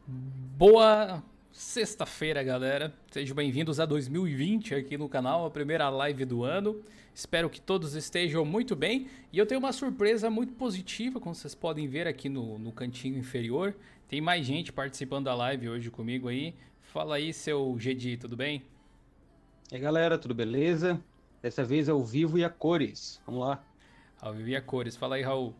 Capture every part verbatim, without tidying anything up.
Boa sexta-feira, galera. Sejam bem-vindos a dois mil e vinte aqui no canal, a primeira live do ano. Espero que todos estejam muito bem. E eu tenho uma surpresa muito positiva, como vocês podem ver aqui no, no cantinho inferior. Tem mais gente participando da live hoje comigo aí. Fala aí, seu G D, tudo bem? E aí, galera, tudo beleza? Dessa vez é ao vivo e a cores. Vamos lá. Ao vivo e a cores. Fala aí, Raul.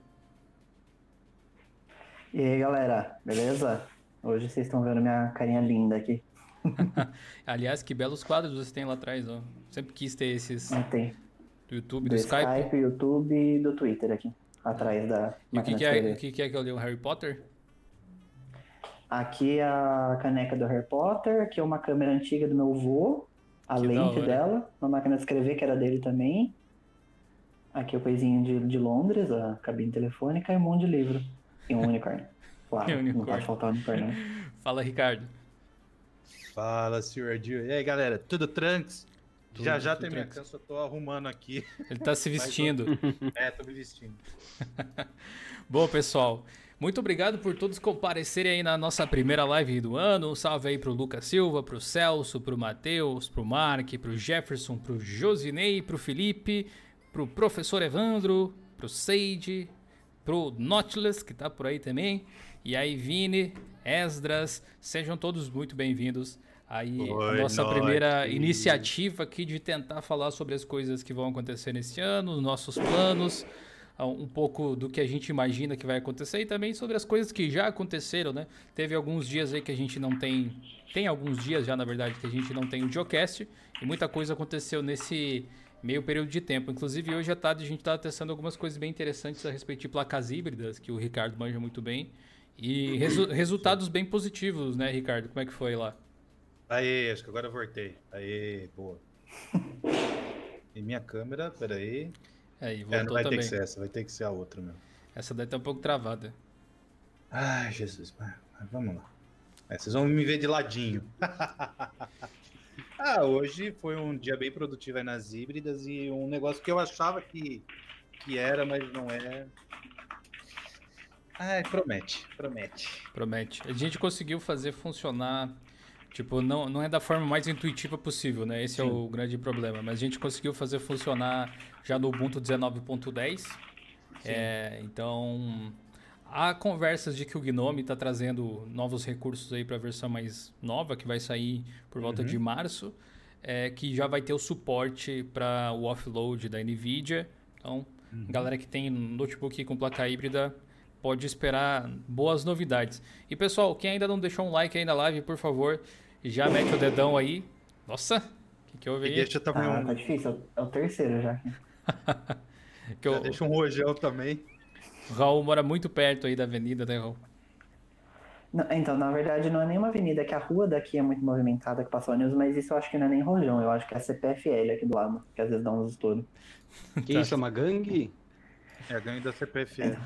E aí, galera, beleza? Hoje vocês estão vendo minha carinha linda aqui. Aliás, que belos quadros você tem lá atrás, ó. Sempre quis ter esses Não tem. do YouTube, do, Do Skype. Skype, YouTube e do Twitter aqui, atrás da E o que, máquina que, de é, escrever. o que, que é que eu li? O Harry Potter? Aqui é a caneca do Harry Potter, aqui é uma câmera antiga do meu avô, a Que da lente hora. dela, uma máquina de escrever que era dele também. Aqui é o coisinho de, de Londres, a cabine telefônica e um monte de livro. E um unicórnio. Claro, E um não unicórnio. pode faltar o unicórnio, né? Fala, Ricardo. Fala, senhor Dio. E aí, galera, tudo tranks? Tudo, já já tudo tem minha tranks. cansa, eu tô arrumando aqui. Ele tá se vestindo. É, tô me vestindo. Bom, pessoal, muito obrigado por todos comparecerem aí na nossa primeira live do ano. Um salve aí pro Lucas Silva, pro Celso, pro Matheus, pro Mark, pro Jefferson, pro Josinei, pro Felipe, pro professor Evandro, pro Seide, pro Nautilus, que tá por aí também. E aí, Vini, Esdras, sejam todos muito bem-vindos. Aí, Oi, a nossa Nautilus. primeira iniciativa aqui de tentar falar sobre as coisas que vão acontecer nesse ano, os nossos planos, um pouco do que a gente imagina que vai acontecer e também sobre as coisas que já aconteceram, né? Teve alguns dias aí que a gente não tem, tem alguns dias já, na verdade, que a gente não tem o Geocast e muita coisa aconteceu nesse meio período de tempo. Inclusive, hoje à tarde a gente está testando algumas coisas bem interessantes a respeito de placas híbridas, que o Ricardo manja muito bem, e resu resultados bem positivos, né, Ricardo? Como é que foi lá? Aê, acho que agora eu voltei. Aê, boa. E minha câmera, peraí. Aí, É, não voltou vai também. ter que ser essa, vai ter que ser a outra, meu. Essa daí tá um pouco travada. Ai, Jesus, mas, mas vamos lá. É, vocês vão me ver de ladinho. Ah, hoje foi um dia bem produtivo aí nas híbridas e um negócio que eu achava que, que era, mas não é. Ai, promete, promete. Promete. A gente conseguiu fazer funcionar, tipo, não, não é da forma mais intuitiva possível, né? Esse é Sim. o grande problema. Mas a gente conseguiu fazer funcionar já no Ubuntu dezenove ponto dez. É, então, há conversas de que o Gnome está trazendo novos recursos aí para a versão mais nova, que vai sair por volta Uhum. de março, é, que já vai ter o suporte para o offload da NVIDIA. Então, Uhum. galera que tem notebook com placa híbrida pode esperar boas novidades. E pessoal, quem ainda não deixou um like aí na live, por favor, já mete o dedão aí. Nossa, o que, que houve E aí? deixa também Ah, um, tá difícil, é o terceiro já. Que já o, deixa um rojão também. o Raul mora muito perto aí da avenida, né, Raul? Não, então, na verdade, não é nem uma avenida, é que a rua daqui é muito movimentada, que passa ônibus, mas isso eu acho que não é nem rojão, eu acho que é a C P F L aqui do lado, que às vezes dá uns estouros. Que Tá. isso, é uma gangue? É ganho da C P F L.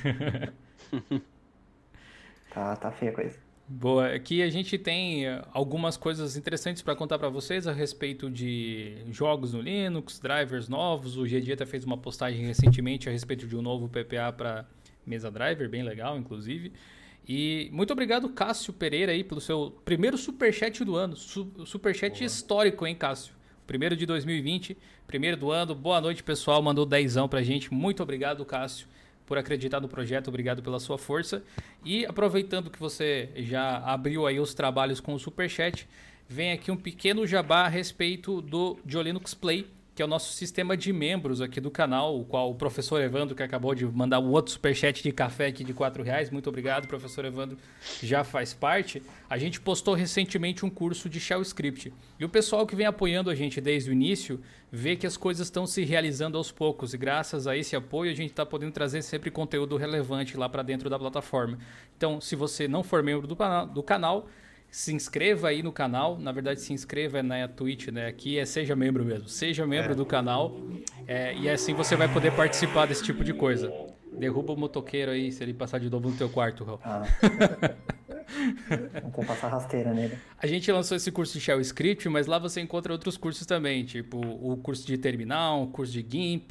Tá, tá feia a coisa. Boa, aqui a gente tem eh, algumas coisas interessantes para contar para vocês a respeito de jogos no Linux, drivers novos. O G D até fez uma postagem recentemente a respeito de um novo P P A para mesa driver, bem legal, inclusive. E muito obrigado, Cássio Pereira, aí, pelo seu primeiro superchat do ano. Su superchat Boa. histórico, hein, Cássio? Primeiro de dois mil e vinte, primeiro do ano. Boa noite, pessoal. Mandou dezão pra gente. Muito obrigado, Cássio, por acreditar no projeto. Obrigado pela sua força. E aproveitando que você já abriu aí os trabalhos com o superchat, vem aqui um pequeno jabá a respeito do Diolinux Play, que é o nosso sistema de membros aqui do canal, o qual o professor Evandro, que acabou de mandar um outro superchat de café aqui de quatro reais. Muito obrigado, professor Evandro, já faz parte. A gente postou recentemente um curso de Shell Script. E o pessoal que vem apoiando a gente desde o início vê que as coisas estão se realizando aos poucos. E graças a esse apoio, a gente está podendo trazer sempre conteúdo relevante lá para dentro da plataforma. Então, se você não for membro do, do canal, se inscreva aí no canal. Na verdade, se inscreva na Twitch, né? Aqui é seja membro mesmo. Seja membro É. do canal. É, e assim você vai poder participar desse tipo de coisa. Derruba o motoqueiro aí se ele passar de novo no teu quarto, Raul. Ah. Vou ter que passar rasteira nele. A gente lançou esse curso de Shell Script, mas lá você encontra outros cursos também, tipo o curso de terminal, o curso de GIMP,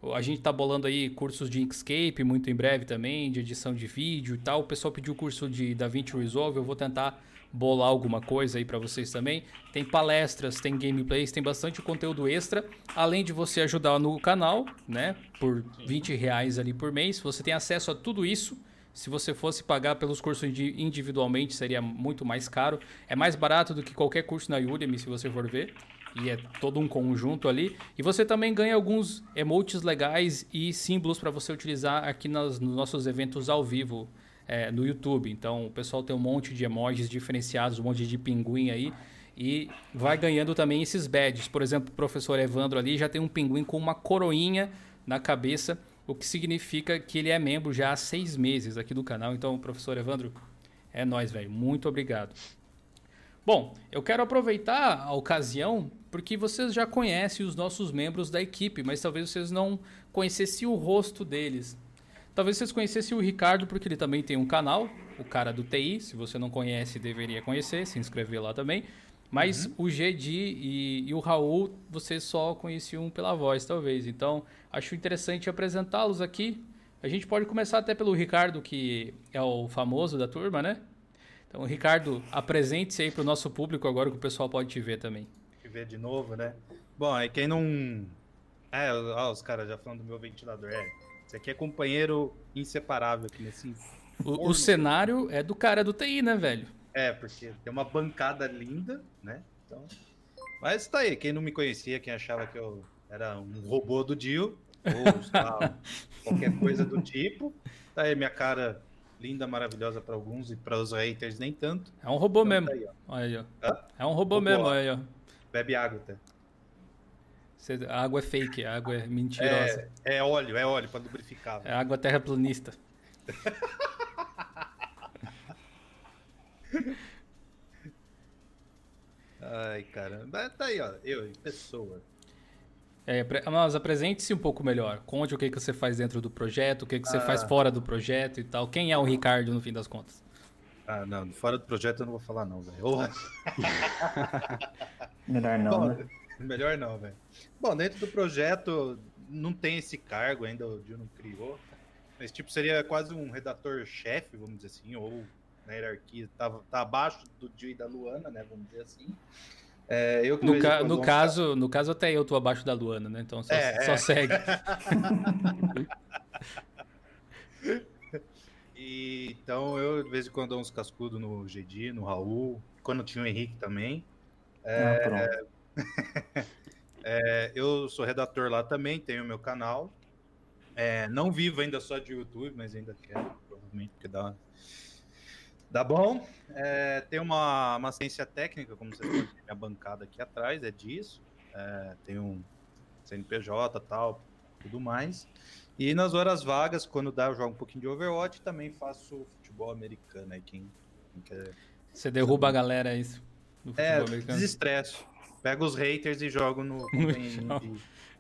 A gente tá bolando aí cursos de Inkscape muito em breve também, de edição de vídeo e tal. O pessoal pediu o curso de DaVinci Resolve, eu vou tentar bolar alguma coisa aí para vocês também. Tem palestras, tem gameplays, tem bastante conteúdo extra. Além de você ajudar no canal, né, por vinte reais ali por mês, você tem acesso a tudo isso. Se você fosse pagar pelos cursos individualmente, seria muito mais caro. É mais barato do que qualquer curso na Udemy, se você for ver. E é todo um conjunto ali. E você também ganha alguns emotes legais e símbolos para você utilizar aqui nas, nos nossos eventos ao vivo é, no YouTube. Então, o pessoal tem um monte de emojis diferenciados, um monte de pinguim aí. E vai ganhando também esses badges. Por exemplo, o professor Evandro ali já tem um pinguim com uma coroinha na cabeça, o que significa que ele é membro já há seis meses aqui do canal. Então, professor Evandro, é nóis, velho. Muito obrigado. Bom, eu quero aproveitar a ocasião porque vocês já conhecem os nossos membros da equipe, mas talvez vocês não conhecessem o rosto deles. Talvez vocês conhecessem o Ricardo porque ele também tem um canal, o cara do T I. Se você não conhece, deveria conhecer, se inscrever lá também. Mas uhum. o G D e, e o Raul, vocês só conheciam pela voz, talvez. Então, acho interessante apresentá-los aqui. A gente pode começar até pelo Ricardo, que é o famoso da turma, né? Então, Ricardo, apresente-se aí para o nosso público agora que o pessoal pode te ver também. Te ver de novo, né? Bom, aí quem não... É, ó, os caras já falando do meu ventilador. É, esse aqui é companheiro inseparável aqui nesse... O, o cenário é do cara do T I, né, velho? É, porque tem uma bancada linda, né? Então... Mas tá aí, quem não me conhecia, quem achava que eu era um robô do Dio, ou sei lá, qualquer coisa do tipo, tá aí minha cara... linda, maravilhosa para alguns e para os haters nem tanto. É um robô então, mesmo. Tá aí, olha aí, ó. Hã? É um robô, robô mesmo, ó. olha aí, ó. Bebe água, tá? Cê, a água é fake, a água é mentirosa. É, é óleo, é óleo para lubrificar. É água terraplanista. Ai, caramba. Tá aí, ó. Eu, pessoa. É, mas apresente-se um pouco melhor. Conte o que, que você faz dentro do projeto, o que, que você ah. faz fora do projeto e tal. Quem é o Ricardo, no fim das contas? Ah, não. Fora do projeto eu não vou falar não, velho. Melhor não, Bom, né? Melhor não, velho. Bom, dentro do projeto não tem esse cargo ainda, o Dio não criou. Mas, tipo, seria quase um redator-chefe, vamos dizer assim, ou na hierarquia, tá, tá abaixo do Dio e da Luana, né, vamos dizer assim. É, eu no, ca no, caso, no caso, até eu tô abaixo da Luana, né? Então só, é, só é. segue. E, então eu de vez em quando dou uns cascudos no G D, no Raul, quando tinha o Henrique também. É, ah, é, eu sou redator lá também, tenho o meu canal. É, não vivo ainda só de YouTube, mas ainda quero, provavelmente, porque dá... Dá bom. É, tem uma, uma ciência técnica, como vocês podem ver, minha bancada aqui atrás, é disso. É, tem um C N P J e tal, tudo mais. E nas horas vagas, quando dá, eu jogo um pouquinho de Overwatch, também faço futebol americano. Aí quem, quem quer... Você derruba a galera isso, no futebol é, americano? Desestresso. Pego os haters e jogo no... no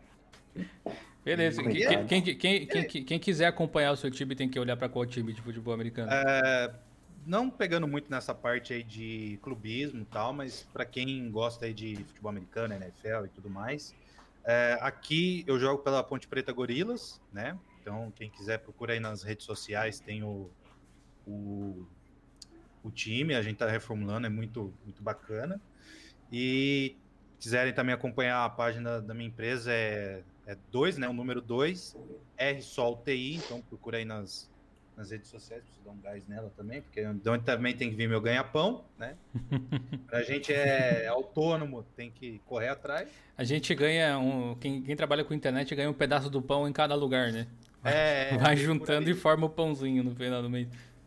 Beleza. E, quem, é. quem, quem, quem, quem, quem quiser acompanhar o seu time tem que olhar para qual time de futebol americano? É... Não pegando muito nessa parte aí de clubismo e tal, mas para quem gosta aí de futebol americano, N F L e tudo mais, é, aqui eu jogo pela Ponte Preta Gorilas, né? Então, quem quiser procura aí nas redes sociais, tem o, o, o time, a gente tá reformulando, é muito, muito bacana. E quiserem também acompanhar a página da minha empresa, é dois, é né? O número dois, R Sol T I, então procura aí nas nas redes sociais, preciso dar um gás nela também, porque de onde também tem que vir meu ganha-pão, né? A gente é autônomo, tem que correr atrás. A gente ganha, um, quem, quem trabalha com internet ganha um pedaço do pão em cada lugar, né? Vai, é, vai juntando e forma o pãozinho no final do mês.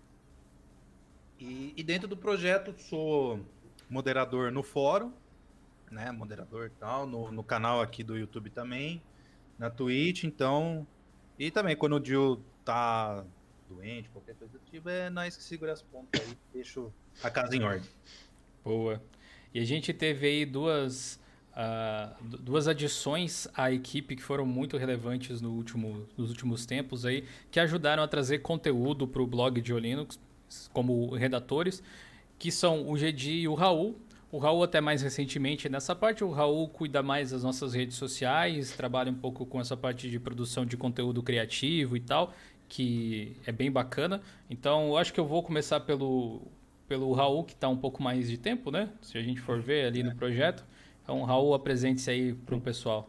E, e dentro do projeto sou moderador no fórum, né? Moderador e tal, no, no canal aqui do YouTube também, na Twitch, então... E também quando o Dio tá... doente, qualquer coisa do tipo, é nós que segura as pontas aí, deixo a casa em ordem. Boa. E a gente teve aí duas, uh, duas adições à equipe que foram muito relevantes no último, nos últimos tempos aí, que ajudaram a trazer conteúdo para o blog de Linux como redatores, que são o G D e o Raul. O Raul até mais recentemente nessa parte, o Raul cuida mais das nossas redes sociais, trabalha um pouco com essa parte de produção de conteúdo criativo e tal, que é bem bacana. Então, eu acho que eu vou começar pelo, pelo Raul, que está um pouco mais de tempo, né? Se a gente for ver ali no projeto. Então, Raul, apresente-se aí para o pessoal.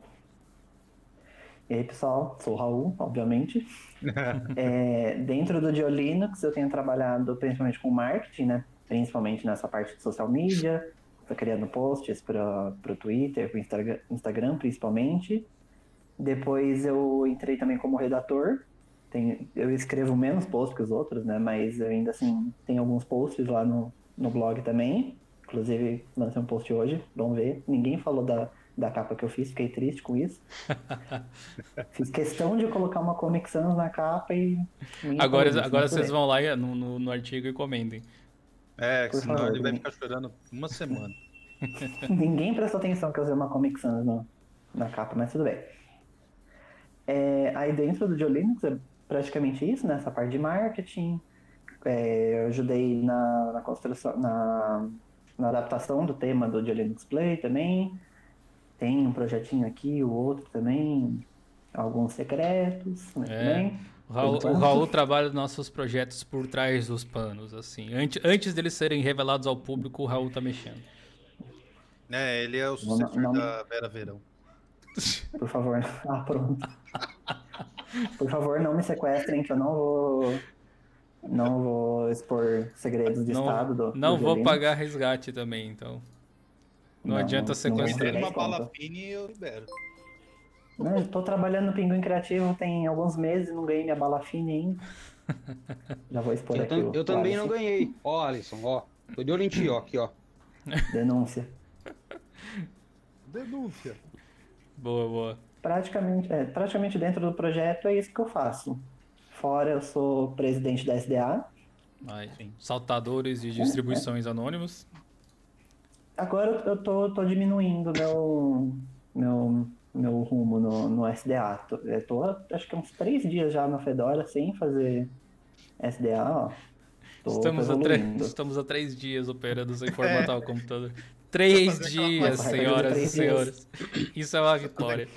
E aí, pessoal, sou o Raul, obviamente. É, dentro do GeoLinux, eu tenho trabalhado principalmente com marketing, né? Principalmente nessa parte de social media. Estou criando posts para o Twitter, para o Instagram, Instagram, principalmente. Depois eu entrei também como redator. Tenho, eu escrevo menos posts que os outros, né? Mas eu ainda assim tenho alguns posts lá no, no blog também. Inclusive, lancei um post hoje, vamos ver. Ninguém falou da, da capa que eu fiz, fiquei triste com isso. Fiz questão de colocar uma Comic Sans na capa e... Agora, isso, agora vocês vão lá no, no, no artigo e comentem. É, Por senão favor, ele vai ninguém... ficar chorando uma semana. Ninguém prestou atenção que eu usei uma Comic Sans no, na capa, mas tudo bem. É, aí dentro do GeoLinux é praticamente isso, né? Essa parte de marketing. É, eu ajudei na, na construção, na, na adaptação do tema do GeoLinux Play também. Tem um projetinho aqui, o outro também. Alguns secretos, né, é. também. O Raul, o Raul trabalha nos nossos projetos por trás dos panos, assim. Antes, antes deles serem revelados ao público, o Raul tá mexendo. É, ele é o sucessor não, não... da Vera Verão. Por favor. Ah, pronto. Por favor, não me sequestrem, que eu não vou... Não vou expor segredos de não, estado do Não do vou Violino. pagar resgate também, então. Não, não adianta não, sequestrar. Se uma bala fine, eu libero. Não, eu tô trabalhando no Pinguim Criativo tem alguns meses, não ganhei minha bala fine ainda. Já vou expor eu aqui. Tam, o, eu o também Alisson. não ganhei. Ó, Alisson, ó. Tô de olho em ti, ó. Aqui, ó. Denúncia. Denúncia. Boa, boa. Praticamente, é, praticamente dentro do projeto é isso que eu faço. Fora, eu sou presidente da S D A. Ai, saltadores de distribuições é, é. anônimos. Agora eu tô, tô diminuindo meu, meu, meu rumo no, no S D A. Tô, eu tô, acho que uns três dias já no Fedora sem fazer S D A, ó. Tô, estamos, tô a três, estamos a três dias operando sem formatar é. o computador. Três dias, senhoras três e senhores. Dias. Isso é uma vitória.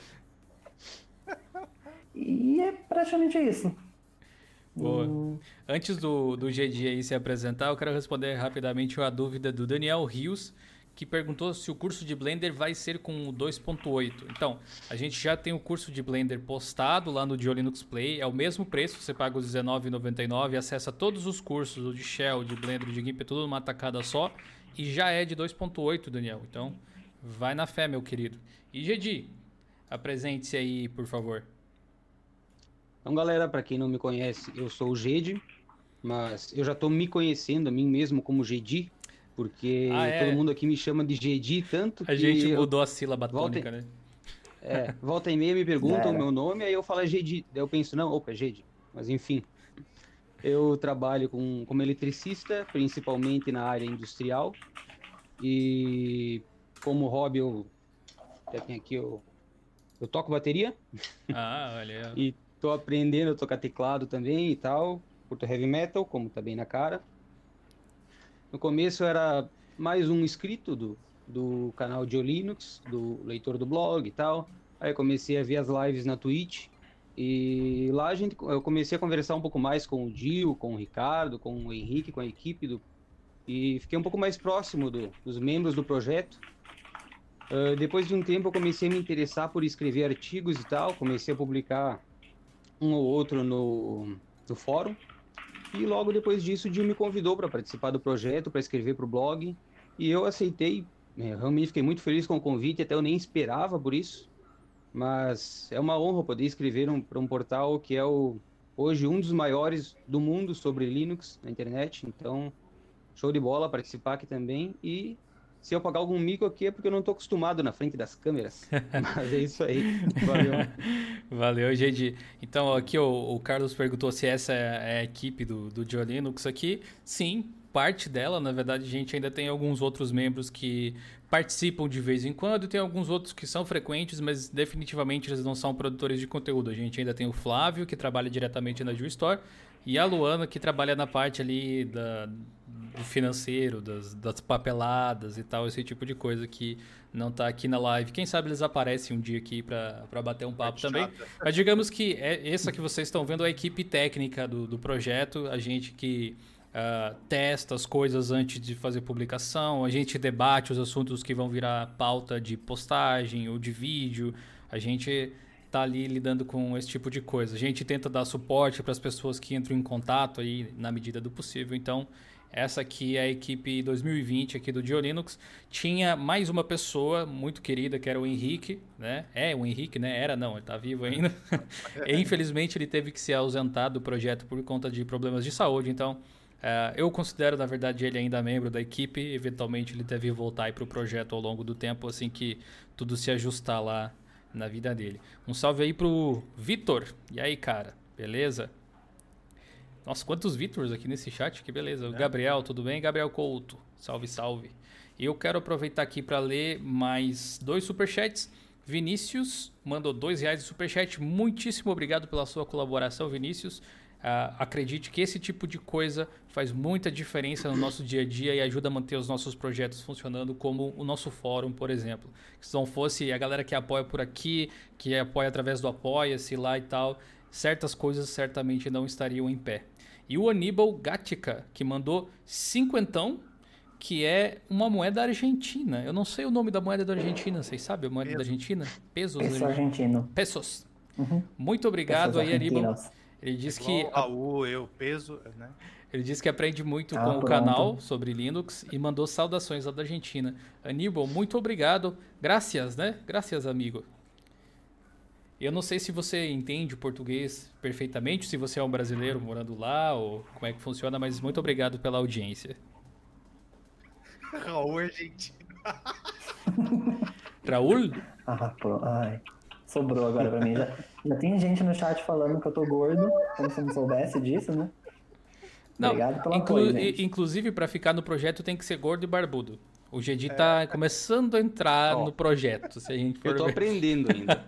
E é praticamente isso. Boa. Hum. Antes do, do G D aí se apresentar, eu quero responder rapidamente a dúvida do Daniel Rios, que perguntou se o curso de Blender vai ser com o dois ponto oito. Então, a gente já tem o curso de Blender postado lá no GeoLinux Play, é o mesmo preço, você paga os dezenove reais e noventa e nove centavos, acessa todos os cursos, o de Shell, de Blender, de GIMP, tudo numa tacada só, e já é de dois ponto oito, Daniel. Então, vai na fé, meu querido. E G D, apresente-se aí, por favor. Então, galera, para quem não me conhece, eu sou o Gedi, mas eu já tô me conhecendo a mim mesmo como Gedi, porque ah, é? todo mundo aqui me chama de Gedi tanto que... A gente mudou a sílaba tônica, volta... né? É, volta e meia me perguntam o meu nome, aí eu falo Gedi, daí eu penso, não, opa, é Gedi. Mas enfim, eu trabalho com, como eletricista, principalmente na área industrial, e como hobby eu, já tenho aqui, eu, eu toco bateria. Ah, olha. E tô aprendendo a tocar teclado também e tal, curto heavy metal, como tá bem na cara. No começo era mais um inscrito do, do canal GeoLinux, do leitor do blog e tal. Aí eu comecei a ver as lives na Twitch e lá a gente, eu comecei a conversar um pouco mais com o Dio, com o Ricardo, com o Henrique, com a equipe do, e fiquei um pouco mais próximo do, dos membros do projeto. Uh, depois de um tempo eu comecei a me interessar por escrever artigos e tal, comecei a publicar um ou outro no, no fórum. E logo depois disso o Dio me convidou para participar do projeto, para escrever para o blog. E eu aceitei, né, realmente fiquei muito feliz com o convite, até eu nem esperava por isso. Mas é uma honra poder escrever um, para um portal que é o, hoje um dos maiores do mundo sobre Linux na internet. Então, show de bola participar aqui também. E se eu pagar algum mico aqui é porque eu não estou acostumado na frente das câmeras. Mas é isso aí. Valeu. Valeu, Gedi. Então, aqui o, o Carlos perguntou se essa é a equipe do, do GeoLinux aqui. Sim, parte dela. Na verdade, a gente ainda tem alguns outros membros que participam de vez em quando. Tem alguns outros que são frequentes, mas definitivamente eles não são produtores de conteúdo. A gente ainda tem o Flávio, que trabalha diretamente na GeoStore, e a Luana, que trabalha na parte ali da, do financeiro, das, das papeladas e tal, esse tipo de coisa que não tá aqui na live. Quem sabe eles aparecem um dia aqui para bater um papo também. Mas digamos que é, essa que vocês estão vendo é a equipe técnica do, do projeto, a gente que uh, testa as coisas antes de fazer publicação, a gente debate os assuntos que vão virar pauta de postagem ou de vídeo, a gente tá ali lidando com esse tipo de coisa. A gente tenta dar suporte para as pessoas que entram em contato aí na medida do possível. Então, essa aqui é a equipe dois mil e vinte aqui do Diolinux. Tinha mais uma pessoa muito querida, que era o Henrique, né? É, o Henrique, né? Era não, ele tá vivo ainda. E, infelizmente, ele teve que se ausentar do projeto por conta de problemas de saúde. Então, uh, eu considero, na verdade, ele ainda membro da equipe. Eventualmente, ele deve voltar para o projeto ao longo do tempo, assim que tudo se ajustar lá na vida dele. Um salve aí pro Vitor. E aí, cara? Beleza? Nossa, quantos Vitors aqui nesse chat, que beleza. O Gabriel, tudo bem? Gabriel Couto, salve, salve. Eu quero aproveitar aqui para ler mais dois superchats. Vinícius mandou dois reais de superchat. Muitíssimo obrigado pela sua colaboração, Vinícius. Uh, acredite que esse tipo de coisa faz muita diferença no nosso dia a dia e ajuda a manter os nossos projetos funcionando, como o nosso fórum, por exemplo. Se não fosse a galera que apoia por aqui, que apoia através do Apoia-se lá e tal, certas coisas certamente não estariam em pé. E o Aníbal Gatica, que mandou cinquentão, que é uma moeda argentina. Eu não sei o nome da moeda da Argentina, vocês sabem a moeda Peso. da Argentina? Pesos. Peso argentino. Pesos. Uhum. Muito obrigado aí, Aníbal. Ele disse que... Raul, eu, peso, né? Ele disse que aprende muito ah, com pronto. o canal sobre Linux e mandou saudações lá da Argentina. Aníbal, muito obrigado. Graças, né? Graças, amigo. Eu não sei se você entende o português perfeitamente, se você é um brasileiro morando lá, ou como é que funciona, mas muito obrigado pela audiência. Raul argentino. Raul? Ah, pô, ai. Sobrou agora pra mim. Já, já tem gente no chat falando que eu tô gordo, como se eu não soubesse disso, né? Não, obrigado pela inclu coisa, gente. Inclusive, para ficar no projeto tem que ser gordo e barbudo. O Gedi é. tá começando a entrar oh. no projeto, se a gente for Eu tô ver. aprendendo ainda.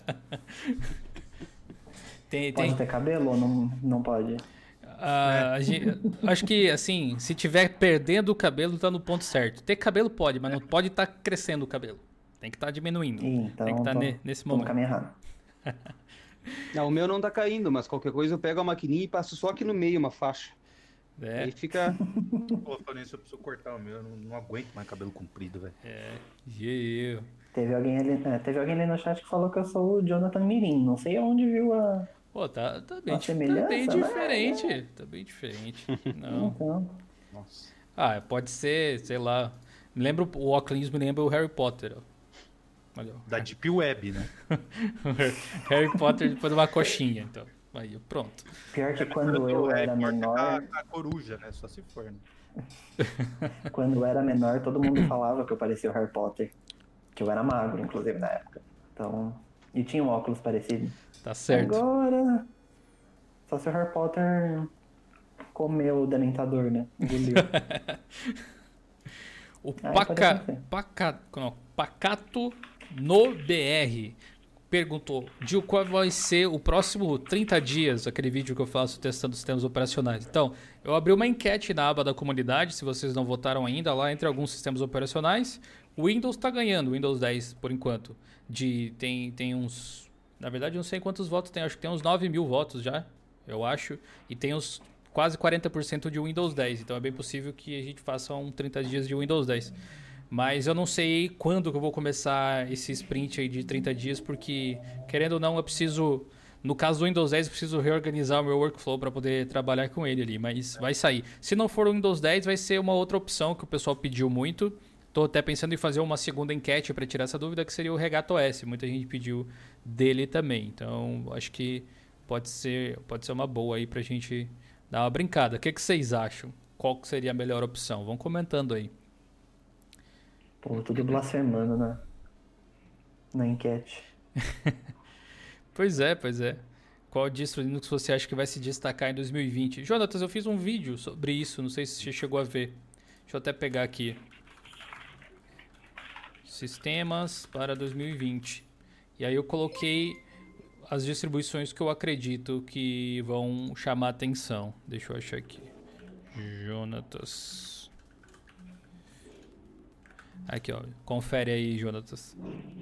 tem, pode tem... ter cabelo ou não, não pode? Uh, é. gente, acho que, assim, se tiver perdendo o cabelo, tá no ponto certo. Ter cabelo pode, mas não pode estar tá crescendo o cabelo. Tem que estar tá diminuindo. Então, tem que estar tá tô, nesse tô momento. No caminho errado. Não, o meu não tá caindo, mas qualquer coisa eu pego a maquininha e passo só aqui no meio uma faixa. É. Aí fica... Pô, falando isso, eu preciso cortar o meu, eu não, não aguento mais cabelo comprido, velho. É, e eu... Teve alguém, ali, é, teve alguém ali no chat que falou que eu sou o Jonathan Mirim. Não sei aonde viu a... Pô, tá, tá bem, tá bem né? diferente. Tá bem diferente. Não. Então... Nossa. Ah, pode ser, sei lá... Me lembra, o óculos me lembra o Harry Potter, ó. Olha, da Deep Web, né? Harry Potter depois de uma coxinha, então. Aí, pronto. Pior que quando eu era menor... A, a coruja, né? Só se for, né? Quando eu era menor, todo mundo falava que eu parecia o Harry Potter. Que eu era magro, inclusive, na época. Então... E tinha um óculos parecido. Tá certo. Agora... Só se o Harry Potter comeu o delimitador, né? o ah, Paca... Paca... Não, Pacato no B R perguntou de qual vai ser o próximo trinta dias, aquele vídeo que eu faço testando sistemas operacionais. Então, eu abri uma enquete na aba da comunidade, se vocês não votaram ainda, lá entre alguns sistemas operacionais. O Windows está ganhando, o Windows dez, por enquanto. De, tem, tem uns... Na verdade, eu não sei quantos votos tem, acho que tem uns nove mil votos já, eu acho. E tem uns quase quarenta por cento de Windows dez, então é bem possível que a gente faça um trinta dias de Windows dez. Mas eu não sei quando que eu vou começar esse sprint aí de trinta dias, porque, querendo ou não, eu preciso... No caso do Windows dez, eu preciso reorganizar o meu workflow para poder trabalhar com ele ali, mas vai sair. Se não for o Windows dez, vai ser uma outra opção que o pessoal pediu muito. Estou até pensando em fazer uma segunda enquete para tirar essa dúvida, que seria o Regato S. Muita gente pediu dele também. Então, acho que pode ser, pode ser uma boa aí para a gente dar uma brincada. O que, que vocês acham? Qual que seria a melhor opção? Vão comentando aí. Pô, tudo blasfemando na, na enquete. Pois é, pois é. Qual distro Linux você acha que vai se destacar em dois mil e vinte? Jonatas, eu fiz um vídeo sobre isso, não sei se você chegou a ver. Deixa eu até pegar aqui. Sistemas para dois mil e vinte. E aí eu coloquei as distribuições que eu acredito que vão chamar atenção. Deixa eu achar aqui. Jonatas... Aqui, ó. Confere aí, Jonatas.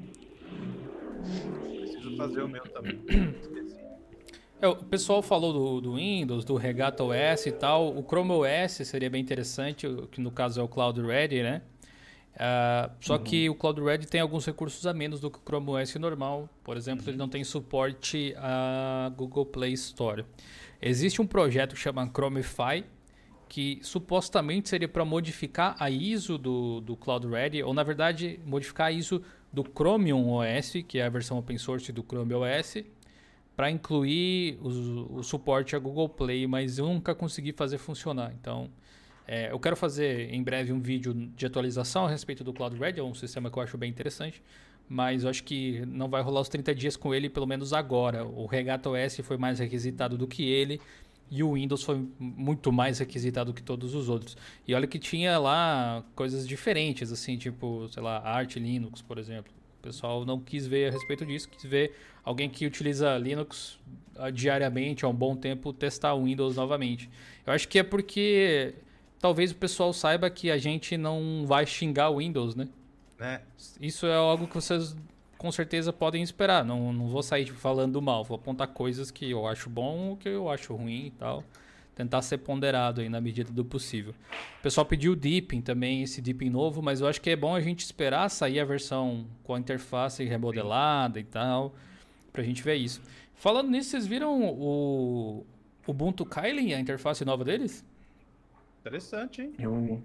Preciso fazer o meu também. Esqueci. É, o pessoal falou do, do Windows, do Regatta O S e tal. O Chrome O S seria bem interessante, que no caso é o Cloud Ready, né? Uh, só uhum. que o Cloud Ready tem alguns recursos a menos do que o Chrome O S normal. Por exemplo, uhum. ele não tem suporte a Google Play Store. Existe um projeto que chama Chromify, que supostamente seria para modificar a I S O do, do Cloud Ready, ou na verdade modificar a I S O do Chromium O S, que é a versão open source do Chrome O S, para incluir o, o suporte a Google Play, mas eu nunca consegui fazer funcionar. Então, é, eu quero fazer em breve um vídeo de atualização a respeito do Cloud Ready, é um sistema que eu acho bem interessante, mas eu acho que não vai rolar os trinta dias com ele, pelo menos agora. O Regatta O S foi mais requisitado do que ele, e o Windows foi muito mais requisitado que todos os outros. E olha que tinha lá coisas diferentes, assim, tipo, sei lá, Arch Linux, por exemplo. O pessoal não quis ver a respeito disso, quis ver alguém que utiliza Linux uh, diariamente há um bom tempo testar o Windows novamente. Eu acho que é porque talvez o pessoal saiba que a gente não vai xingar o Windows, né? É. Isso é algo que vocês com certeza podem esperar. Não, não vou sair tipo, falando mal, vou apontar coisas que eu acho bom, que eu acho ruim e tal. Tentar ser ponderado aí na medida do possível. O pessoal pediu Deepin também, esse Deepin novo, mas eu acho que é bom a gente esperar sair a versão com a interface remodelada e tal, pra gente ver isso. Falando nisso, vocês viram o Ubuntu Kylin, a interface nova deles? Interessante, hein? Eu vi.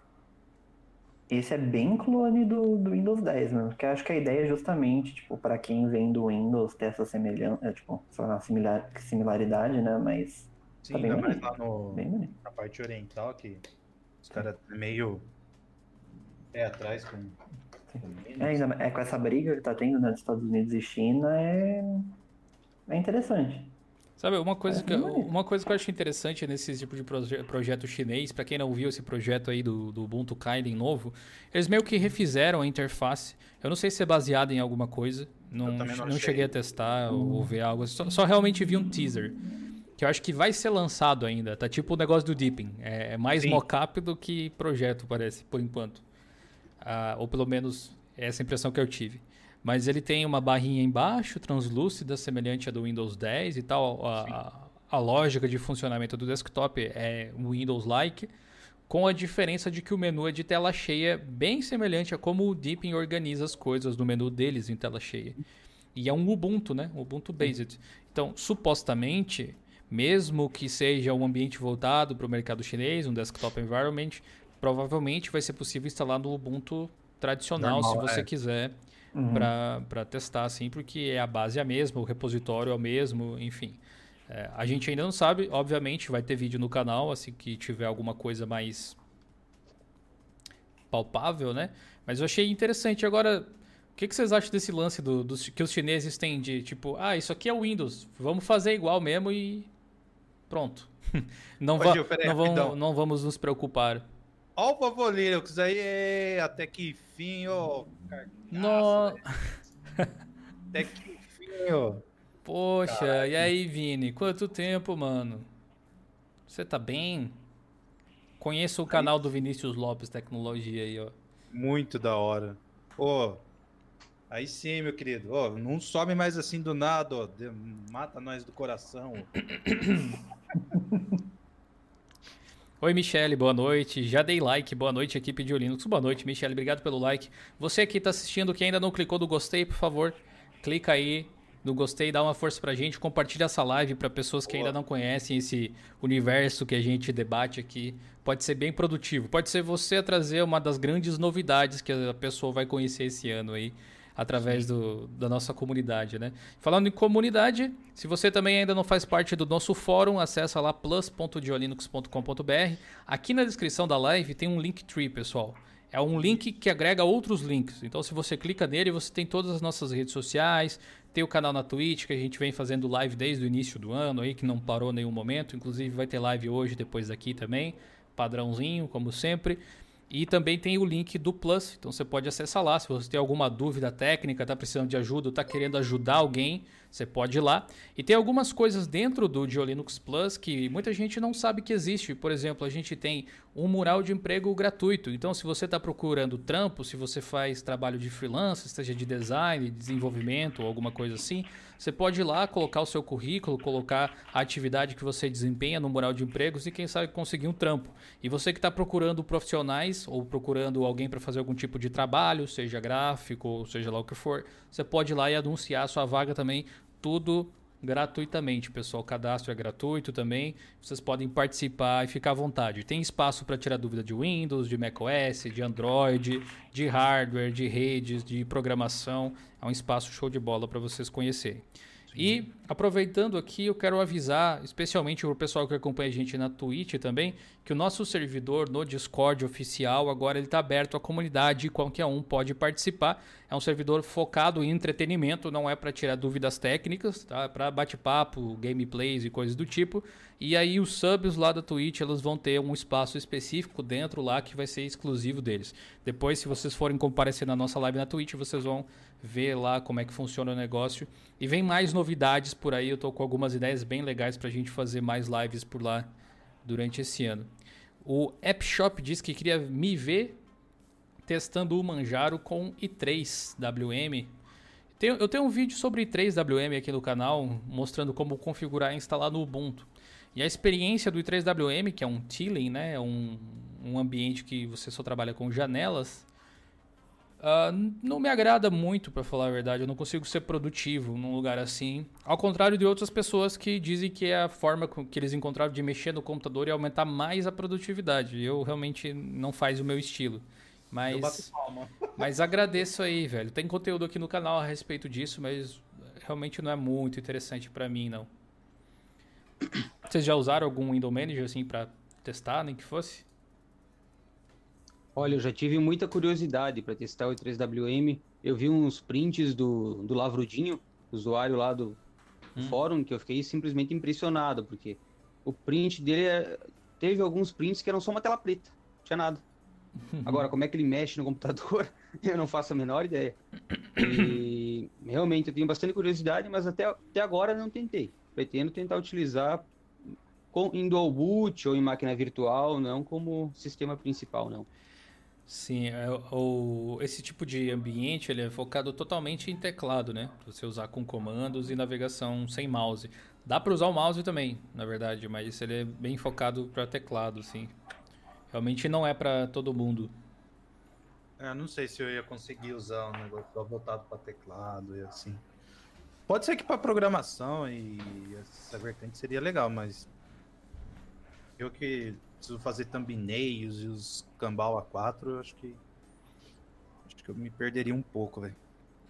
Esse é bem clone do, do Windows dez, né? Porque eu acho que a ideia é justamente, tipo, para quem vem do Windows ter essa semelhança, tipo, essa similar, similaridade, né? Mas sim, tá bem ainda mais bonito. lá no, bem na parte oriental, que os caras meio pé atrás com... com é, ainda, é, com essa briga que tá tendo, né, dos Estados Unidos e China, é, é interessante. Sabe, uma coisa, que, uma coisa que eu acho interessante nesse tipo de proje- projeto chinês, para quem não viu esse projeto aí do, do Ubuntu Kylin novo, eles meio que refizeram a interface. Eu não sei se é baseado em alguma coisa, não, não, não cheguei a testar ou, ou ver algo, só, só realmente vi um teaser, que eu acho que vai ser lançado ainda, tá tipo o negócio do Deepin, é, é mais mockup do que projeto, parece, por enquanto. Ah, ou pelo menos é essa impressão que eu tive. Mas ele tem uma barrinha embaixo, translúcida, semelhante à do Windows dez e tal. A, a, a lógica de funcionamento do desktop é Windows-like, com a diferença de que o menu é de tela cheia, bem semelhante a como o Deepin organiza as coisas no menu deles em tela cheia. E é um Ubuntu, né? Ubuntu Based. Então, supostamente, mesmo que seja um ambiente voltado para o mercado chinês, um desktop environment, provavelmente vai ser possível instalar no Ubuntu tradicional, normal, se você é. quiser. Uhum. para testar, assim, porque a base é a mesma, o repositório é o mesmo, enfim. É, a gente ainda não sabe, obviamente vai ter vídeo no canal, assim que tiver alguma coisa mais palpável, né? Mas eu achei interessante. Agora, o que, que vocês acham desse lance do, do, que os chineses têm de, tipo, ah, isso aqui é o Windows, vamos fazer igual mesmo e pronto. não, va- Gil, não, vamos, não vamos nos preocupar. Ó o Vovô Linux aí, é, até que fim, ó. No... Até que fim, ó. Poxa, caralho. E aí, Vini? Quanto tempo, mano? Você tá bem? Conheço o canal do Vinícius Lopes Tecnologia aí, ó. Muito da hora. Ô, aí sim, meu querido. Ó, não some mais assim do nada, ó. Mata nós do coração. Oi, Michele, boa noite. Já dei like, boa noite, equipe de Linux. Boa noite, Michele, obrigado pelo like. Você que está assistindo, que ainda não clicou no gostei, por favor, clica aí no gostei, dá uma força pra gente, compartilha essa live para pessoas que boa. ainda não conhecem esse universo que a gente debate aqui. Pode ser bem produtivo, pode ser você a trazer uma das grandes novidades que a pessoa vai conhecer esse ano aí, através do, da nossa comunidade, né? Falando em comunidade, se você também ainda não faz parte do nosso fórum, acessa lá plus ponto diolinux ponto com ponto br. Aqui na descrição da live tem um Linktree, pessoal. É um link que agrega outros links. Então, se você clica nele, você tem todas as nossas redes sociais, tem o canal na Twitch, que a gente vem fazendo live desde o início do ano, aí, que não parou em nenhum momento. Inclusive, vai ter live hoje, depois daqui também. Padrãozinho, como sempre. E também tem o link do Plus, então você pode acessar lá. Se você tem alguma dúvida técnica, está precisando de ajuda, está querendo ajudar alguém, Você pode ir lá. E tem algumas coisas dentro do GeoLinux Plus que muita gente não sabe que existe. Por exemplo, a gente tem um mural de emprego gratuito. Então, se você está procurando trampo, se você faz trabalho de freelance, seja de design, desenvolvimento ou alguma coisa assim, você pode ir lá, colocar o seu currículo, colocar a atividade que você desempenha no mural de empregos e quem sabe conseguir um trampo. E você que está procurando profissionais ou procurando alguém para fazer algum tipo de trabalho, seja gráfico ou seja lá o que for, você pode ir lá e anunciar a sua vaga também, tudo gratuitamente, pessoal. O cadastro é gratuito também. Vocês podem participar e ficar à vontade. Tem espaço para tirar dúvida de Windows, de macOS, de Android, de hardware, de redes, de programação. É um espaço show de bola para vocês conhecerem. E, aproveitando aqui, eu quero avisar, especialmente o pessoal que acompanha a gente na Twitch também, que o nosso servidor no Discord oficial, agora ele está aberto à comunidade e qualquer um pode participar. É um servidor focado em entretenimento, não é para tirar dúvidas técnicas, tá? É para bate-papo, gameplays e coisas do tipo. E aí os subs lá da Twitch, eles vão ter um espaço específico dentro lá que vai ser exclusivo deles. Depois, se vocês forem comparecer na nossa live na Twitch, vocês vão ver lá como é que funciona o negócio. E vem mais novidades por aí, eu tô com algumas ideias bem legais pra gente fazer mais lives por lá durante esse ano. O App Shop diz que queria me ver testando o Manjaro com i três W M. Tenho, eu tenho um vídeo sobre i três W M aqui no canal, mostrando como configurar e instalar no Ubuntu. E a experiência do i três W M, que é um tiling, né, é um, um ambiente que você só trabalha com janelas, Uh, não me agrada muito, para falar a verdade. Eu não consigo ser produtivo num lugar assim. Ao contrário de outras pessoas que dizem que é a forma que eles encontraram de mexer no computador e aumentar mais a produtividade. Eu realmente não faz o meu estilo. Mas, eu bato palma. Mas agradeço aí, velho. Tem conteúdo aqui no canal a respeito disso, mas realmente não é muito interessante para mim, não. Vocês já usaram algum Window Manager assim para testar, nem que fosse? Olha, eu já tive muita curiosidade para testar o i três W M. Eu vi uns prints do, do Lavrudinho, usuário lá do hum. fórum, que eu fiquei simplesmente impressionado, porque o print dele é... teve alguns prints que eram só uma tela preta, não tinha nada. Agora, como é que ele mexe no computador, eu não faço a menor ideia. E realmente eu tenho bastante curiosidade, mas até, até agora não tentei. Pretendo tentar utilizar com, em dual boot ou em máquina virtual, não como sistema principal, não. Sim, é, o, esse tipo de ambiente ele é focado totalmente em teclado, né? Pra você usar com comandos e navegação sem mouse. Dá para usar o mouse também, na verdade, mas ele é bem focado para teclado, assim. Realmente não é para todo mundo. É, não sei se eu ia conseguir usar um negócio só voltado para teclado e assim. Pode ser que para programação e essa vertente seria legal, mas eu que preciso fazer thumbnails e os Cambal A quatro, eu acho que acho que eu me perderia um pouco, velho.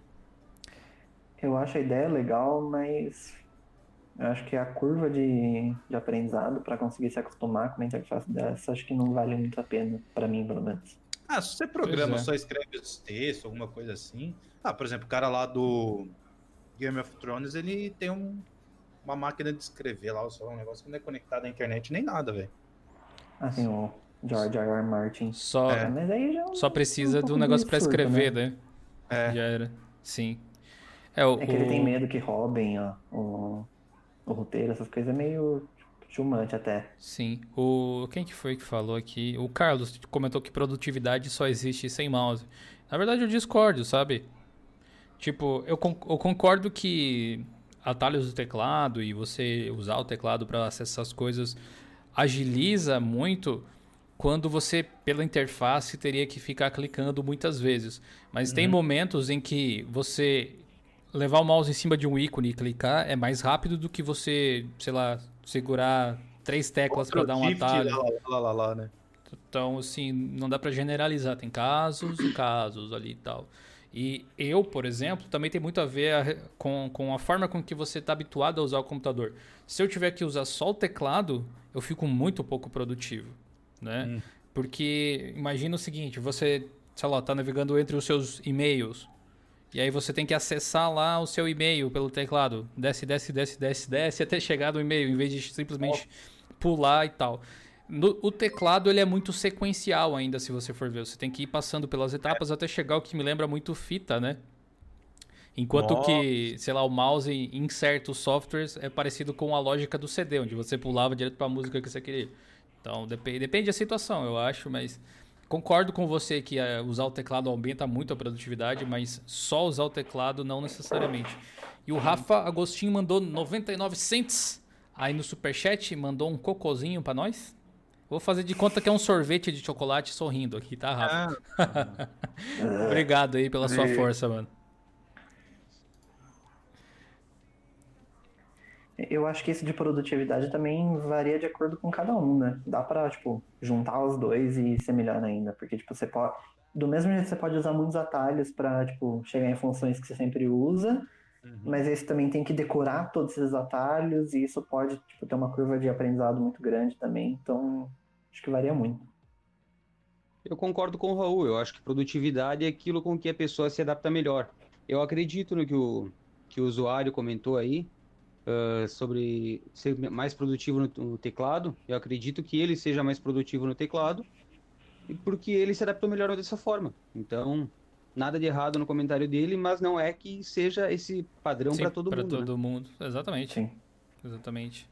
Eu acho a ideia legal, mas eu acho que a curva de, de aprendizado para conseguir se acostumar com uma interface dessa, acho que não vale muito a pena, para mim, pelo menos. Ah, se você programa, é. só escreve os textos, alguma coisa assim. Ah, por exemplo, o cara lá do Game of Thrones, ele tem um, uma máquina de escrever lá, só um negócio que não é conectado à internet nem nada, velho. Assim, o George R. R. Martin. Só, é, mas aí já só precisa um de um pouco negócio para absurdo, escrever, né? né? É. Já era. Sim. É, o, é que ele o... tem medo que roubem ó, o, o roteiro, essas coisas é meio chumante até. Sim. O... Quem que foi que falou aqui? O Carlos comentou que produtividade só existe sem mouse. Na verdade, eu discordo, sabe? Tipo, eu, con eu concordo que atalhos do teclado e você usar o teclado para acessar as coisas agiliza muito quando você, pela interface, teria que ficar clicando muitas vezes. Mas uhum. tem momentos em que você levar o mouse em cima de um ícone e clicar é mais rápido do que você, sei lá, segurar três teclas para dar um atalho. Lá, lá, lá, lá, né? Então, assim, não dá para generalizar. Tem casos e casos ali e tal. E eu, por exemplo, também tem muito a ver com, com a forma com que você está habituado a usar o computador. Se eu tiver que usar só o teclado, eu fico muito pouco produtivo, né? Hum. Porque imagina o seguinte, você, sei lá, está navegando entre os seus e-mails e aí você tem que acessar lá o seu e-mail pelo teclado. Desce, desce, desce, desce, desce até chegar no e-mail, em vez de simplesmente oh. pular e tal. No, o teclado ele é muito sequencial ainda, se você for ver. Você tem que ir passando pelas etapas até chegar ao que me lembra muito fita, né? Enquanto Nossa. que, sei lá, o mouse em certos softwares é parecido com a lógica do C D, onde você pulava direto para a música que você queria. Então, depende, depende da situação, eu acho, mas concordo com você que uh, usar o teclado aumenta muito a produtividade, mas só usar o teclado não necessariamente. E o Rafa Agostinho mandou noventa e nove cents aí no superchat, mandou um cocôzinho para nós. Vou fazer de conta que é um sorvete de chocolate sorrindo aqui, tá, Rafa? Ah. Obrigado aí pela sua força, mano. Eu acho que esse de produtividade também varia de acordo com cada um, né? Dá pra, tipo, juntar os dois e ser melhor ainda. Porque, tipo, você pode... Do mesmo jeito, você pode usar muitos atalhos pra, tipo, chegar em funções que você sempre usa. Uhum. Mas aí você também tem que decorar todos esses atalhos. E isso pode, tipo, ter uma curva de aprendizado muito grande também. Então, acho que varia muito. Eu concordo com o Raul. Eu acho que produtividade é aquilo com que a pessoa se adapta melhor. Eu acredito no que o, que o usuário comentou aí. Uh, sobre ser mais produtivo no, no teclado. Eu acredito que ele seja mais produtivo no teclado porque ele se adaptou melhor dessa forma. Então, nada de errado no comentário dele, mas não é que seja esse padrão para todo pra mundo. Para todo né? mundo, exatamente. Sim. Exatamente.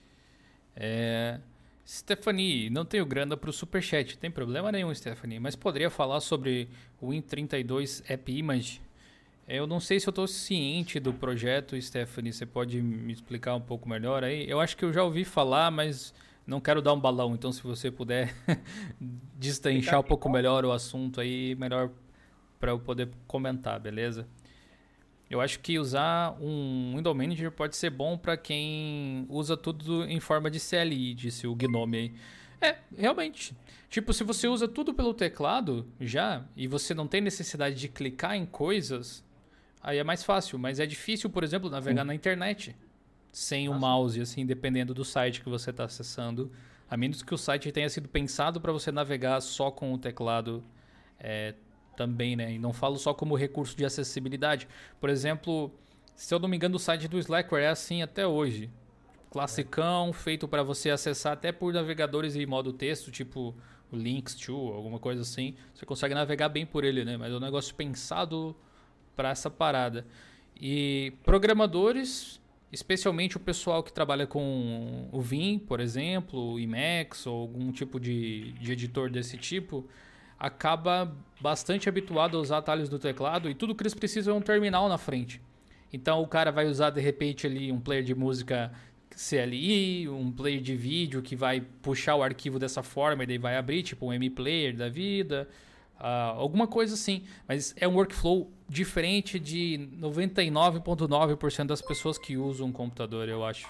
É... Stephanie, não tenho grana para o Superchat. Tem problema nenhum, Stephanie, mas poderia falar sobre o Win trinta e dois App Image? Eu não sei se eu estou ciente do projeto, Stephanie, você pode me explicar um pouco melhor aí? Eu acho que eu já ouvi falar, mas não quero dar um balão, então se você puder destrinchar um pouco melhor o assunto aí, melhor para eu poder comentar, beleza? Eu acho que usar um Window Manager pode ser bom para quem usa tudo em forma de C L I, disse o Gnome aí. É, realmente. Tipo, se você usa tudo pelo teclado já, e você não tem necessidade de clicar em coisas... Aí é mais fácil, mas é difícil, por exemplo, navegar Sim. na internet sem o mouse, assim, dependendo do site que você está acessando. A menos que o site tenha sido pensado para você navegar só com o teclado é, também, né? E não falo só como recurso de acessibilidade. Por exemplo, se eu não me engano, o site do Slackware é assim até hoje. Classicão, é. feito para você acessar até por navegadores em modo texto, tipo o Links to, alguma coisa assim. Você consegue navegar bem por ele, né? Mas é um negócio pensado... para essa parada. E programadores, especialmente o pessoal que trabalha com o Vim, por exemplo, o Emacs ou algum tipo de, de editor desse tipo, acaba bastante habituado a usar atalhos do teclado e tudo que eles precisam é um terminal na frente. Então o cara vai usar de repente ali um player de música C L I, um player de vídeo que vai puxar o arquivo dessa forma e daí vai abrir, tipo um M-Player da vida... Uh, alguma coisa assim, mas é um workflow diferente de noventa e nove vírgula nove por cento das pessoas que usam um computador, eu acho.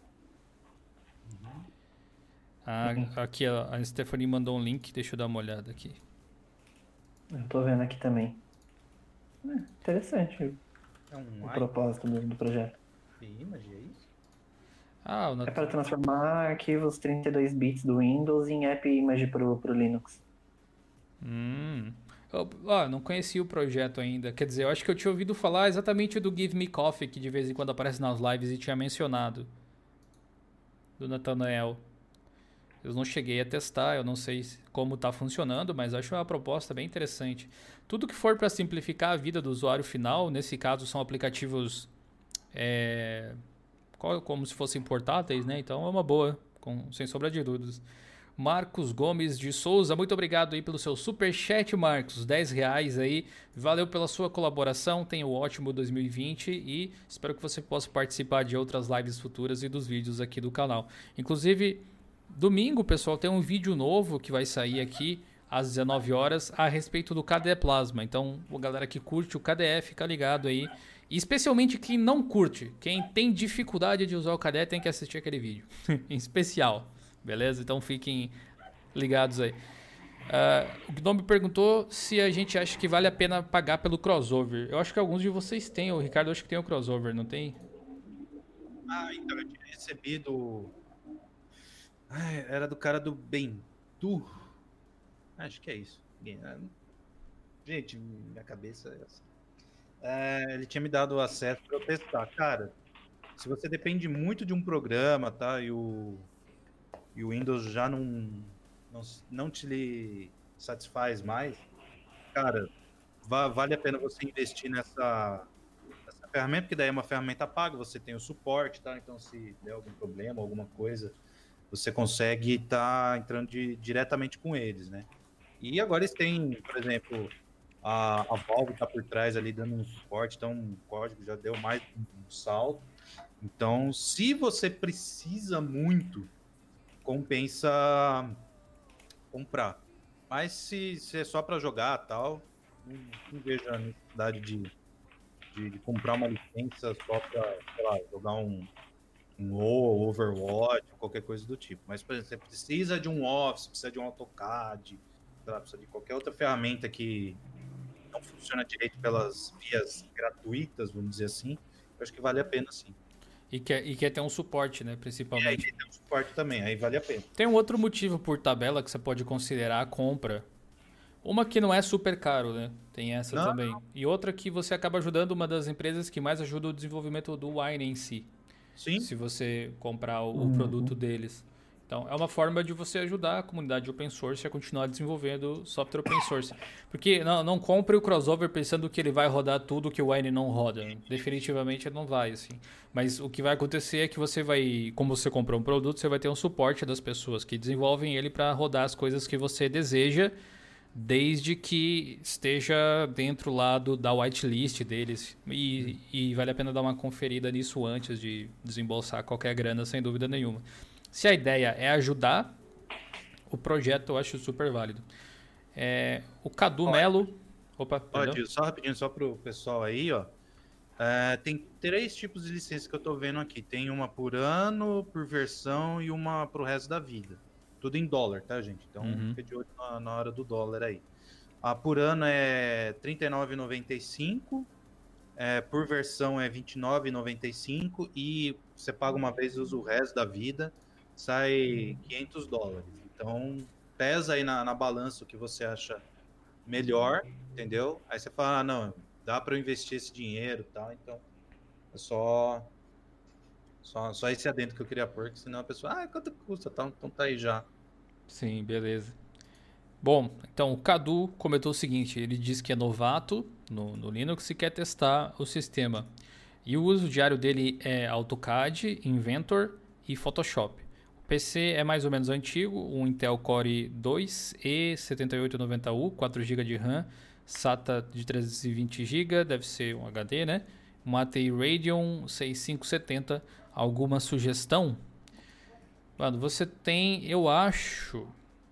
Uhum. Ah, uhum. Aqui a Stephanie mandou um link, deixa eu dar uma olhada aqui. Eu tô vendo aqui também. É, interessante é um o propósito do, do projeto. Image, é isso? Ah, é para transformar arquivos trinta e dois bits do Windows em App Image pro, pro Linux. Hum. Eu, ah, não conhecia o projeto ainda. Quer dizer, eu acho que eu tinha ouvido falar exatamente do Give Me Coffee, que de vez em quando aparece nas lives e tinha mencionado. Do Nathanael. Eu não cheguei a testar, eu não sei como está funcionando, mas acho uma proposta bem interessante. Tudo que for para simplificar a vida do usuário final, nesse caso são aplicativos é, como se fossem portáteis, né? Então é uma boa, com, sem sombra de dúvidas. Marcos Gomes de Souza, muito obrigado aí pelo seu superchat, Marcos, dez reais aí, valeu pela sua colaboração, tenha um ótimo dois mil e vinte e espero que você possa participar de outras lives futuras e dos vídeos aqui do canal. Inclusive, domingo, pessoal, tem um vídeo novo que vai sair aqui às dezenove horas a respeito do K D E Plasma, então a galera que curte o K D E fica ligado aí, e especialmente quem não curte, quem tem dificuldade de usar o K D E tem que assistir aquele vídeo, em especial. Beleza? Então fiquem ligados aí. Uh, o Gnome perguntou se a gente acha que vale a pena pagar pelo crossover. Eu acho que alguns de vocês têm. O Ricardo acho que tem o crossover, não tem? Ah, então eu tinha recebido... Ah, era do cara do Bentu. Acho que é isso. Gente, minha cabeça é essa. É, ele tinha me dado acesso para eu testar. Cara, se você depende muito de um programa, tá? E o... e o Windows já não, não, não te lhe satisfaz mais, cara, va, vale a pena você investir nessa, ferramenta, que daí é uma ferramenta paga, você tem o suporte, tá? Então, se der algum problema, alguma coisa, você consegue estar tá entrando de, diretamente com eles, né? E agora eles têm, por exemplo, a, a Valve está por trás ali dando um suporte, então o código já deu mais um salto. Então, se você precisa muito, compensa comprar. Mas se, se é só para jogar tal, não, não vejo a necessidade de, de, de comprar uma licença só para, sei lá, jogar um, um WoW, Overwatch, qualquer coisa do tipo. Mas, por exemplo, você precisa de um Office, precisa de um AutoCAD, sei lá, precisa de qualquer outra ferramenta que não funciona direito pelas vias gratuitas, vamos dizer assim, eu acho que vale a pena sim. E quer, e quer ter um suporte, né, principalmente. E aí quer ter um suporte também, aí vale a pena. Tem um outro motivo por tabela que você pode considerar a compra. Uma que não é super caro, né? Tem essa não. também. E outra que você acaba ajudando uma das empresas que mais ajuda o desenvolvimento do Wine em si. Sim. Se você comprar o, uhum. o produto deles. Então, é uma forma de você ajudar a comunidade open source a continuar desenvolvendo software open source. Porque não, não compre o crossover pensando que ele vai rodar tudo que o Wine não roda. Definitivamente ele não vai, assim. Mas o que vai acontecer é que você vai, como você comprou um produto, você vai ter um suporte das pessoas que desenvolvem ele para rodar as coisas que você deseja, desde que esteja dentro lá do, da whitelist deles. E, e vale a pena dar uma conferida nisso antes de desembolsar qualquer grana, sem dúvida nenhuma. Se a ideia é ajudar, o projeto eu acho super válido. É, o Cadu Olha, Melo... Opa, pode, só rapidinho, só para o pessoal aí, ó. É, tem três tipos de licença que eu estou vendo aqui. Tem uma por ano, por versão e uma para o resto da vida. Tudo em dólar, tá, gente? Então, uhum. fica de olho na, na hora do dólar aí. A por ano é trinta e nove reais e noventa e cinco centavos. É, por versão é vinte e nove reais e noventa e cinco centavos. E você paga uma vez e usa o resto da vida. Sai quinhentos dólares. Então, pesa aí na, na balança o que você acha melhor, entendeu? Aí você fala, ah, não, dá para eu investir esse dinheiro e tal. Então, é só, só, só esse adendo que eu queria pôr, que senão a pessoa, ah, quanto custa? Tá, então tá aí já. Sim, beleza. Bom, então o Cadu comentou o seguinte, ele diz que é novato no, no Linux e quer testar o sistema. E o uso diário dele é AutoCAD, Inventor e Photoshop. O P C é mais ou menos antigo, um Intel Core dois E setenta e oito noventa U, quatro gigas de RAM, SATA de trezentos e vinte gigas, deve ser um H D, né? Uma A T I Radeon sessenta e cinco setenta. Alguma sugestão? Mano, você tem, eu acho...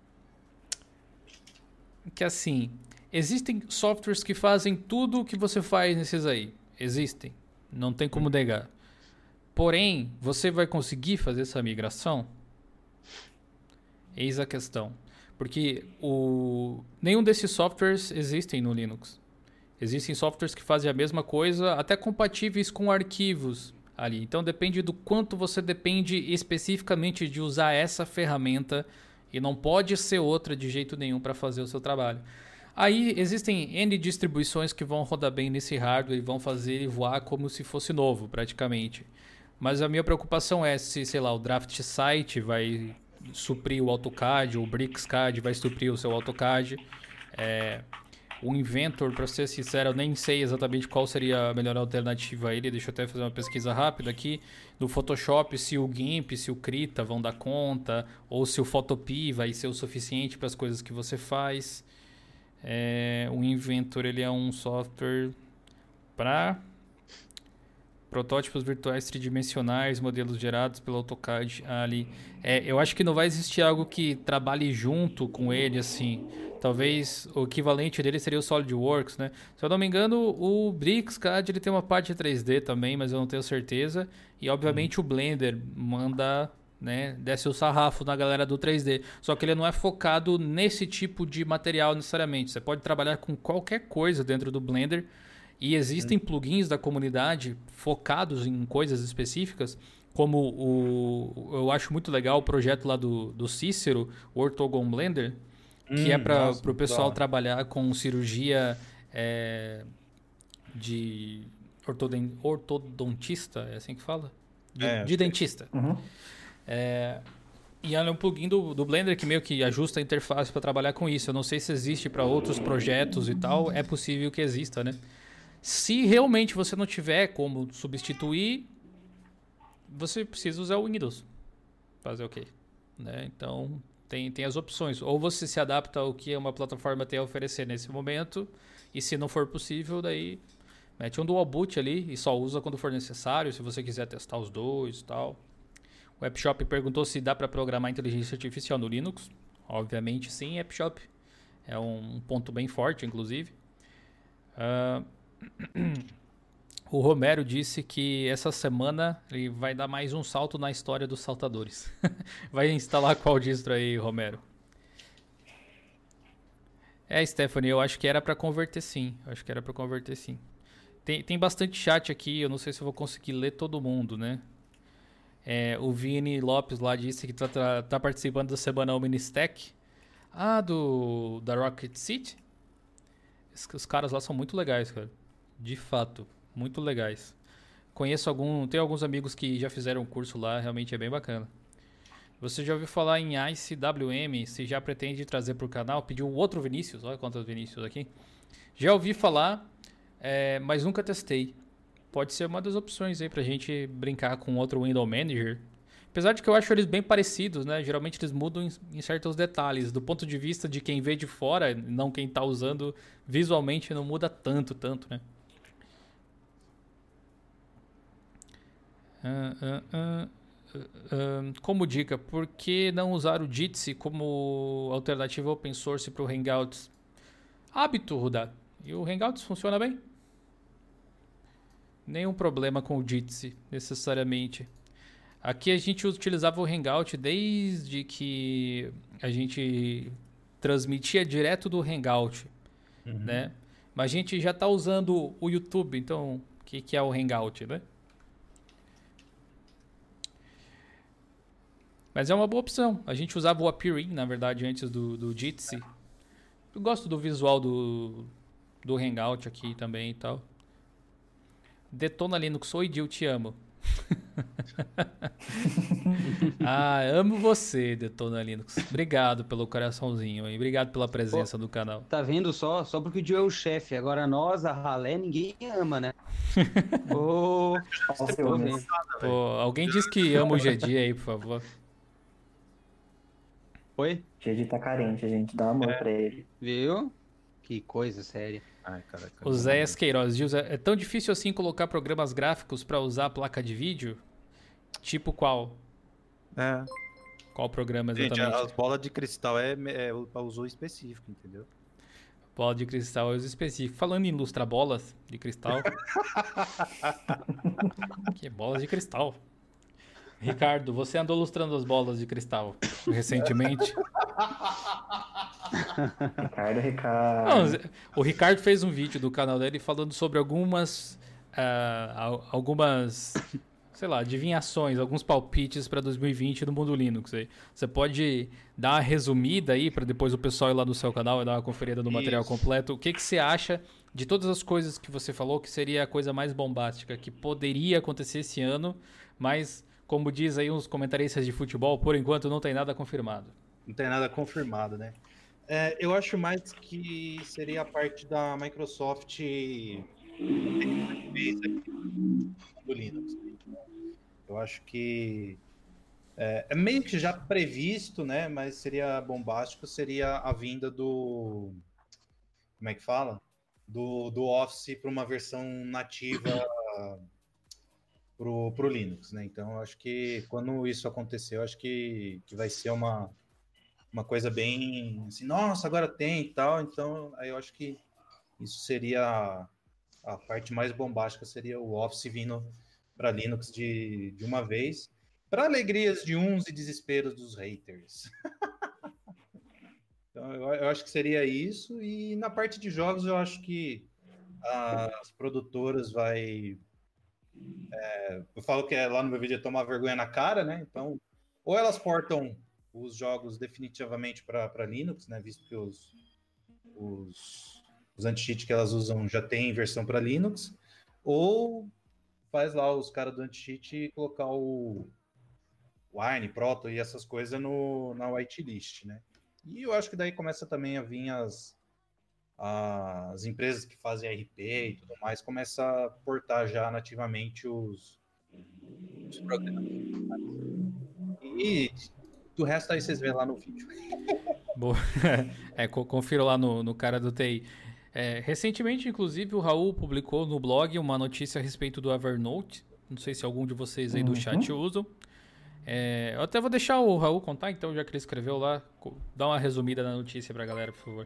que assim, existem softwares que fazem tudo o que você faz nesses aí. Existem. Não tem como negar. Porém, você vai conseguir fazer essa migração? Eis a questão. Porque o... nenhum desses softwares existem no Linux. Existem softwares que fazem a mesma coisa, até compatíveis com arquivos ali. Então depende do quanto você depende especificamente de usar essa ferramenta e não pode ser outra de jeito nenhum para fazer o seu trabalho. Aí existem N distribuições que vão rodar bem nesse hardware e vão fazer ele voar como se fosse novo, praticamente. Mas a minha preocupação é se, sei lá, o Draft Site vai suprir o AutoCAD, ou o BricsCAD vai suprir o seu AutoCAD. É, o Inventor, para ser sincero, eu nem sei exatamente qual seria a melhor alternativa a ele. Deixa eu até fazer uma pesquisa rápida aqui. No Photoshop, se o GIMP, se o Krita vão dar conta, ou se o Photopea vai ser o suficiente para as coisas que você faz. É, o Inventor ele é um software para protótipos virtuais tridimensionais, modelos gerados pelo AutoCAD ali. É, eu acho que não vai existir algo que trabalhe junto com ele, assim. Talvez o equivalente dele seria o SolidWorks, né? Se eu não me engano, o BricsCAD ele tem uma parte três D também, mas eu não tenho certeza. E, obviamente, uhum. o Blender manda, né, desce o sarrafo na galera do três D. Só que ele não é focado nesse tipo de material necessariamente. Você pode trabalhar com qualquer coisa dentro do Blender. E existem plugins da comunidade focados em coisas específicas, como o... Eu acho muito legal o projeto lá do, do Cícero, o Orthogon Blender, hum, que é para o pessoal legal. trabalhar com cirurgia é, de ortoden, ortodontista, é assim que fala? De, é, de dentista. Uhum. É, e é um plugin do, do Blender que meio que ajusta a interface para trabalhar com isso. Eu não sei se existe para outros projetos e tal, é possível que exista, né? Se realmente você não tiver como substituir, você precisa usar o Windows. Fazer o quê? Né? Então, tem, tem as opções. Ou você se adapta ao que uma plataforma tem a oferecer nesse momento, e se não for possível, daí mete um dual boot ali e só usa quando for necessário, se você quiser testar os dois e tal. O AppShop perguntou se dá para programar inteligência artificial no Linux. Obviamente sim, AppShop. É um ponto bem forte, inclusive. Uh... O Romero disse que essa semana ele vai dar mais um salto na história dos saltadores. Vai instalar qual distro aí, Romero? É, Stephanie, eu acho que era para converter sim. Eu acho que era para converter sim. Tem, tem bastante chat aqui, eu não sei se eu vou conseguir ler todo mundo, né? É, o Vini Lopes lá disse que tá, tá, tá participando da semana Ministech. Ah, do da Rocket City? Os, os caras lá são muito legais, cara. De fato, muito legais. Conheço algum, tenho alguns amigos que já fizeram um curso lá, realmente é bem bacana. Você já ouviu falar em I C W M? Se já pretende trazer para o canal? Pediu outro Vinícius, olha quantos Vinícius aqui. Já ouvi falar, é, mas nunca testei. Pode ser uma das opções aí pra gente brincar com outro Window Manager. Apesar de que eu acho eles bem parecidos, né? Geralmente eles mudam em, em certos detalhes. Do ponto de vista de quem vê de fora, não quem tá usando, visualmente não muda tanto, tanto, né? Uh, uh, uh, uh, uh, como dica, por que não usar o Jitsi como alternativa open source para o Hangouts? Hábito, Rudá. E o Hangouts funciona bem? Nenhum problema com o Jitsi, necessariamente. Aqui a gente utilizava o Hangout desde que a gente transmitia direto do Hangout, uhum. né? Mas a gente já está usando o YouTube, então o que, que é o Hangout, né? Mas é uma boa opção. A gente usava o Appearing, na verdade, antes do, do Jitsi. Eu gosto do visual do, do Hangout aqui também e tal. Detona Linux, oi Dil, te amo. Ah, amo você, Detona Linux. Obrigado pelo coraçãozinho e obrigado pela presença Pô, no canal. Tá vendo só? Só porque o Dil é o chefe. Agora nós, a ralé, ninguém ama, né? Pô, Pô, alguém diz que ama o G D aí, por favor. Oi? G D tá carente, a gente dá amor é. pra ele. Viu? Que coisa séria. Ai, caraca, o Zéias Queiroz diz, é tão difícil assim colocar programas gráficos para usar a placa de vídeo? Tipo qual? É. Qual programa exatamente? Gente, as bolas de cristal é, é para uso específico, entendeu? Bola de cristal é uso específico. Falando em ilustrar bolas de cristal. Que bolas de cristal? Ricardo, você andou ilustrando as bolas de cristal recentemente? Ricardo, Ricardo. Não, o Ricardo fez um vídeo do canal dele falando sobre algumas, uh, algumas, sei lá, adivinhações, alguns palpites para dois mil e vinte no mundo Linux. Aí. Você pode dar uma resumida aí para depois o pessoal ir lá no seu canal e dar uma conferida no Isso. material completo. O que, que você acha de todas as coisas que você falou que seria a coisa mais bombástica que poderia acontecer esse ano, mas como diz aí uns comentaristas de futebol, por enquanto não tem nada confirmado. Não tem nada confirmado, né? É, eu acho mais que seria a parte da Microsoft do Linux. Eu acho que é, é meio que já previsto, né? Mas seria bombástico, seria a vinda do... Como é que fala? Do, do Office para uma versão nativa pro, pro Linux, né? Então, eu acho que quando isso acontecer, eu acho que, que vai ser uma... uma coisa bem assim, nossa, agora tem e tal, então aí eu acho que isso seria a, a parte mais bombástica, seria o Office vindo para Linux de, de uma vez, para alegrias de uns e desesperos dos haters. Então eu, eu acho que seria isso, e na parte de jogos eu acho que as produtoras vai... É, eu falo que é, lá no meu vídeo é tomar vergonha na cara, né? Então, ou elas portam os jogos definitivamente para Linux, né? Visto que os, os, os anti-cheat que elas usam já tem versão para Linux, ou faz lá os caras do anti-cheat colocar o Wine, Proto e essas coisas no, na whitelist, né? E eu acho que daí começa também a vir as, as empresas que fazem R P e tudo mais começam a portar já nativamente os, os programas. E do resto aí vocês vêem lá no vídeo. Boa. É, confira lá no, no cara do T I. É, recentemente, inclusive, o Raul publicou no blog uma notícia a respeito do Evernote. Não sei se algum de vocês aí do Uhum. chat usam. É, eu até vou deixar o Raul contar, então, já que ele escreveu lá. Dá uma resumida na notícia pra galera, por favor.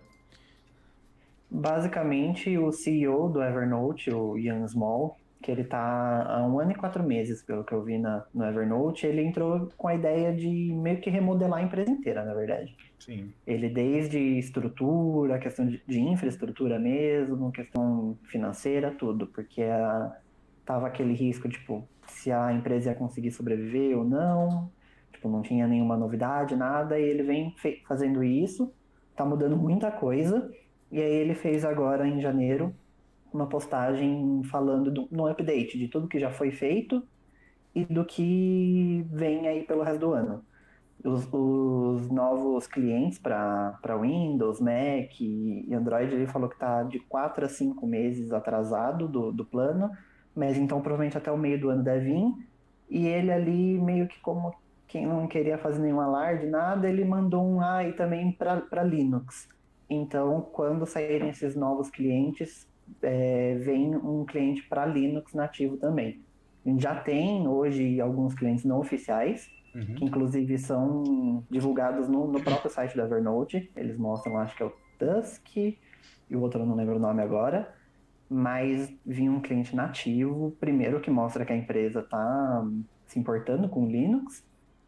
Basicamente, o C E O do Evernote, o Ian Small, que ele tá há um ano e quatro meses, pelo que eu vi na, no Evernote, ele entrou com a ideia de meio que remodelar a empresa inteira, na verdade. Sim. Ele desde estrutura, questão de, de infraestrutura mesmo, questão financeira, tudo, porque a, tava aquele risco, tipo, se a empresa ia conseguir sobreviver ou não, tipo, não tinha nenhuma novidade, nada, e ele vem fe- fazendo isso, tá mudando muita coisa, e aí ele fez agora, em janeiro, uma postagem falando do, no update de tudo que já foi feito e do que vem aí pelo resto do ano. Os, os novos clientes para Windows, Mac e Android, ele falou que está de quatro a cinco meses atrasado do, do plano, mas então provavelmente até o meio do ano deve vir. E ele ali, meio que como quem não queria fazer nenhum alarde, nada, ele mandou um A I também para Linux. Então, quando saírem esses novos clientes, é, vem um cliente para Linux nativo também. A gente já tem hoje alguns clientes não oficiais, Uhum. que inclusive são divulgados no, no próprio site do Evernote. Eles mostram, acho que é o Tusk, e o outro eu não lembro o nome agora, mas vinha um cliente nativo, primeiro que mostra que a empresa está se importando com Linux,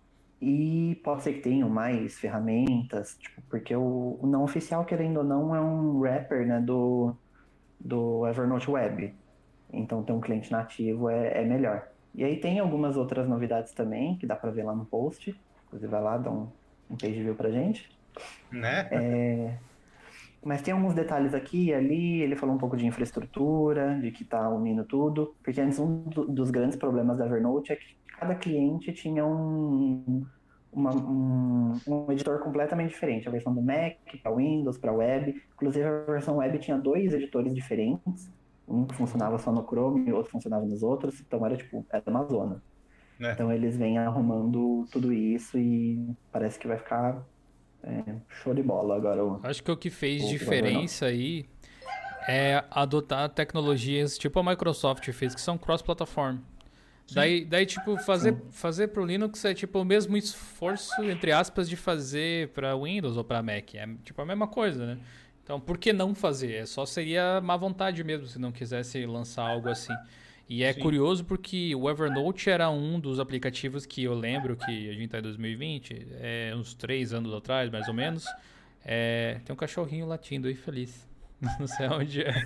e pode ser que tenham mais ferramentas, tipo, porque o, o não oficial, querendo ou não, é um wrapper, né, do, do Evernote Web. Então ter um cliente nativo é, é melhor. E aí tem algumas outras novidades também, que dá pra ver lá no post. Inclusive vai lá, dá um, um page view pra gente. Né? É, mas tem alguns detalhes aqui e ali, ele falou um pouco de infraestrutura, de que tá unindo tudo. Porque antes um do, dos grandes problemas da Evernote é que cada cliente tinha um, uma, um, um editor completamente diferente. A versão do Mac, para Windows, para Web. Inclusive a versão Web tinha dois editores diferentes. Um que funcionava só no Chrome e o outro funcionava nos outros. Então era tipo, era uma zona. É. Então eles vêm arrumando tudo isso e parece que vai ficar é, show de bola agora. O, Acho que o que fez o diferença aí é adotar tecnologias tipo a Microsoft fez, que são cross-platform. Daí, daí, tipo, fazer, fazer pro Linux é tipo o mesmo esforço, entre aspas, de fazer para Windows ou para Mac. É tipo a mesma coisa, né? Então, por que não fazer? É só seria má vontade mesmo se não quisesse lançar algo assim. E é Sim. curioso porque o Evernote era um dos aplicativos que eu lembro que a gente tá em dois mil e vinte, é, uns três anos atrás, mais ou menos. É, tem um cachorrinho latindo aí, feliz. Não sei onde é.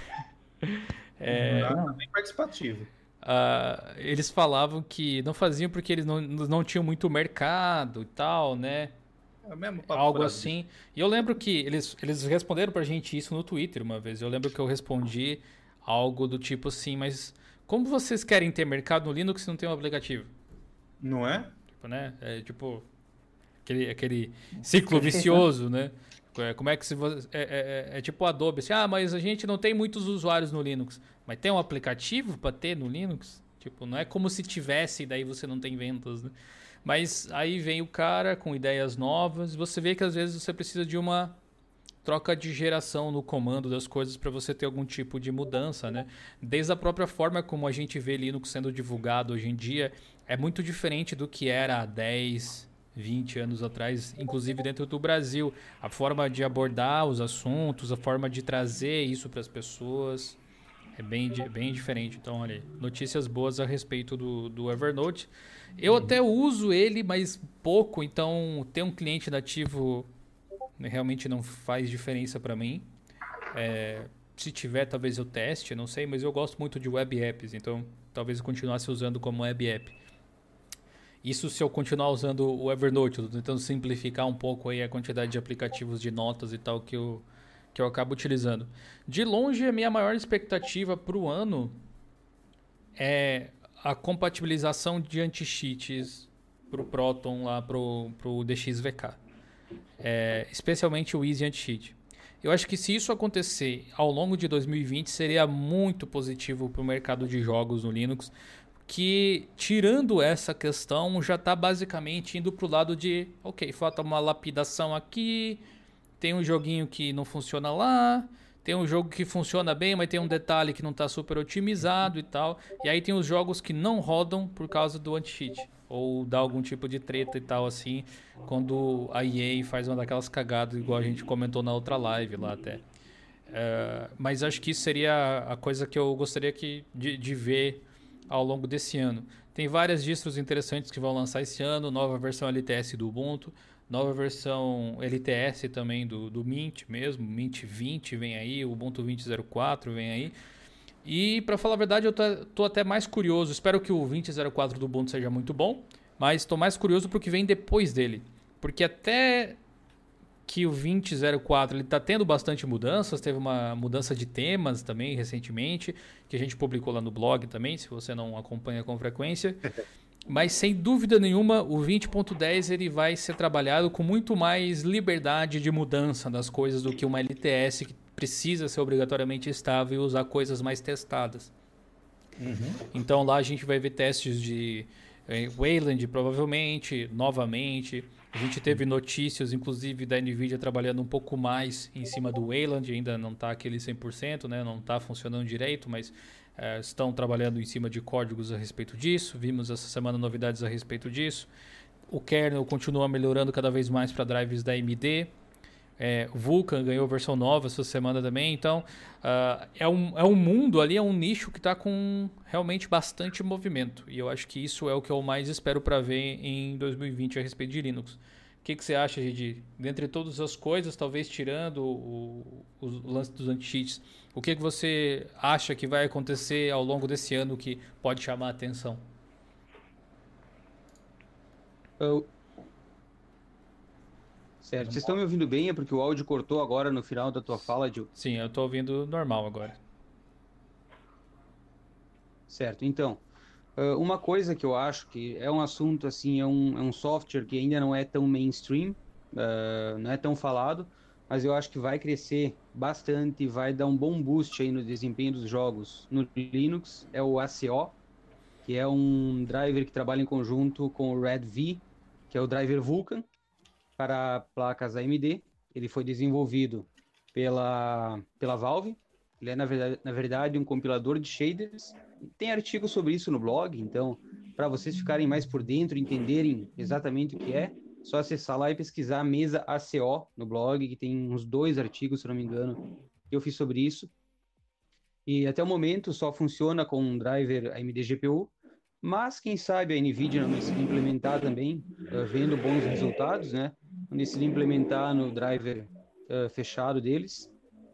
É, Tá bem participativo. ah, eles falavam que não faziam porque eles não, não tinham muito mercado e tal, né? É o mesmo papo Algo furado. assim. E eu lembro que eles, eles responderam pra gente isso no Twitter uma vez. Eu lembro que eu respondi algo do tipo assim, mas como vocês querem ter mercado no Linux se não tem um aplicativo? Não é? Tipo, né? É tipo aquele, aquele ciclo vicioso, né? É, como é que se você, é, é, é tipo o Adobe, assim, ah, mas a gente não tem muitos usuários no Linux. Mas tem um aplicativo para ter no Linux? Tipo, não é como se tivesse e daí você não tem vendas, né? Mas aí vem o cara com ideias novas. Você vê que às vezes você precisa de uma troca de geração no comando das coisas para você ter algum tipo de mudança, né? Desde a própria forma como a gente vê Linux sendo divulgado hoje em dia, é muito diferente do que era há dez, vinte anos atrás, inclusive dentro do Brasil. A forma de abordar os assuntos, a forma de trazer isso para as pessoas é bem, bem diferente. Então, olha aí, notícias boas a respeito do, do Evernote. Eu até uso ele, mas pouco, então ter um cliente nativo realmente não faz diferença para mim. É, se tiver, talvez eu teste, não sei, mas eu gosto muito de web apps, então talvez eu continuasse usando como web app. Isso se eu continuar usando o Evernote, eu tô tentando simplificar um pouco aí a quantidade de aplicativos de notas e tal que eu, que eu acabo utilizando. De longe, a minha maior expectativa para o ano é a compatibilização de anti-cheats para o Proton lá para o D X V K. É, especialmente o Easy Anti-Cheat. Eu acho que se isso acontecer ao longo de dois mil e vinte, seria muito positivo para o mercado de jogos no Linux, que, tirando essa questão, já está basicamente indo para o lado de, ok, falta uma lapidação aqui, tem um joguinho que não funciona lá, tem um jogo que funciona bem, mas tem um detalhe que não está super otimizado e tal, e aí tem os jogos que não rodam por causa do anti-cheat, ou dá algum tipo de treta e tal, assim, quando a E A faz uma daquelas cagadas, igual a gente comentou na outra live lá até. Uh, mas acho que isso seria a coisa que eu gostaria que, de, de ver ao longo desse ano. Tem várias distros interessantes que vão lançar esse ano, nova versão L T S do Ubuntu, nova versão L T S também do, do Mint mesmo, Mint vinte vem aí, o Ubuntu vinte ponto zero quatro vem aí. E, para falar a verdade, eu tô, tô até mais curioso. Espero que o vinte ponto zero quatro do Ubuntu seja muito bom, mas estou mais curioso pro que vem depois dele. Porque até que o vinte ponto zero quatro ele está tendo bastante mudanças, teve uma mudança de temas também recentemente, que a gente publicou lá no blog também, se você não acompanha com frequência. Mas, sem dúvida nenhuma, o vinte ponto dez ele vai ser trabalhado com muito mais liberdade de mudança das coisas do que uma L T S que precisa ser obrigatoriamente estável e usar coisas mais testadas. Uhum. Então lá a gente vai ver testes de eh, Wayland provavelmente, novamente. A gente teve notícias, inclusive, da NVIDIA trabalhando um pouco mais em cima do Wayland, ainda não está aquele cem por cento, né? Não está funcionando direito, mas eh, estão trabalhando em cima de códigos a respeito disso. Vimos essa semana novidades a respeito disso. O kernel continua melhorando cada vez mais para drives da A M D. É, o Vulkan ganhou versão nova essa semana também, então uh, é, um, é um mundo ali, é um nicho que está com realmente bastante movimento, e eu acho que isso é o que eu mais espero para ver em dois mil e vinte a respeito de Linux. O que, que você acha, Gigi? Dentre todas as coisas, talvez tirando o, o, o lance dos anti-cheats, o que, que você acha que vai acontecer ao longo desse ano que pode chamar a atenção? Eu... Certo. Vocês estão me ouvindo bem? É porque o áudio cortou agora no final da tua fala, Gil? Sim, eu estou ouvindo normal agora. Certo. Então, uma coisa que eu acho que é um assunto, assim, é um, é um software que ainda não é tão mainstream, uh, não é tão falado, mas eu acho que vai crescer bastante e vai dar um bom boost aí no desempenho dos jogos no Linux, é o A C O, que é um driver que trabalha em conjunto com o Red V, que é o driver Vulkan, para placas A M D. Ele foi desenvolvido pela, pela Valve. Ele é, na verdade, na verdade, um compilador de shaders. Tem artigos sobre isso no blog, então, para vocês ficarem mais por dentro, entenderem exatamente o que é, só acessar lá e pesquisar Mesa A C O no blog, que tem uns dois artigos, se não me engano, que eu fiz sobre isso. E até o momento só funciona com um driver A M D G P U, mas quem sabe a NVIDIA não decide implementar também, uh, vendo bons resultados, né? Não decide implementar no driver uh, fechado deles.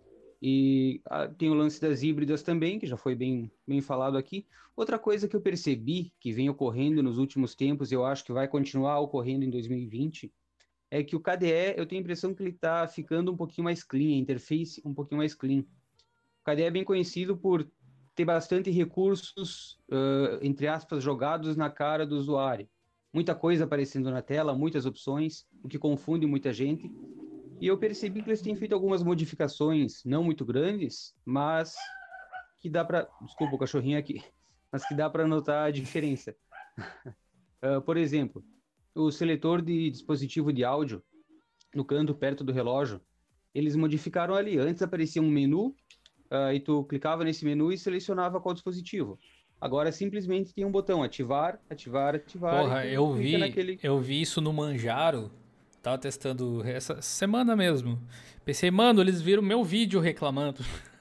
E uh, tem o lance das híbridas também, que já foi bem, bem falado aqui. Outra coisa que eu percebi que vem ocorrendo nos últimos tempos, e eu acho que vai continuar ocorrendo em dois mil e vinte, é que o K D E, eu tenho a impressão que ele está ficando um pouquinho mais clean, a interface um pouquinho mais clean. O K D E é bem conhecido por ter bastante recursos, uh, entre aspas, jogados na cara do usuário. Muita coisa aparecendo na tela, muitas opções, o que confunde muita gente. E eu percebi que eles têm feito algumas modificações, não muito grandes, mas que dá para... Desculpa o cachorrinho aqui. Mas que dá para notar a diferença. uh, por exemplo, o seletor de dispositivo de áudio, no canto perto do relógio, eles modificaram ali. Antes aparecia um menu, Uh, e tu clicava nesse menu e selecionava qual dispositivo. Agora simplesmente tem um botão ativar, ativar, ativar. Porra, eu vi, naquele... eu vi isso no Manjaro. Tava testando essa semana mesmo. Pensei, mano, eles viram meu vídeo reclamando.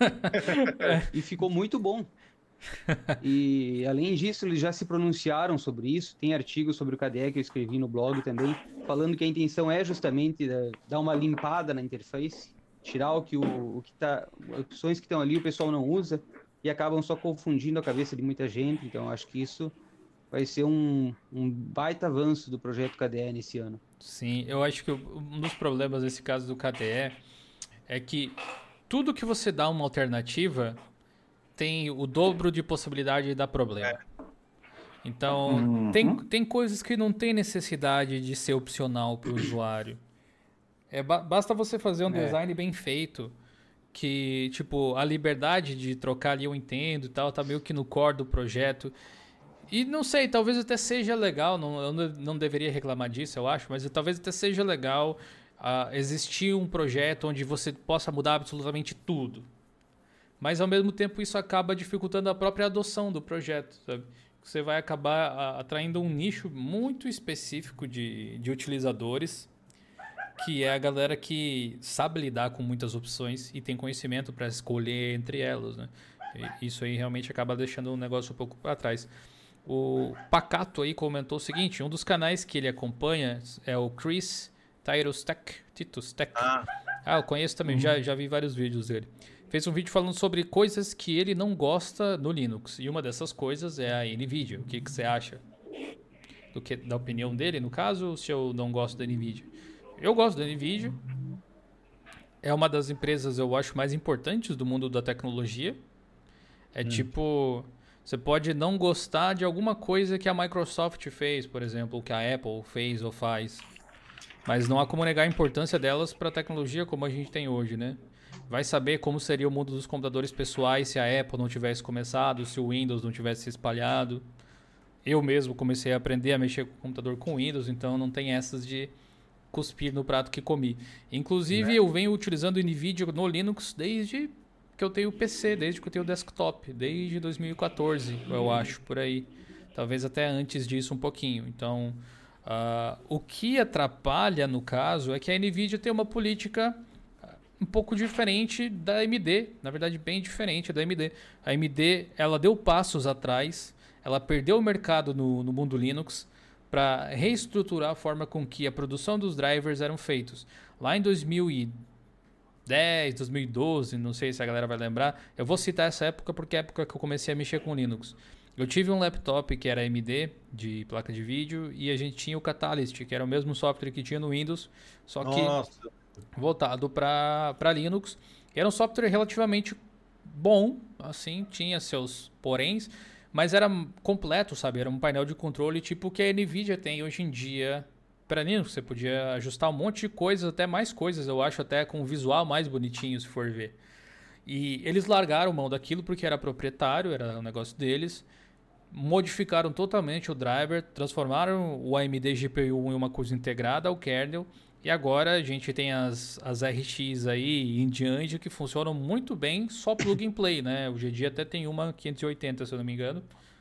E ficou muito bom. E além disso, eles já se pronunciaram sobre isso. Tem artigos sobre o K D E que eu escrevi no blog também, falando que a intenção é justamente dar uma limpada na interface, tirar o que o, o que tá, opções que estão ali o pessoal não usa e acabam só confundindo a cabeça de muita gente. Então acho que isso vai ser um, um baita avanço do projeto K D E nesse ano. Sim, eu acho que um dos problemas nesse caso do K D E é que tudo que você dá uma alternativa tem o dobro de possibilidade de dar problema. Então, uhum. tem, tem coisas que não tem necessidade de ser opcional para o usuário. É, ba- basta você fazer um É. design bem feito, que, tipo, a liberdade de trocar ali eu entendo e tal, tá meio que no core do projeto. E não sei, talvez até seja legal, não, eu não, não deveria reclamar disso, eu acho, mas talvez até seja legal ah, existir um projeto onde você possa mudar absolutamente tudo. Mas ao mesmo tempo isso acaba dificultando a própria adoção do projeto, sabe? Você vai acabar ah, atraindo um nicho muito específico de, de utilizadores, que é a galera que sabe lidar com muitas opções e tem conhecimento para escolher entre elas, né? E isso aí realmente acaba deixando o negócio um pouco para trás. O Pacato aí comentou o seguinte, um dos canais que ele acompanha é o Chris Titus Tech. Titus Tech. Ah, Ah, eu conheço também, já, já vi vários vídeos dele. Fez um vídeo falando sobre coisas que ele não gosta no Linux. E uma dessas coisas é a NVIDIA. O que, que você acha? Do que, da opinião dele, no caso, se eu não gosto da NVIDIA? Eu gosto da NVIDIA. É uma das empresas, eu acho, mais importantes do mundo da tecnologia. É Hum. tipo... Você pode não gostar de alguma coisa que a Microsoft fez, por exemplo, que a Apple fez ou faz. Mas não há como negar a importância delas para a tecnologia como a gente tem hoje, né? Vai saber como seria o mundo dos computadores pessoais se a Apple não tivesse começado, se o Windows não tivesse se espalhado. Eu mesmo comecei a aprender a mexer com o computador com Windows, então não tem essas de cuspir no prato que comi. Inclusive, Né? eu venho utilizando o NVIDIA no Linux desde que eu tenho P C, desde que eu tenho desktop, desde dois mil e quatorze, eu acho, por aí. Talvez até antes disso um pouquinho. Então, uh, o que atrapalha, no caso, é que a NVIDIA tem uma política um pouco diferente da A M D, na verdade bem diferente da A M D. A A M D, ela deu passos atrás, ela perdeu o mercado no, no mundo Linux para reestruturar a forma com que a produção dos drivers eram feitos. Lá em dois mil e dez, dois mil e doze, não sei se a galera vai lembrar, eu vou citar essa época porque é a época que eu comecei a mexer com Linux. Eu tive um laptop que era A M D, de placa de vídeo, e a gente tinha o Catalyst, que era o mesmo software que tinha no Windows, só que Nossa. voltado para Linux. Era um software relativamente bom, assim, tinha seus poréns, mas era completo, sabe? Era um painel de controle tipo o que a NVIDIA tem hoje em dia para Linux. Você podia ajustar um monte de coisas, até mais coisas, eu acho, até com um visual mais bonitinho, se for ver. E eles largaram mão daquilo porque era proprietário, era um negócio deles. Modificaram totalmente o driver, transformaram o A M D G P U em uma coisa integrada ao kernel. E agora a gente tem as, as R X aí em diante que funcionam muito bem, só plug and play, né? O G D até tem uma quinhentos e oitenta, se eu não me engano.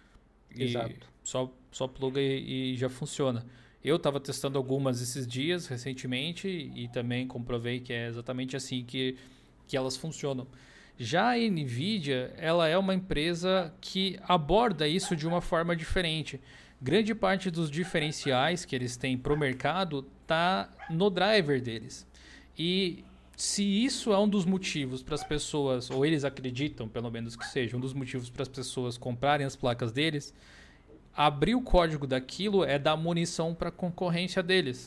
E Exato. Só, só pluga e, e já funciona. Eu estava testando algumas esses dias, recentemente, e também comprovei que é exatamente assim que, que elas funcionam. Já a NVIDIA, ela é uma empresa que aborda isso de uma forma diferente. Grande parte dos diferenciais que eles têm para o mercado está no driver deles. E se isso é um dos motivos para as pessoas, ou eles acreditam, pelo menos que seja, um dos motivos para as pessoas comprarem as placas deles, abrir o código daquilo é dar munição para a concorrência deles.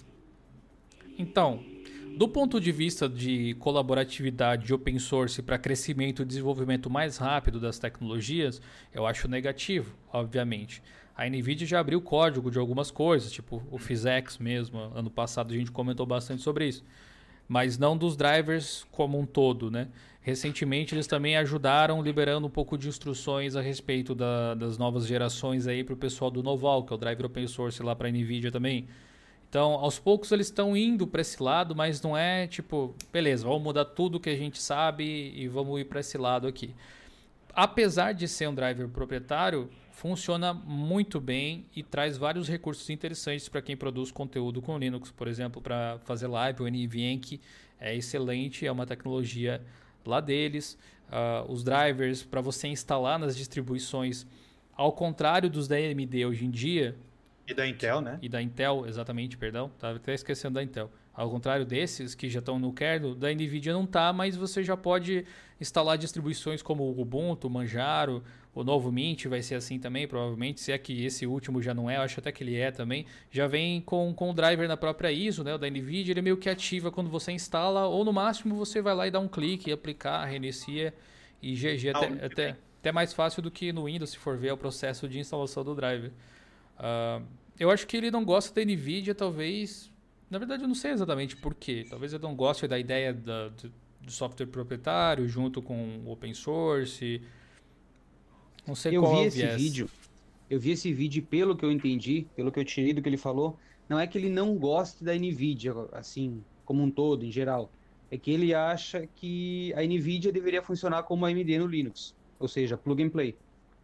Então, do ponto de vista de colaboratividade de open source para crescimento e desenvolvimento mais rápido das tecnologias, eu acho negativo, obviamente. A NVIDIA já abriu código de algumas coisas, tipo o PhysX mesmo. Ano passado a gente comentou bastante sobre isso. Mas não dos drivers como um todo, né? Recentemente eles também ajudaram liberando um pouco de instruções a respeito da, das novas gerações aí para o pessoal do Noval, que é o driver open source lá para a NVIDIA também. Então, aos poucos eles estão indo para esse lado, mas não é tipo, beleza, vamos mudar tudo que a gente sabe e vamos ir para esse lado aqui. Apesar de ser um driver proprietário, funciona muito bem e traz vários recursos interessantes para quem produz conteúdo com Linux. Por exemplo, para fazer live, o NVEnc é excelente, é uma tecnologia lá deles. Uh, os drivers para você instalar nas distribuições, ao contrário dos da A M D hoje em dia... E da Intel, né? E da Intel, exatamente, perdão. Estava até esquecendo da Intel. Ao contrário desses que já estão no kernel, da NVIDIA não está, mas você já pode instalar distribuições como o Ubuntu, o Manjaro, o novo Mint vai ser assim também, provavelmente. Se é que esse último já não é, eu acho até que ele é também. Já vem com, com o driver na própria I S O, né? O da NVIDIA, ele meio que ativa quando você instala, ou no máximo você vai lá e dá um clique, aplicar, reinicia e G G. Até, Ah, até, até mais fácil do que no Windows, se for ver o processo de instalação do driver. Uh, eu acho que ele não gosta da NVIDIA, talvez Na verdade, eu não sei exatamente por quê. Talvez eu não goste da ideia da, do, do software proprietário junto com o open source. Não sei Eu qual vi é o esse viés. vídeo, eu vi esse vídeo, e pelo que eu entendi, pelo que eu tirei do que ele falou, não é que ele não goste da NVIDIA, assim, como um todo, em geral. É que ele acha que a NVIDIA deveria funcionar como a A M D no Linux, ou seja, plug and play.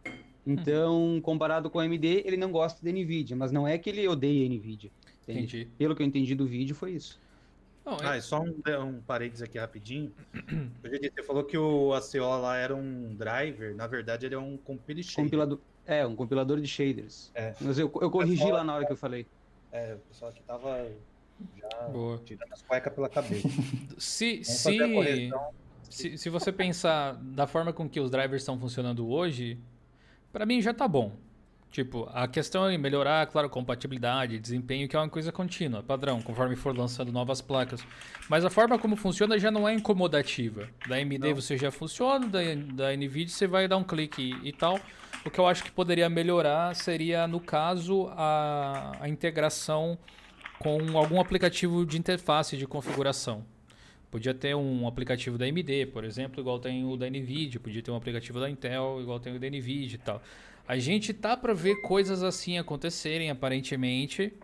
Então, comparado com a A M D, ele não gosta da NVIDIA, mas não é que ele odeia a NVIDIA. Entende? Entendi. Pelo que eu entendi do vídeo, foi isso. Não, Ah, é- e só um, um parênteses aqui rapidinho. Você falou que o A C O lá era um driver, na verdade ele é um compile shader. Compilador, é, um compilador de shaders. É. Mas eu, eu corrigi Pessoal- lá na hora que eu falei. É, o pessoal aqui tava já Boa. tirando as cuecas pela cabeça. Se, Vamos fazer a se, correção. se, se você pensar da forma com que os drivers estão funcionando hoje, para mim já tá bom. Tipo, a questão é melhorar, claro, compatibilidade, desempenho, que é uma coisa contínua, padrão, conforme for lançando novas placas. Mas a forma como funciona já não é incomodativa. Da A M D Não. você já funciona, da, da NVIDIA você vai dar um clique e, e tal. O que eu acho que poderia melhorar seria, no caso, a, a integração com algum aplicativo de interface de configuração. Podia ter um aplicativo da A M D, por exemplo, igual tem o da NVIDIA. Podia ter um aplicativo da Intel, igual tem o da NVIDIA e tal. A gente tá para ver coisas assim acontecerem, aparentemente,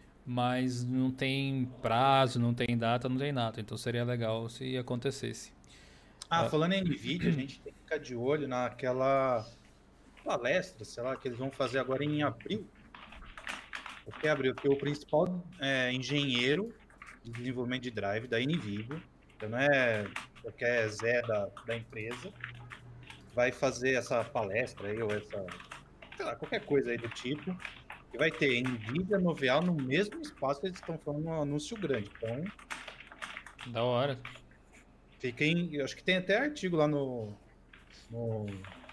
mas não tem prazo, não tem data, não tem nada. Então seria legal se acontecesse. Ah, falando em NVIDIA, a gente tem que ficar de olho naquela palestra, sei lá, que eles vão fazer agora em abril. Porque abril, porque o principal é, engenheiro de desenvolvimento de drive da NVIDIA, então não é qualquer Zé da, da empresa, vai fazer essa palestra aí, ou essa, sei lá, qualquer coisa aí do tipo, e vai ter NVIDIA Noveal no mesmo espaço que eles estão falando um anúncio grande. Então, Da hora. fiquem, eu acho que tem até artigo lá no, no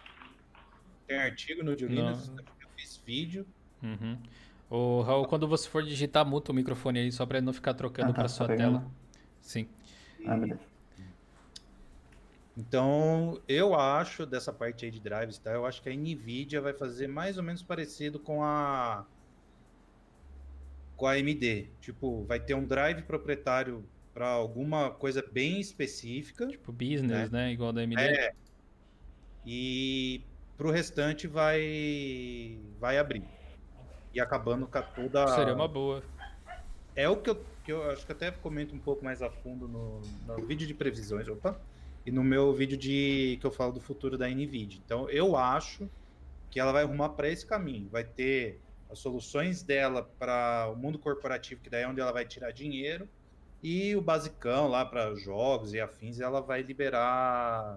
tem artigo no Diolinas, Não. eu fiz vídeo. Uhum. Ô, Raul, quando você for digitar, muta o microfone aí, só para ele não ficar trocando Ah, tá, para tá sua pegando? tela. Sim. Ah, beleza. Então, eu acho, dessa parte aí de drives, tá? Eu acho que a NVIDIA vai fazer mais ou menos parecido com a com a A M D. Tipo, vai ter um drive proprietário para alguma coisa bem específica. Tipo business, né? Igual da A M D. É. E pro restante vai vai abrir. E acabando com a toda... Seria uma boa. É o que eu, que eu acho que até comento um pouco mais a fundo no, no vídeo de previsões, opa, e no meu vídeo de que eu falo do futuro da NVIDIA. Então, eu acho que ela vai arrumar para esse caminho. Vai ter as soluções dela para o mundo corporativo, que daí é onde ela vai tirar dinheiro, e o basicão lá para jogos e afins, ela vai liberar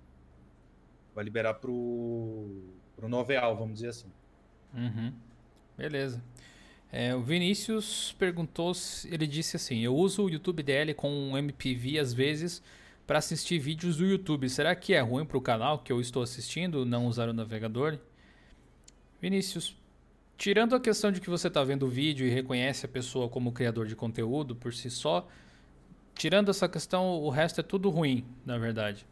vai liberar pro pro Noveal, vamos dizer assim. Uhum. Beleza. É, o Vinícius perguntou, se- ele disse assim, eu uso o YouTube D L com um M P V às vezes para assistir vídeos do YouTube. Será que é ruim para o canal que eu estou assistindo não usar o navegador? Vinícius, tirando a questão de que você está vendo o vídeo e reconhece a pessoa como criador de conteúdo por si só, tirando essa questão, o resto é tudo ruim, na verdade.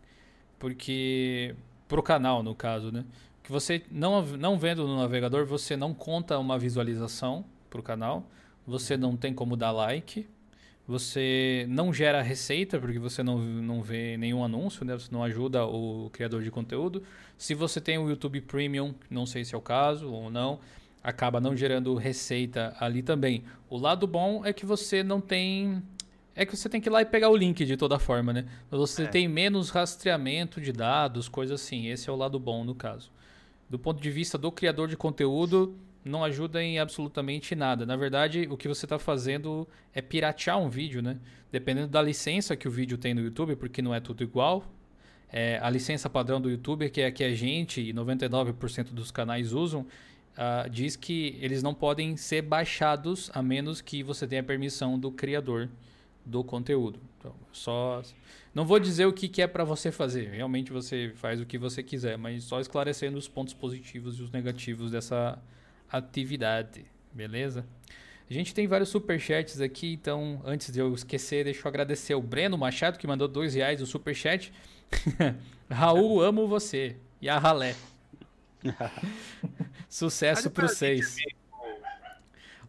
Porque, pro canal, no caso, né? Que você não, não vendo no navegador, você não conta uma visualização pro canal, você não tem como dar like, você não gera receita, porque você não, não vê nenhum anúncio, né? Você não ajuda o criador de conteúdo. Se você tem o YouTube Premium, não sei se é o caso ou não, acaba não gerando receita ali também. O lado bom é que você não tem... É que você tem que ir lá e pegar o link de toda forma, né? Você É. tem menos rastreamento de dados, coisa assim. Esse é o lado bom no caso. Do ponto de vista do criador de conteúdo, não ajuda em absolutamente nada. Na verdade, o que você está fazendo é piratear um vídeo, né? Dependendo da licença que o vídeo tem no YouTube, porque não é tudo igual. É, a licença padrão do YouTube, que é a que a gente e noventa e nove por cento dos canais usam, uh, diz que eles não podem ser baixados a menos que você tenha permissão do criador do conteúdo. Então, só não vou dizer o que, que é para você fazer. Realmente você faz o que você quiser, mas só esclarecendo os pontos positivos e os negativos dessa atividade, beleza? A gente tem vários superchats aqui, então antes de eu esquecer, deixa eu agradecer ao Breno Machado que mandou dois reais no superchat. Raul, amo você. E a Ralé. Sucesso para os seis.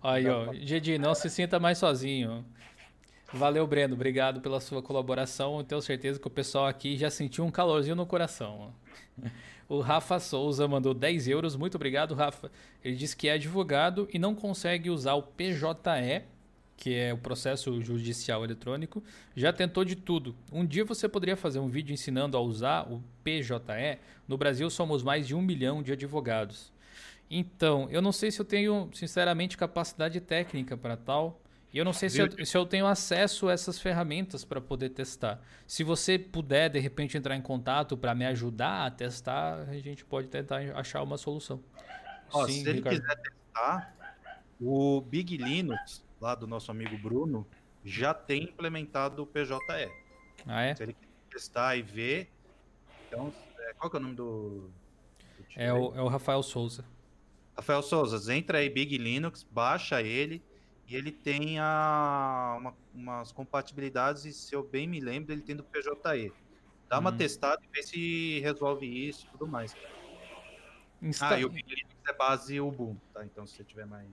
Aí, ó, Gedi, não se sinta mais sozinho. Valeu, Breno. Obrigado pela sua colaboração. Eu tenho certeza que o pessoal aqui já sentiu um calorzinho no coração. O Rafa Souza mandou dez euros. Muito obrigado, Rafa. Ele disse que é advogado e não consegue usar o P J E, que é o processo judicial eletrônico. Já tentou de tudo. Um dia você poderia fazer um vídeo ensinando a usar o P J E. No Brasil somos mais de um milhão de advogados. Então, eu não sei se eu tenho, sinceramente, capacidade técnica para tal. E eu não sei se eu, se eu tenho acesso a essas ferramentas para poder testar. Se você puder, de repente, entrar em contato para me ajudar a testar, a gente pode tentar achar uma solução. Ó, Sim, se ele Ricardo. quiser testar, o Big Linux, lá do nosso amigo Bruno, já tem implementado o P J E. Ah, é? Se ele quiser testar e ver, então, é, qual que é o nome do... do tio É aí? o, é o Rafael Souza. Rafael Souza, entra aí, Big Linux, baixa ele, e ele tem a, uma- umas compatibilidades, e se eu bem me lembro, ele tem do P J E. Dá uma Hum. testada e vê se resolve isso e tudo mais. Insta... Ah, e o Big Linux é base Ubuntu, tá? Então, se você tiver mais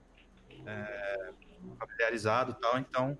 é, familiarizado e tal, então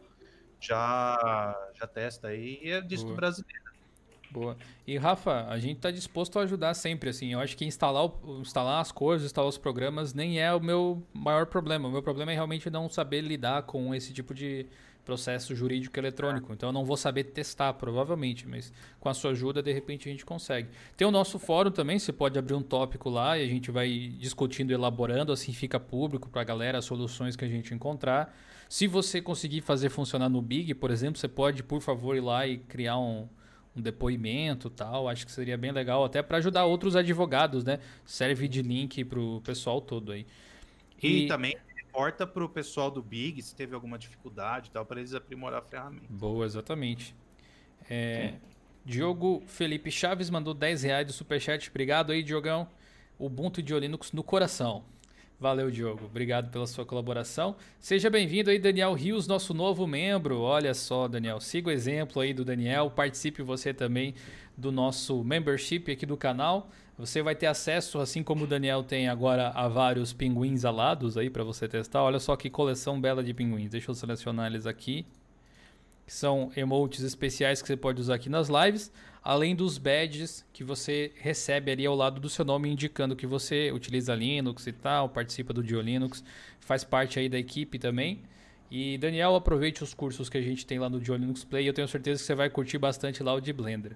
já, já testa aí. E é disso do Boa. brasileiro. Boa. E Rafa, a gente está disposto a ajudar sempre, assim. Eu acho que instalar, o- instalar as coisas, instalar os programas nem é o meu maior problema. O meu problema é realmente não saber lidar com esse tipo de processo jurídico eletrônico. Então eu não vou saber testar, provavelmente, mas com a sua ajuda, de repente, a gente consegue. Tem o nosso fórum também, você pode abrir um tópico lá e a gente vai discutindo, elaborando, assim fica público para a galera as soluções que a gente encontrar. Se você conseguir fazer funcionar no Big, por exemplo, você pode, por favor, ir lá e criar um um depoimento e tal, acho que seria bem legal, até para ajudar outros advogados, né? Serve de link pro pessoal todo aí. E, também reporta pro pessoal do Big se teve alguma dificuldade e tal, para eles aprimorar a ferramenta. Boa, exatamente. É, Diogo Felipe Chaves mandou dez reais do superchat. Obrigado aí, Diogão. Ubuntu de Linux no coração. Valeu, Diogo. Obrigado pela sua colaboração. Seja bem-vindo aí, Daniel Rios, nosso novo membro. Olha só, Daniel, siga o exemplo aí do Daniel. Participe você também do nosso membership aqui do canal. Você vai ter acesso, assim como o Daniel tem agora, a vários pinguins alados aí para você testar. Olha só que coleção bela de pinguins. Deixa eu selecionar eles aqui. Que são emotes especiais que você pode usar aqui nas lives, além dos badges que você recebe ali ao lado do seu nome, indicando que você utiliza Linux e tal, participa do DioLinux, faz parte aí da equipe também. E Daniel, aproveite os cursos que a gente tem lá no DioLinux Play, eu tenho certeza que você vai curtir bastante lá o de Blender.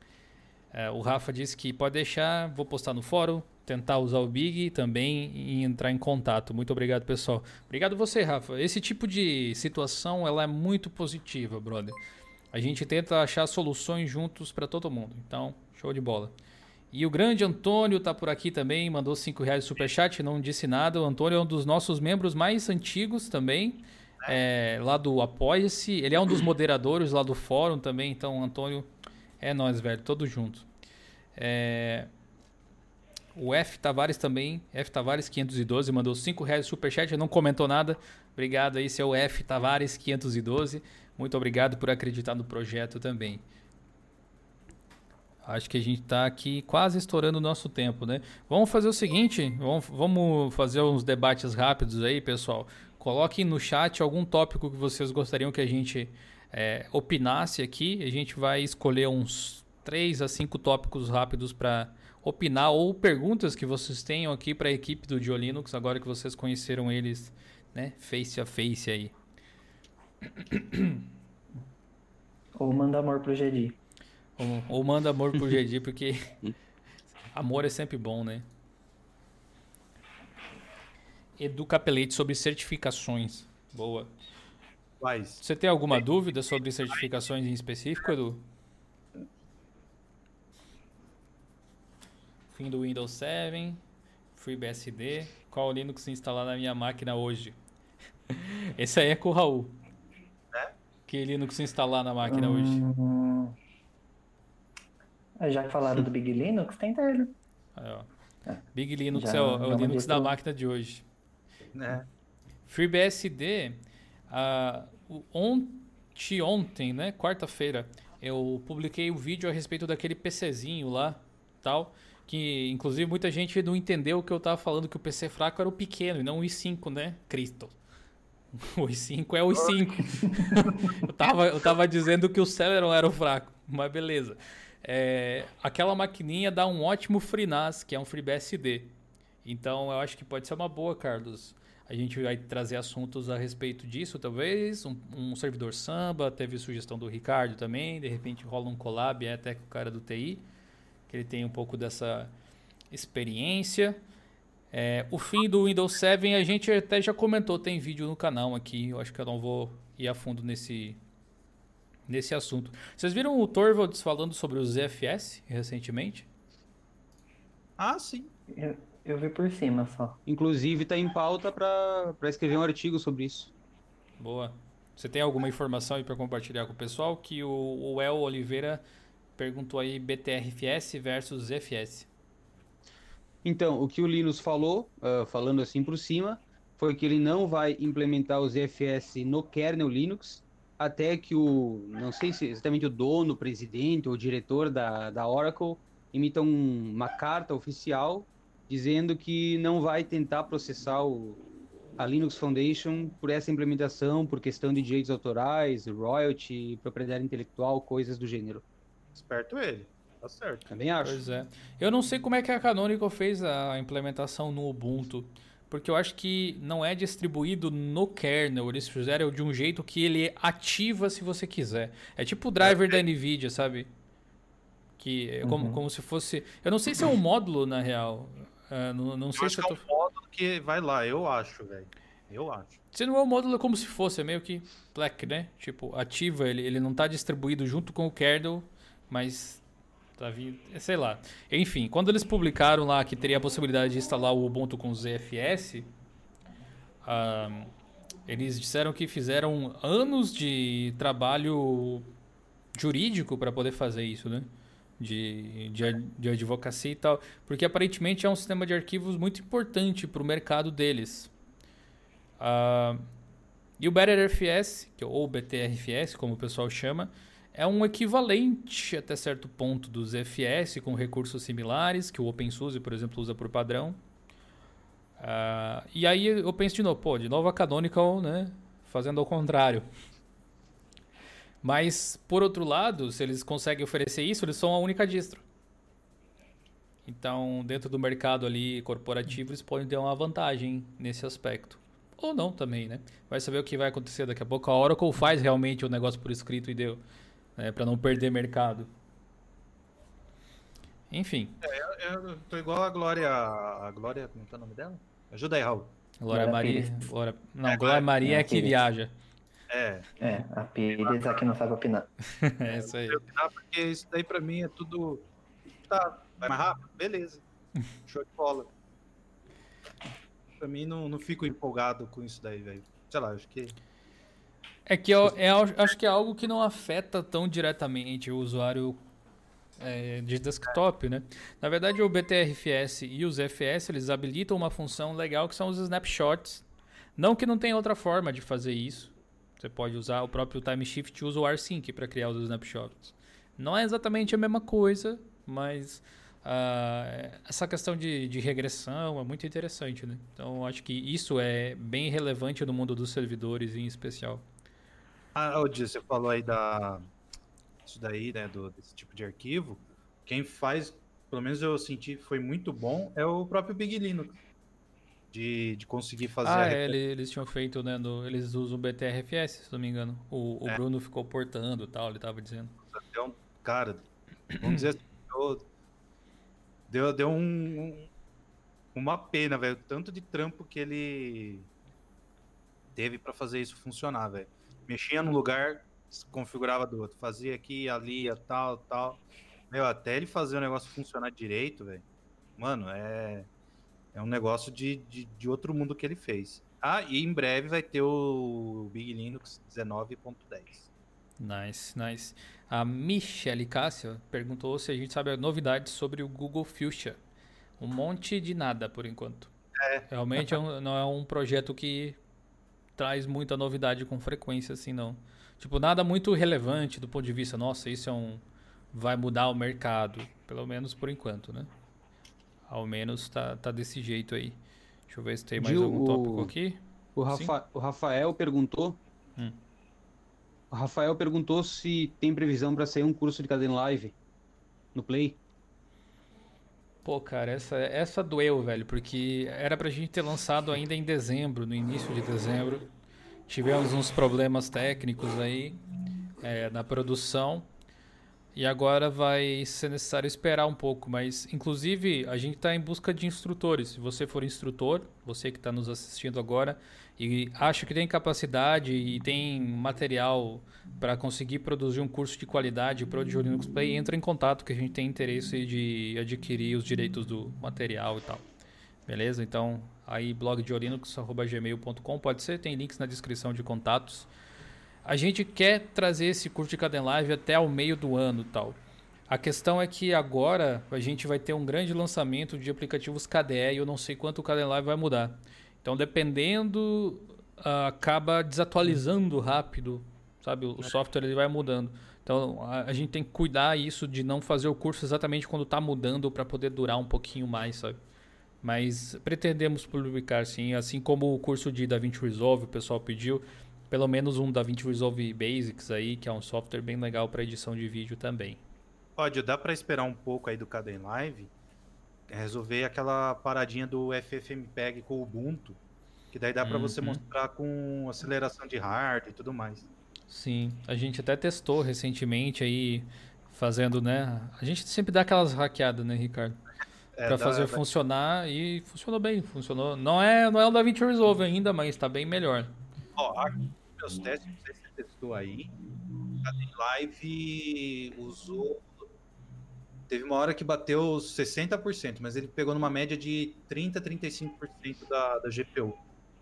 É, o Rafa disse que pode deixar, vou postar no fórum, tentar usar o Big também e entrar em contato. Muito obrigado, pessoal. Obrigado você, Rafa. Esse tipo de situação ela é muito positiva, brother. A gente tenta achar soluções juntos para todo mundo. Então, show de bola. E o grande Antônio tá por aqui também, mandou cinco reais de superchat, não disse nada. O Antônio é um dos nossos membros mais antigos também, é, lá do Apoia-se. Ele é um dos moderadores lá do fórum também, então, Antônio, é nóis, velho, todos juntos. É... O F Tavares também, F Tavares quinhentos e doze, mandou cinco reais de superchat, não comentou nada. Obrigado aí, seu F Tavares quinhentos e doze. Muito obrigado por acreditar no projeto também. Acho que a gente está aqui quase estourando o nosso tempo, né? Vamos fazer o seguinte, vamos, vamos fazer uns debates rápidos aí, pessoal. Coloquem no chat algum tópico que vocês gostariam que a gente é, opinasse aqui. A gente vai escolher uns três a cinco tópicos rápidos para opinar ou perguntas que vocês tenham aqui para a equipe do DioLinux, agora que vocês conheceram eles, né, face a face aí. Ou manda amor pro Gedi. Ou, ou manda amor pro Gedi, porque amor é sempre bom, né? Edu Capelete sobre certificações. Boa. Mas, Você tem alguma dúvida sobre certificações em específico, Edu? Fim do Windows sete, FreeBSD. Qual Linux instalar na minha máquina hoje? Esse aí é com o Raul. É? Que Linux instalar na máquina hoje? Hum, Já que falaram do Big Linux, tenta ele. Aí, ó. Big Linux Já- é o, é o já mandei Linux da pro- máquina de hoje. né? FreeBSD, ah, o- ontem, ontem, né, quarta-feira, eu publiquei o vídeo a respeito daquele PCzinho lá, tal, que inclusive muita gente não entendeu o que eu tava falando, que o P C fraco era o pequeno e não o i cinco, né, Cristo. O i cinco é o i cinco. eu, tava, eu tava dizendo que o Celeron era o fraco, mas beleza. É, aquela maquininha dá um ótimo FreeNAS, que é um FreeBSD. Então eu acho que pode ser uma boa, Carlos. A gente vai trazer assuntos a respeito disso, talvez. Um, um servidor Samba, teve sugestão do Ricardo também. De repente rola um collab é até com o cara do T I, que ele tem um pouco dessa experiência. É, o fim do Windows sete a gente até já comentou, tem vídeo no canal aqui. Eu acho que eu não vou ir a fundo nesse, nesse assunto. Vocês viram o Torvalds falando sobre o Z F S recentemente? Ah, sim. Eu, eu vi por cima só. Inclusive tá em pauta para escrever um artigo sobre isso. Boa. Você tem alguma informação aí para compartilhar com o pessoal? Que o, o El Oliveira perguntou aí B T R F S versus Z F S. Então, o que o Linus falou, uh, falando assim por cima, foi que ele não vai implementar o Z F S no kernel Linux, até que o, não sei se exatamente o dono, o presidente ou o diretor da, da Oracle emita um, uma carta oficial dizendo que não vai tentar processar o, a Linux Foundation por essa implementação, por questão de direitos autorais, royalty, propriedade intelectual, coisas do gênero. Esperto ele. Tá certo. Também acho. Pois é. Eu não sei como é que a Canonical fez a implementação no Ubuntu, porque eu acho que não é distribuído no kernel. Eles fizeram de um jeito que ele ativa se você quiser. É tipo o driver da NVIDIA, sabe? Que é como, Uhum. como se fosse... Eu não sei se é um módulo, na real. Uh, não não Eu sei acho se eu que tô... é um módulo que vai lá, eu acho, velho. Eu acho. Se não é um módulo, é como se fosse. É meio que Black, né? Tipo, ativa. Ele, ele não está distribuído junto com o kernel, mas... Tá vindo, sei lá. Enfim, quando eles publicaram lá que teria a possibilidade de instalar o Ubuntu com Z F S, um, eles disseram que fizeram anos de trabalho jurídico para poder fazer isso, né? De, de, de advocacia e tal. Porque aparentemente é um sistema de arquivos muito importante para o mercado deles. Uh, e o B T R F S, ou B T R F S, como o pessoal chama, é um equivalente até certo ponto do Z F S com recursos similares que o OpenSUSE, por exemplo, usa por padrão. Uh, e aí eu penso de novo, pô, de novo a Canonical, né, fazendo ao contrário. Mas, por outro lado, se eles conseguem oferecer isso, eles são a única distro. Então, dentro do mercado ali corporativo, eles podem ter uma vantagem nesse aspecto. Ou não também, né? Vai saber o que vai acontecer daqui a pouco. A Oracle faz realmente o negócio por escrito e deu. Né, para não perder mercado. Enfim. É, eu, eu tô igual a Glória. A Glória, como é o nome dela? Ajuda aí, Raul. Glória Maria. Glória, não, É, Glória Maria é, é que Pires. viaja. É. É, a Pires aqui não sabe opinar. É isso aí. Eu não sei opinar, porque isso daí pra mim é tudo. Tá, vai mais rápido? Beleza. Show de bola. Pra mim não, não fico empolgado com isso daí, velho. Sei lá, acho que. É que eu, é, acho que é algo que não afeta tão diretamente o usuário é, de desktop, né? Na verdade, o B T R F S e o Z F S, eles habilitam uma função legal que são os snapshots. Não que não tenha outra forma de fazer isso. Você pode usar o próprio TimeShift, usa o rsync para criar os snapshots. Não é exatamente a mesma coisa, mas uh, essa questão de, de regressão é muito interessante, né? Então, acho que isso é bem relevante no mundo dos servidores em especial. Ah, o Dia, você falou aí da. Isso daí, né? Do, desse tipo de arquivo. Quem faz, pelo menos eu senti que foi muito bom, é o próprio Big Linux. De, de conseguir fazer Ah, a é, eles, eles tinham feito, né? No, eles usam o B T R F S, se não me engano. O, o É. Bruno ficou portando e tal, ele tava dizendo. Então, cara, vamos dizer assim, deu, deu, deu um, um- uma pena, velho. Tanto de trampo que ele teve pra fazer isso funcionar, velho. Mexia num lugar, configurava do outro, fazia aqui, ali, tal, tal. Meu, até ele fazer o negócio funcionar direito, velho. Mano, é, é um negócio de, de, de outro mundo que ele fez. Ah, e em breve vai ter o Big Linux dezenove ponto dez. Nice, nice. A Michelle Cássio perguntou se a gente sabe novidades sobre o Google Fuchsia. Um monte de nada, por enquanto. É. Realmente é um- não é um projeto que traz muita novidade com frequência, assim, não. Tipo, nada muito relevante do ponto de vista, nossa, isso é um... vai mudar o mercado. Pelo menos por enquanto, né? Ao menos tá, tá desse jeito aí. Deixa eu ver se tem mais Gil, algum o- tópico aqui. O, Rafa, o Rafael perguntou. Hum. O Rafael perguntou se tem previsão para sair um curso de Caden Live no Play. Pô, cara, essa, essa doeu, velho, porque era pra gente ter lançado ainda em dezembro, no início de dezembro. Tivemos uns problemas técnicos aí é, na produção. E agora vai ser necessário esperar um pouco, mas inclusive a gente está em busca de instrutores. Se você for instrutor, você que está nos assistindo agora e acha que tem capacidade e tem material para conseguir produzir um curso de qualidade para o Linux Play, entra em contato que a gente tem interesse de adquirir os direitos do material e tal. Beleza? Então, aí blog de linux arroba gmail ponto com pode ser, tem links na descrição de contatos. A gente quer trazer esse curso de Caden Live até ao meio do ano, tal. A questão é que agora a gente vai ter um grande lançamento de aplicativos K D E e eu não sei quanto o Caden Live vai mudar. Então, dependendo, uh, acaba desatualizando rápido, sabe? O software ele vai mudando. Então, a, a gente tem que cuidar isso de não fazer o curso exatamente quando está mudando para poder durar um pouquinho mais, sabe? Mas pretendemos publicar sim, assim como o curso de DaVinci Resolve, o pessoal pediu. Pelo menos um DaVinci Resolve Basics aí, que é um software bem legal para edição de vídeo também. Pode, dá para esperar um pouco aí do Caden Live, resolver aquela paradinha do FFmpeg com o Ubuntu, que daí dá para Uhum. você mostrar com aceleração de hardware e tudo mais. Sim, a gente até testou recentemente aí, fazendo, né? A gente sempre dá aquelas hackeadas, né, Ricardo? É, para dá- fazer dá- funcionar e funcionou bem, funcionou. Não é, não é o DaVinci Resolve ainda, mas está bem melhor. Ó, aqui, meus testes, não sei se você testou aí, o Caden Live usou... Teve uma hora que bateu sessenta por cento, mas ele pegou numa média de trinta, trinta e cinco por cento da, da G P U.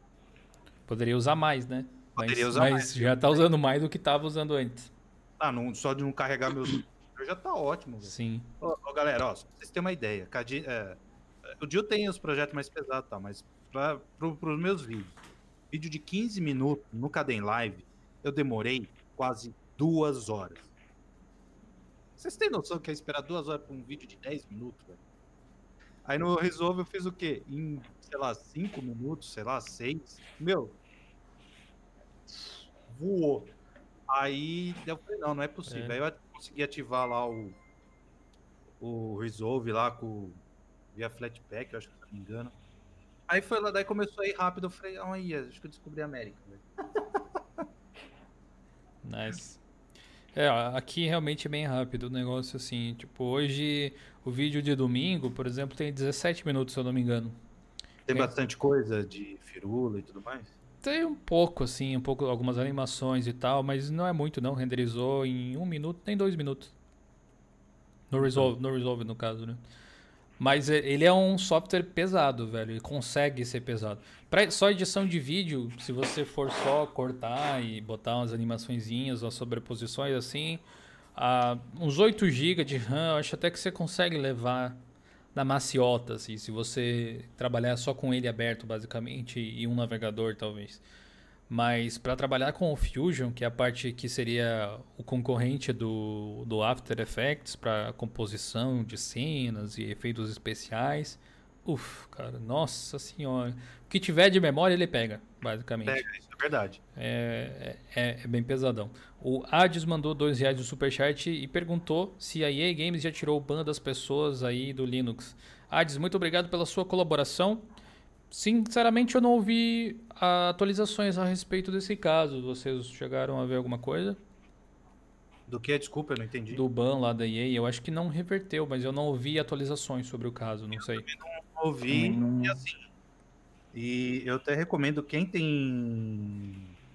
Poderia usar mais, né? Poderia mas usar mas mais. já tá usando mais do que estava usando antes. Ah, não, só de não carregar meus... já tá ótimo, velho. Sim. Ô, ô, galera, ó, só pra vocês terem uma ideia. Cadi, é, o Dio tem os projetos mais pesados, tá? Mas para pro, os meus vídeos, vídeo de quinze minutos no Caden Live, eu demorei quase duas horas. Vocês têm noção que é esperar duas horas pra um vídeo de dez minutos, velho? Aí no Resolve eu fiz o quê? Em, sei lá, cinco minutos, sei lá, seis. Meu, voou. Aí eu falei, não, não é possível. É. Aí eu consegui ativar lá o, o Resolve lá com via Flatpak, eu acho que se não me engano. Aí foi lá, daí começou a ir rápido, eu falei, ah, aí, acho que eu descobri a América, velho. Nice. É, aqui realmente é bem rápido o negócio, assim. Tipo, hoje o vídeo de domingo, por exemplo, tem dezessete minutos, se eu não me engano. Tem É. bastante coisa de firula e tudo mais. Tem um pouco, assim, um pouco, algumas animações e tal, mas não é muito não. Renderizou em um minuto, nem dois minutos. No Resolve, no Resolve, no caso, né? Mas ele é um software pesado, velho. Ele consegue ser pesado. Pra só edição de vídeo, se você for só cortar e botar umas animaçõezinhas, umas sobreposições assim, ah, uns oito gigas de RAM, eu acho até que você consegue levar na maciota, assim, se você trabalhar só com ele aberto, basicamente, e um navegador, talvez. Mas para trabalhar com o Fusion, que é a parte que seria o concorrente do, do After Effects para composição de cenas e efeitos especiais, uff, cara, nossa senhora. O que tiver de memória ele pega, basicamente. Pega, isso é verdade. É, é, é bem pesadão. O Ades mandou dois reais no Superchat e perguntou se a E A Games já tirou o ban das pessoas aí do Linux. Ades, muito obrigado pela sua colaboração. Sinceramente, eu não ouvi atualizações a respeito desse caso. Vocês chegaram a ver alguma coisa? Do que? Desculpa, eu não entendi. Do ban lá da E A, eu acho que não reverteu, mas eu não ouvi atualizações sobre o caso, não sei. Não ouvi, Também não- e assim... E eu até recomendo quem tem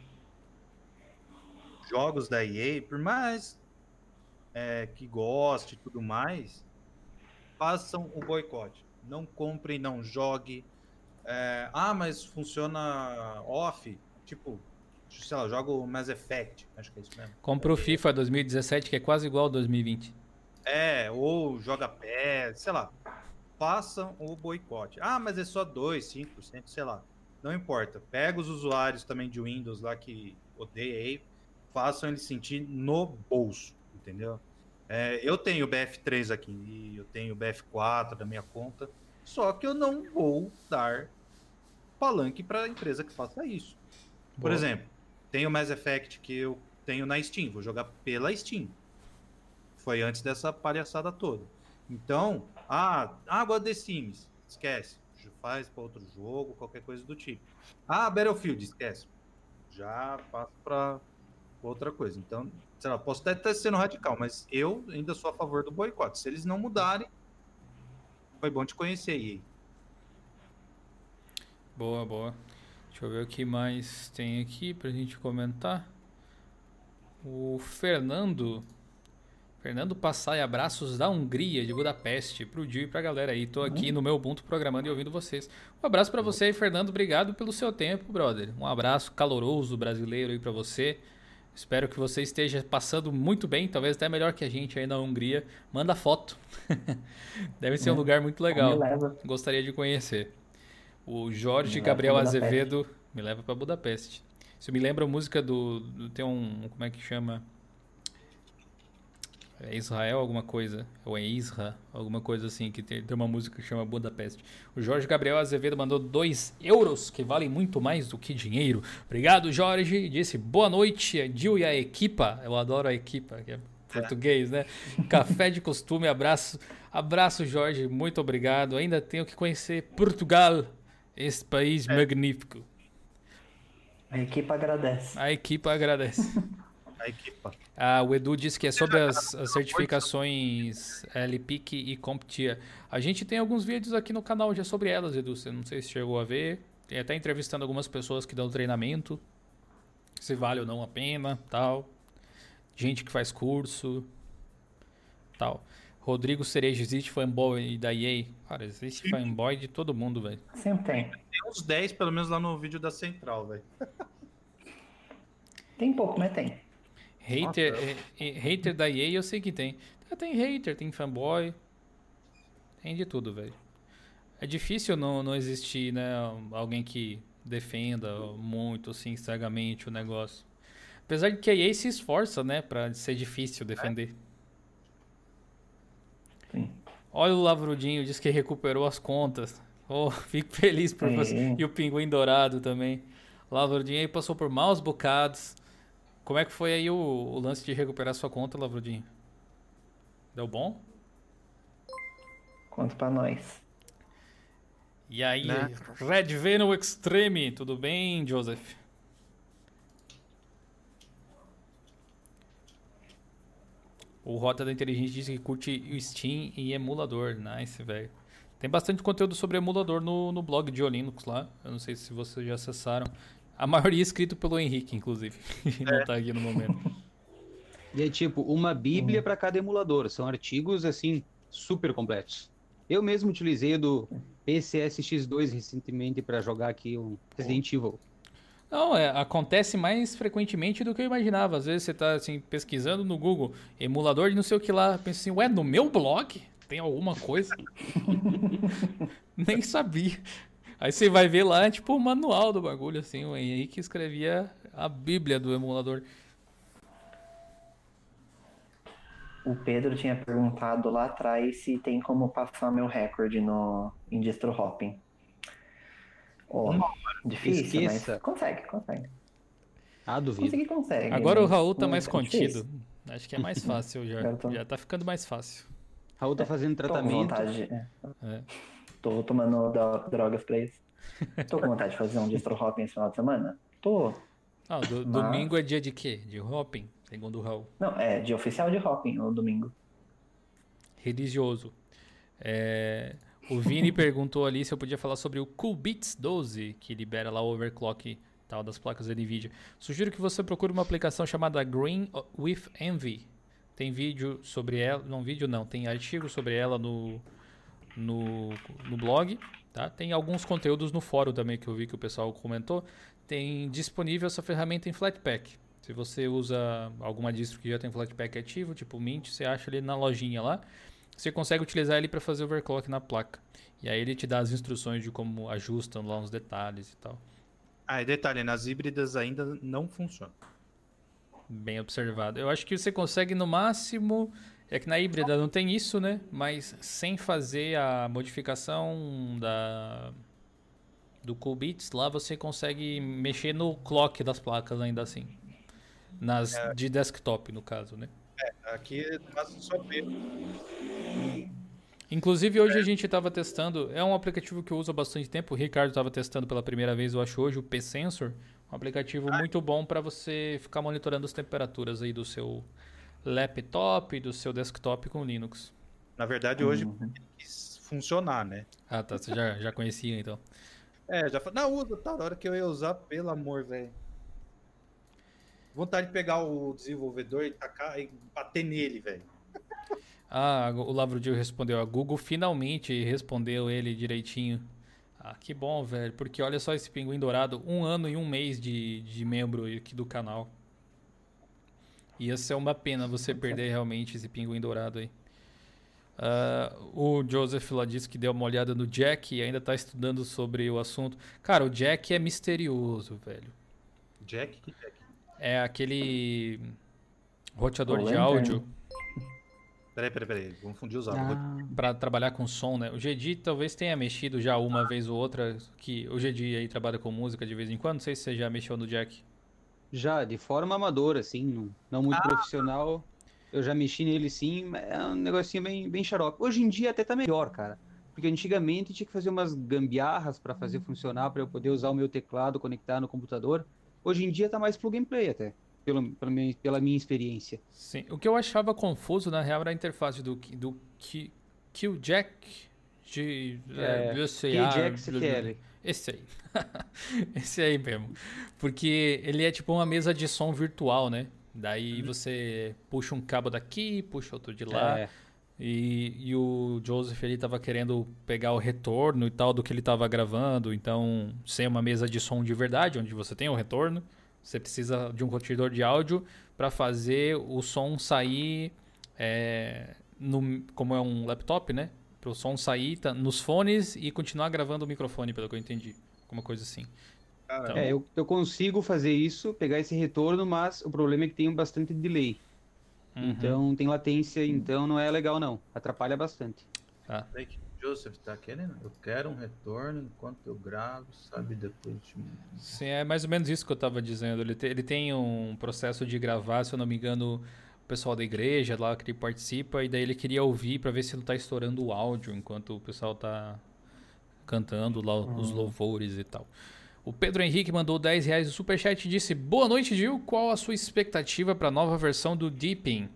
jogos da E A, por mais é, que goste e tudo mais, façam o boicote. Não compre, não jogue. É, ah, mas funciona off? Tipo, sei lá, eu jogo Mass Effect, acho que é isso mesmo. Compra o FIFA dois mil e dezessete, que é quase igual ao dois mil e vinte. É, ou joga pé, sei lá. Façam o boicote. Ah, mas é só dois, cinco por cento, sei lá. Não importa. Pega os usuários também de Windows lá que odeiam aí, façam eles sentir no bolso, entendeu? É, eu tenho o B F três aqui, eu tenho o B F quatro da minha conta, só que eu não vou dar palanque para a empresa que faça isso. Por Boa. exemplo, tem o Mass Effect que eu tenho na Steam, vou jogar pela Steam. Foi antes dessa palhaçada toda. Então, ah, ah gosto de The Sims, esquece. Faz para outro jogo, qualquer coisa do tipo. Ah, Battlefield, esquece. Já passa para outra coisa. Então, sei lá, posso até estar sendo radical, mas eu ainda sou a favor do boicote. Se eles não mudarem, foi bom te conhecer, E A. Boa, boa. Deixa eu ver o que mais tem aqui pra gente comentar. O Fernando. Fernando Passai, abraços da Hungria, de Budapeste, pro Dio e pra galera aí. Tô aqui no meu Ubuntu programando e ouvindo vocês. Um abraço pra você aí, Fernando. Obrigado pelo seu tempo, brother. Um abraço caloroso brasileiro aí pra você. Espero que você esteja passando muito bem, talvez até melhor que a gente aí na Hungria. Manda foto. Deve ser um lugar muito legal. Me leva. Gostaria de conhecer. O Jorge Me leva Gabriel pra Budapeste. Azevedo me leva pra Budapeste. Isso me lembra a música do, do... Tem um... Como é que chama? É Israel alguma coisa, ou é Isra, alguma coisa assim, que tem, tem uma música que chama Budapeste. O Jorge Gabriel Azevedo mandou dois euros, que valem muito mais do que dinheiro. Obrigado, Jorge. Disse boa noite, a Dil e a equipa. Eu adoro a equipa, que é português, né? Café de costume, abraço. Abraço, Jorge, muito obrigado. Ainda tenho que conhecer Portugal, esse país É. magnífico. A equipe agradece. A equipa agradece. A equipa. Ah, o Edu disse que é sobre as, as certificações L P I C e CompTIA. A gente tem alguns vídeos aqui no canal já sobre elas, Edu. Você não sei se chegou a ver. Tem até entrevistando algumas pessoas que dão treinamento. Se vale ou não a pena, tal. Gente que faz curso, tal. Rodrigo Cereja, existe fanboy da E A? Cara, existe fanboy de todo mundo, velho. Sempre tem. Tem uns dez, pelo menos, lá no vídeo da Central, velho. Tem pouco, mas tem. Hater, é, é, hater da E A eu sei que tem. Tem hater, tem fanboy. Tem de tudo, velho. É difícil não, não existir, né, alguém que defenda muito, assim, cegamente o negócio. Apesar de que a E A se esforça, né, pra ser difícil defender. Sim. Olha o Lavrudinho, diz que recuperou as contas. Oh, fico feliz por Sim. você. E o Pinguim Dourado também. O Lavrudinho aí passou por maus bocados. Como é que foi aí o, o lance de recuperar sua conta, Lavrudinho? Deu bom? Conta pra nós. E aí, Né? Red Venom Extreme, tudo bem, Joseph? O Rota da Inteligência disse que curte o Steam e emulador. Nice, velho. Tem bastante conteúdo sobre emulador no, no blog de Linux lá. Eu não sei se vocês já acessaram. A maioria é escrito pelo Henrique, inclusive. Não tá aqui no momento. E é tipo uma bíblia para cada emulador. São artigos, assim, super completos. Eu mesmo utilizei o do P C S X dois recentemente para jogar aqui o Resident Evil. Não, é, acontece mais frequentemente do que eu imaginava. Às vezes você tá assim, pesquisando no Google, emulador de não sei o que lá. Pensa assim, ué, no meu blog tem alguma coisa? Nem sabia. Aí você vai ver lá, tipo, o manual do bagulho, assim. O Henrique escrevia a bíblia do emulador. O Pedro tinha perguntado lá atrás se tem como passar meu recorde no em distro hopping. Ó, difícil, esqueça. mas consegue, consegue. Ah, duvido. Conseguir consegue. Agora o mas Raul tá não mais é contido. difícil. Acho que é mais fácil já. Agora tô- Já tá ficando mais fácil. Raul tá fazendo Tô com tratamento. vontade. é. É. Tô tomando do- drogas pra isso. Tô com vontade de fazer um distro hopping esse final de semana? Tô. Ah, do- Mas- domingo é dia de quê? De hopping, segundo o Raul. Não, é de oficial de hopping no domingo. Religioso. É, o Vini perguntou ali se eu podia falar sobre o Coolbits doze, que libera lá o overclock tal das placas da NVIDIA. Sugiro que você procure uma aplicação chamada Green with Envy. Tem vídeo sobre ela, não vídeo não, tem artigo sobre ela no, no, no blog, tá? Tem alguns conteúdos no fórum também que eu vi que o pessoal comentou. Tem disponível essa ferramenta em Flatpak. Se você usa alguma distro que já tem Flatpak ativo, tipo Mint, você acha ele na lojinha lá. Você consegue utilizar ele para fazer overclock na placa. E aí ele te dá as instruções de como ajustam lá uns detalhes e tal. Ah, e detalhe, nas híbridas ainda não funciona. Bem observado. Eu acho que você consegue no máximo... É que na híbrida não tem isso, né? Mas sem fazer a modificação da, do Coolbeats, lá você consegue mexer no clock das placas ainda assim. Nas, É. De desktop, no caso, né? Aqui é mais só ver. Inclusive, hoje a gente estava testando, é um aplicativo que eu uso há bastante tempo, o Ricardo estava testando pela primeira vez, eu acho hoje, o P-Sensor, um aplicativo muito bom para você ficar monitorando as temperaturas aí do seu laptop, do seu desktop com Linux. Na verdade, hoje Uhum. quis funcionar, né? Ah, tá, você já, já conhecia então. É, já falei, não, usa, tá, na hora que eu ia usar, pelo amor, velho. Vontade de pegar o desenvolvedor e tacar e bater nele, velho. Ah, o Lavrodio respondeu, a Google finalmente respondeu ele direitinho. Ah, que bom, velho, porque olha só esse pinguim dourado, um ano e um mês de, de membro aqui do canal. Ia ser uma pena você perder realmente esse pinguim dourado aí. Uh, o Joseph lá disse que deu uma olhada no Jack e ainda tá estudando sobre o assunto. Cara, o Jack é misterioso, velho. Jack? Que Jack? É aquele roteador O de Lantern. áudio Peraí, peraí, peraí. Confundi os áudios. Ah, pra trabalhar com som, né? O G D talvez tenha mexido já uma vez ou outra, que o G D aí trabalha com música de vez em quando. Não sei se você já mexeu no Jack. já, de forma amadora, assim, não, não muito profissional. Eu já mexi nele sim, mas é um negocinho bem, bem xarope. Hoje em dia até tá melhor, cara. Porque antigamente tinha que fazer umas gambiarras para fazer funcionar, para eu poder usar o meu teclado, conectar no computador. Hoje em dia tá mais plug and play até, pelo, pela, minha, pela minha experiência. Sim. O que eu achava confuso, na real, era a interface do, do Q- Q-Jack de... É, eu sei, ah, Q-Jack C T L. Esse aí. Esse aí mesmo. Porque ele é tipo uma mesa de som virtual, né? Daí você puxa um cabo daqui, puxa outro de lá. É, E, e o Joseph ele tava querendo pegar o retorno e tal do que ele tava gravando. Então, sem uma mesa de som de verdade, onde você tem o retorno, você precisa de um convertedor de áudio para fazer o som sair, é, no, como é um laptop, né? Para o som sair tá, nos fones e continuar gravando o microfone, pelo que eu entendi. Alguma coisa assim. Cara, Então, é eu, eu consigo fazer isso, pegar esse retorno, mas o problema é que tem bastante delay. uhum, Então tem latência, então não é legal não. Atrapalha bastante. tá. peraí que o Joseph tá querendo. Eu quero um retorno enquanto eu gravo, sabe? Depois de... Sim, é mais ou menos isso que eu tava dizendo. Ele, te- ele tem um processo de gravar, se eu não me engano, o pessoal da igreja lá que ele participa, e daí ele queria ouvir pra ver se não tá estourando o áudio enquanto o pessoal tá cantando lá os louvores e tal. O Pedro Henrique mandou dez reais no superchat e disse: Boa noite, Gil. Qual a sua expectativa pra nova versão do Deepin?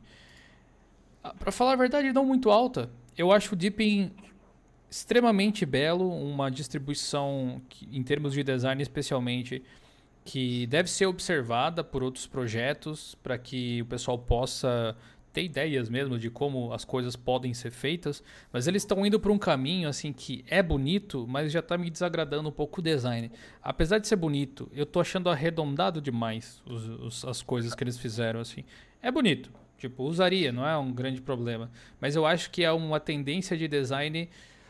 Ah, pra falar a verdade, não muito alta. Eu acho o Deepin extremamente belo, uma distribuição que, em termos de design especialmente, que deve ser observada por outros projetos para que o pessoal possa ter ideias mesmo de como as coisas podem ser feitas, mas eles estão indo por um caminho assim que é bonito, mas já está me desagradando um pouco o design. Apesar de ser bonito, eu tô achando arredondado demais os, os, as coisas que eles fizeram assim. É bonito, tipo, usaria, não é um grande problema, mas eu acho que é uma tendência de design.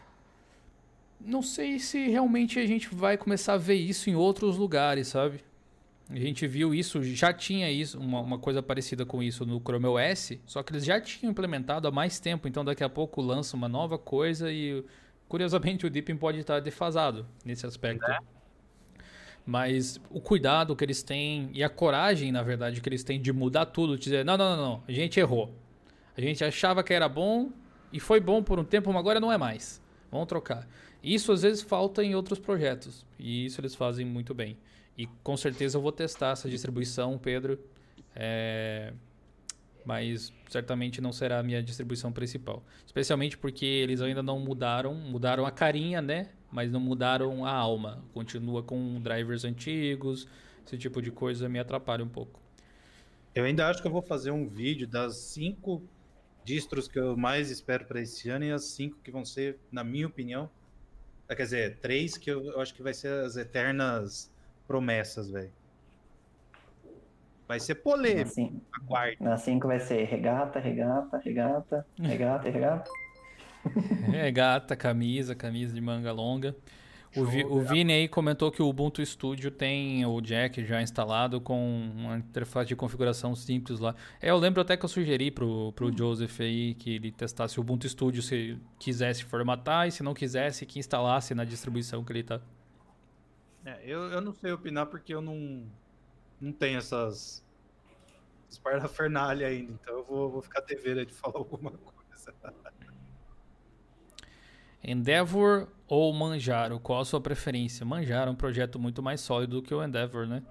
Não sei se realmente a gente vai começar a ver isso em outros lugares, sabe? A gente viu isso, já tinha isso, uma, uma coisa parecida com isso no Chrome O S, só que eles já tinham implementado há mais tempo, então daqui a pouco lança uma nova coisa e, curiosamente, o Deepin pode estar defasado nesse aspecto. Mas o cuidado que eles têm e a coragem, na verdade, que eles têm de mudar tudo, de dizer, não, não, não, não, a gente errou. A gente achava que era bom e foi bom por um tempo, mas agora não é mais. Vamos trocar. Isso às vezes falta em outros projetos e isso eles fazem muito bem. E com certeza eu vou testar essa distribuição, Pedro, é... mas certamente não será a minha distribuição principal. Especialmente porque eles ainda não mudaram, mudaram a carinha, né? Mas não mudaram a alma. Continua com drivers antigos, esse tipo de coisa me atrapalha um pouco. Eu ainda acho que eu vou fazer um vídeo das cinco distros que eu mais espero para esse ano e as cinco que vão ser, na minha opinião, quer dizer, três que eu, eu acho que vai ser as eternas promessas, velho. Vai ser polêmico. Assim, Aguarde. na cinco vai ser regata, regata, regata, regata e regata. Regata, camisa, camisa de manga longa. O, Vi, o Vini aí comentou que o Ubuntu Studio tem o Jack já instalado com uma interface de configuração simples lá. É, eu lembro até que eu sugeri pro, pro Joseph aí que ele testasse o Ubuntu Studio se quisesse formatar e se não quisesse que instalasse na distribuição que ele tá. É, eu, eu não sei opinar porque eu não, não tenho essas parafernália ainda, então eu vou, vou ficar dever de falar alguma coisa. Endeavor ou Manjaro? Qual a sua preferência? Manjaro é um projeto muito mais sólido do que o Endeavor, né?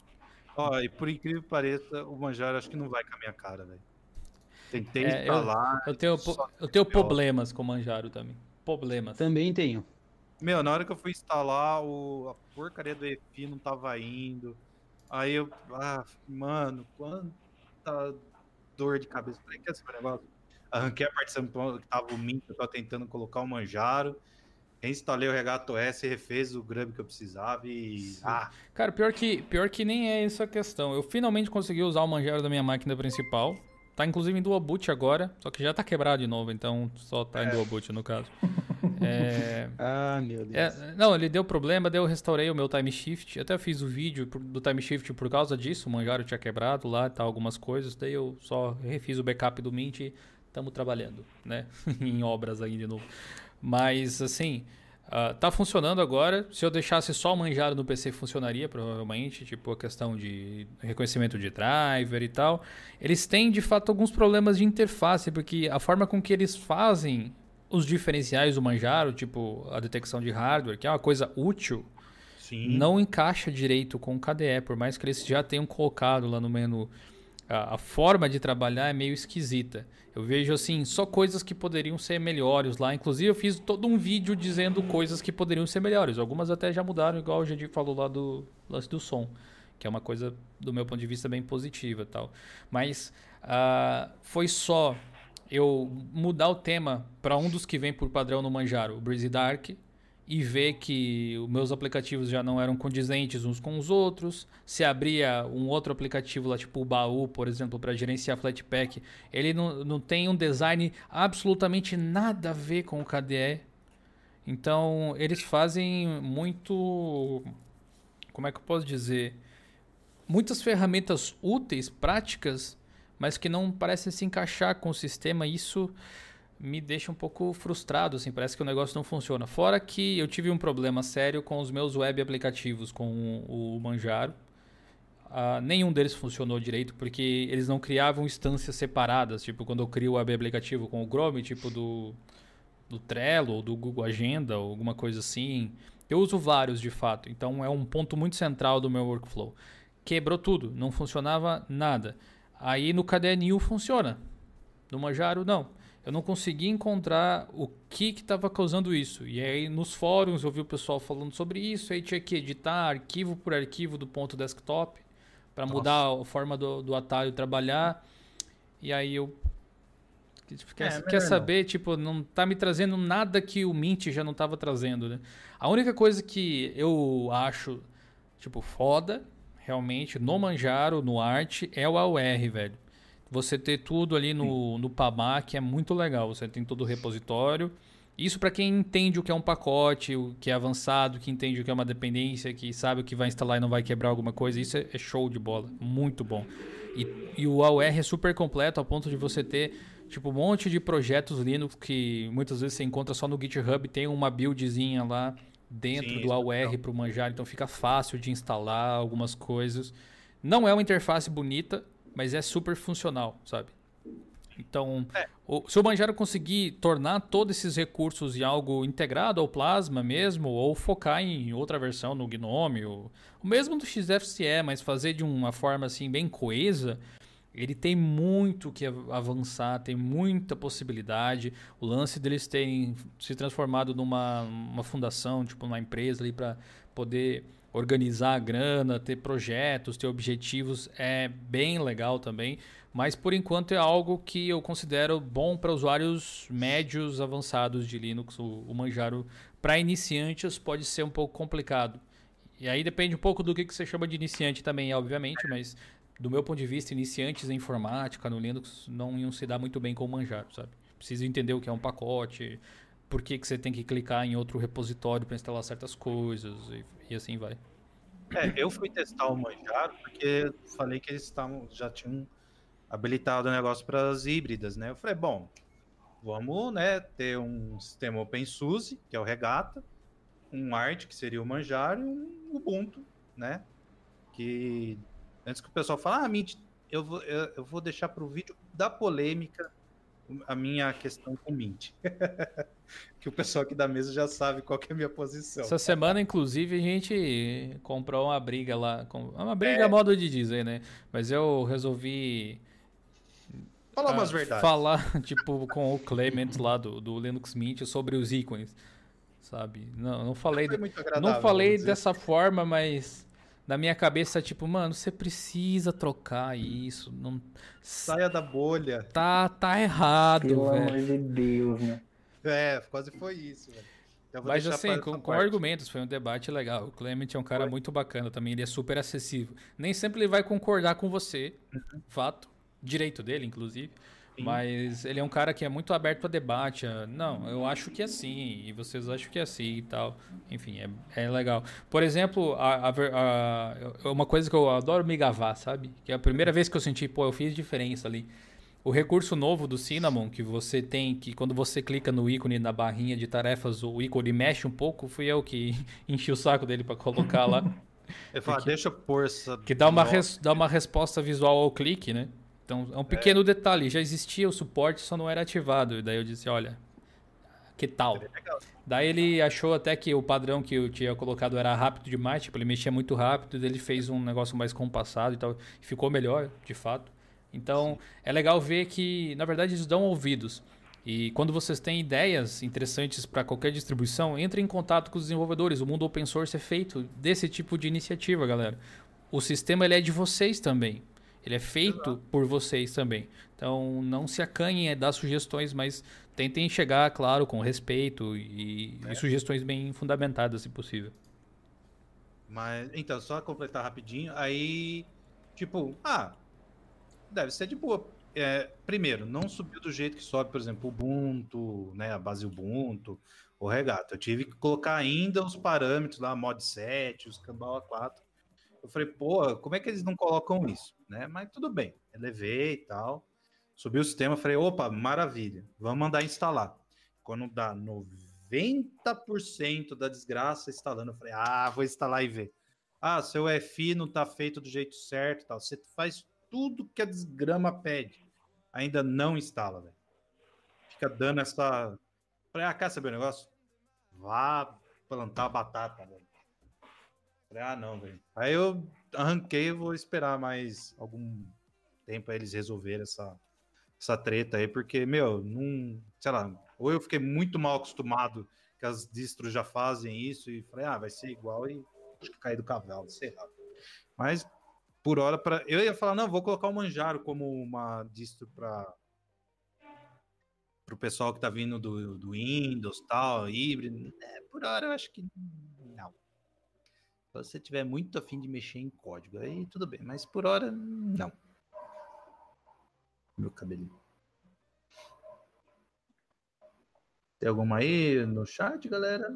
Ó, e por incrível que pareça, o Manjaro acho que não vai com a minha cara, velho. Tentei É, eu, instalar. eu tenho, só eu tenho deu. problemas com o Manjaro também. Problemas. Também tenho. Meu, na hora que eu fui instalar, o, a porcaria do E F I não tava indo. Aí eu, ah, mano, quanta dor de cabeça. Falei, quer saber o negócio? Arranquei a partição que tava o Mint, eu tava tentando colocar o Manjaro. Reinstalei o Regato S, refez o Grub que eu precisava e... Sim. Ah, Cara, pior que, pior que nem é essa a questão. Eu finalmente consegui usar o Manjaro da minha máquina principal. Tá inclusive em dual boot agora, só que já tá quebrado de novo, então só tá em dual boot no caso. É... Ah, meu Deus. É, não, ele deu problema, daí eu restaurei o meu time shift. Até fiz o vídeo do time shift por causa disso. O Manjaro tinha quebrado lá e tal, algumas coisas. Daí eu só refiz o backup do Mint e estamos trabalhando, né? em obras aí de novo. Mas, assim, uh, tá funcionando agora. Se eu deixasse só o Manjaro no P C, funcionaria, provavelmente. Tipo, a questão de reconhecimento de driver e tal. Eles têm, de fato, alguns problemas de interface, porque a forma com que eles fazem os diferenciais do Manjaro, tipo a detecção de hardware, que é uma coisa útil, sim. não encaixa direito com o K D E, por mais que eles já tenham colocado lá no menu. A, a forma de trabalhar é meio esquisita. Eu vejo assim, só coisas que poderiam ser melhores lá. Inclusive eu fiz todo um vídeo dizendo coisas que poderiam ser melhores. Algumas até já mudaram, igual o G falou lá do lance do som, que é uma coisa, do meu ponto de vista, bem positiva e tal. Mas uh, foi só eu mudar o tema para um dos que vem por padrão no Manjaro, o Breezy Dark, e ver que os meus aplicativos já não eram condizentes uns com os outros. Se abria um outro aplicativo lá, tipo o Baú, por exemplo, para gerenciar Flatpak, ele não, não tem um design absolutamente nada a ver com o K D E. Então, eles fazem muito... Como é que eu posso dizer? Muitas ferramentas úteis, práticas, mas que não parecem se encaixar com o sistema. Isso me deixa um pouco frustrado, assim, parece que o negócio não funciona. Fora que eu tive um problema sério com os meus web aplicativos, com o Manjaro. Uh, nenhum deles funcionou direito, porque eles não criavam instâncias separadas. Tipo, quando eu crio o web aplicativo com o Chrome, tipo do, do Trello ou do Google Agenda, ou alguma coisa assim. Eu uso vários, de fato. Então, é um ponto muito central do meu workflow. Quebrou tudo, não funcionava nada. Aí no K D E New funciona. No Manjaro, não. Eu não consegui encontrar o que estava causando isso. E aí nos fóruns eu vi o pessoal falando sobre isso. Aí tinha que editar arquivo por arquivo do ponto desktop para mudar a forma do, do atalho trabalhar. E aí eu... Quer, É, quer saber? Tipo, não tá me trazendo nada que o Mint já não estava trazendo, né? A única coisa que eu acho, tipo, foda, realmente, no Manjaro, no Art, é o A U R, velho. Você ter tudo ali no, no P A M A, que é muito legal. Você tem todo o repositório. Isso para quem entende o que é um pacote, o que é avançado, que entende o que é uma dependência, que sabe o que vai instalar e não vai quebrar alguma coisa. Isso é, é show de bola. Muito bom. E, e o A U R é super completo, ao ponto de você ter tipo, um monte de projetos Linux que muitas vezes você encontra só no GitHub. Tem uma buildzinha lá dentro Sim, do A U R para o Manjaro. Então fica fácil de instalar algumas coisas. Não é uma interface bonita, mas é super funcional, sabe? Então, é. o, se o Manjaro conseguir tornar todos esses recursos em algo integrado ao Plasma mesmo, ou focar em outra versão no Gnome, ou, o mesmo do X F C E, mas fazer de uma forma assim bem coesa, ele tem muito que avançar, tem muita possibilidade. O lance deles terem se transformado numa uma fundação, tipo uma empresa ali para poder organizar a grana, ter projetos, ter objetivos, é bem legal também. Mas, por enquanto, é algo que eu considero bom para usuários médios avançados de Linux. O, o Manjaro, para iniciantes, pode ser um pouco complicado. E aí depende um pouco do que, que você chama de iniciante também, obviamente, mas do meu ponto de vista, iniciantes em informática no Linux não iam se dar muito bem com o Manjaro, sabe? Precisa entender o que é um pacote, por que, que você tem que clicar em outro repositório para instalar certas coisas e, e assim vai. É, eu fui testar o Manjaro porque falei que eles estavam, já tinham habilitado o negócio para as híbridas, né? Eu falei, bom, vamos, né, ter um sistema OpenSUSE, que é o Regata, um Arch, que seria o Manjaro, e um Ubuntu, né? Que antes que o pessoal fale, ah, Mint, eu vou, eu, eu vou deixar para o vídeo da polêmica a minha questão com Mint. Que o pessoal aqui da mesa já sabe qual que é a minha posição. Essa semana, inclusive, a gente comprou uma briga lá. Uma briga É. modo de dizer, né? Mas eu resolvi... Falar umas ah, verdades. Falar, tipo, com o Clement lá do, do Linux Mint sobre os ícones, sabe? Não, não falei, Não foi de- muito agradável, não falei vamos dizer. dessa forma, mas na minha cabeça, tipo, mano, você precisa trocar isso. Não, Saia da bolha. tá, tá errado, Pelo amor velho. de Deus, né? É, quase foi isso, velho. Eu vou Mas deixar assim, para com, essa com parte. argumentos, foi um debate legal. O Clement é um cara Foi. muito bacana também, ele é super acessível. Nem sempre ele vai concordar com você, fato, direito dele, inclusive. Sim. Mas ele é um cara que é muito aberto a debate. a, Não, eu acho que é assim, e vocês acham que é assim e tal. Enfim, é, é legal. Por exemplo, a, a ver- a- eu- uma coisa que eu adoro me gavar, sabe? Que é a primeira vez que eu senti, pô, eu fiz diferença ali. O recurso novo do Cinnamon, que você tem, que quando você clica no ícone na barrinha de tarefas, o ícone mexe um pouco, fui eu que enchi o saco dele pra colocar lá. Eu falo, ah, deixa eu pôr essa... Que dá uma, Nossa. res- dá uma resposta visual ao clique, né? Então é um pequeno detalhe. Já existia o suporte, só não era ativado. E daí eu disse, olha, que tal? Daí ele achou até que o padrão que eu tinha colocado era rápido demais, tipo, ele mexia muito rápido, daí ele fez um negócio mais compassado e tal. Ficou melhor, de fato. Então é legal ver que, na verdade, eles dão ouvidos. E quando vocês têm ideias interessantes para qualquer distribuição, entre em contato com os desenvolvedores. O mundo open source é feito desse tipo de iniciativa, galera. O sistema ele é de vocês também. Ele é feito por vocês também. Então, não se acanhem a dar sugestões, mas tentem chegar, claro, com respeito e, e sugestões bem fundamentadas, se possível. Mas, então, só completar rapidinho, aí, tipo, ah, deve ser de boa. É, primeiro, não subiu do jeito que sobe, por exemplo, o Ubuntu, né, a base Ubuntu, o Regato. Eu tive que colocar ainda os parâmetros lá, mod sete, os Cambau A quatro. Eu falei, pô, como é que eles não colocam isso? Né? Mas tudo bem, elevei e tal. Subi o sistema, falei, opa, maravilha, vamos mandar instalar. Quando dá noventa por cento da desgraça instalando, eu falei, ah, vou instalar e ver. Ah, seu F I não tá feito do jeito certo e tal. Você faz tudo que a desgrama pede. Ainda não instala, velho. Fica dando essa... Falei, ah, quer saber o negócio? Vá plantar batata, velho. Falei, ah, não, velho. Aí eu arranquei e vou esperar mais algum tempo pra eles resolverem essa, essa treta aí, porque, meu, não... Sei lá, ou eu fiquei muito mal acostumado que as distros já fazem isso e falei, ah, vai ser igual e acho que caí do cavalo, sei lá. Mas, por hora, pra... eu ia falar, não, vou colocar o Manjaro como uma distro para o pessoal que tá vindo do, do Windows, tal, híbrido. É, por hora, eu acho que não. Se você tiver muito afim de mexer em código, aí tudo bem, mas por hora, não. Meu cabelinho. Tem alguma aí no chat, galera?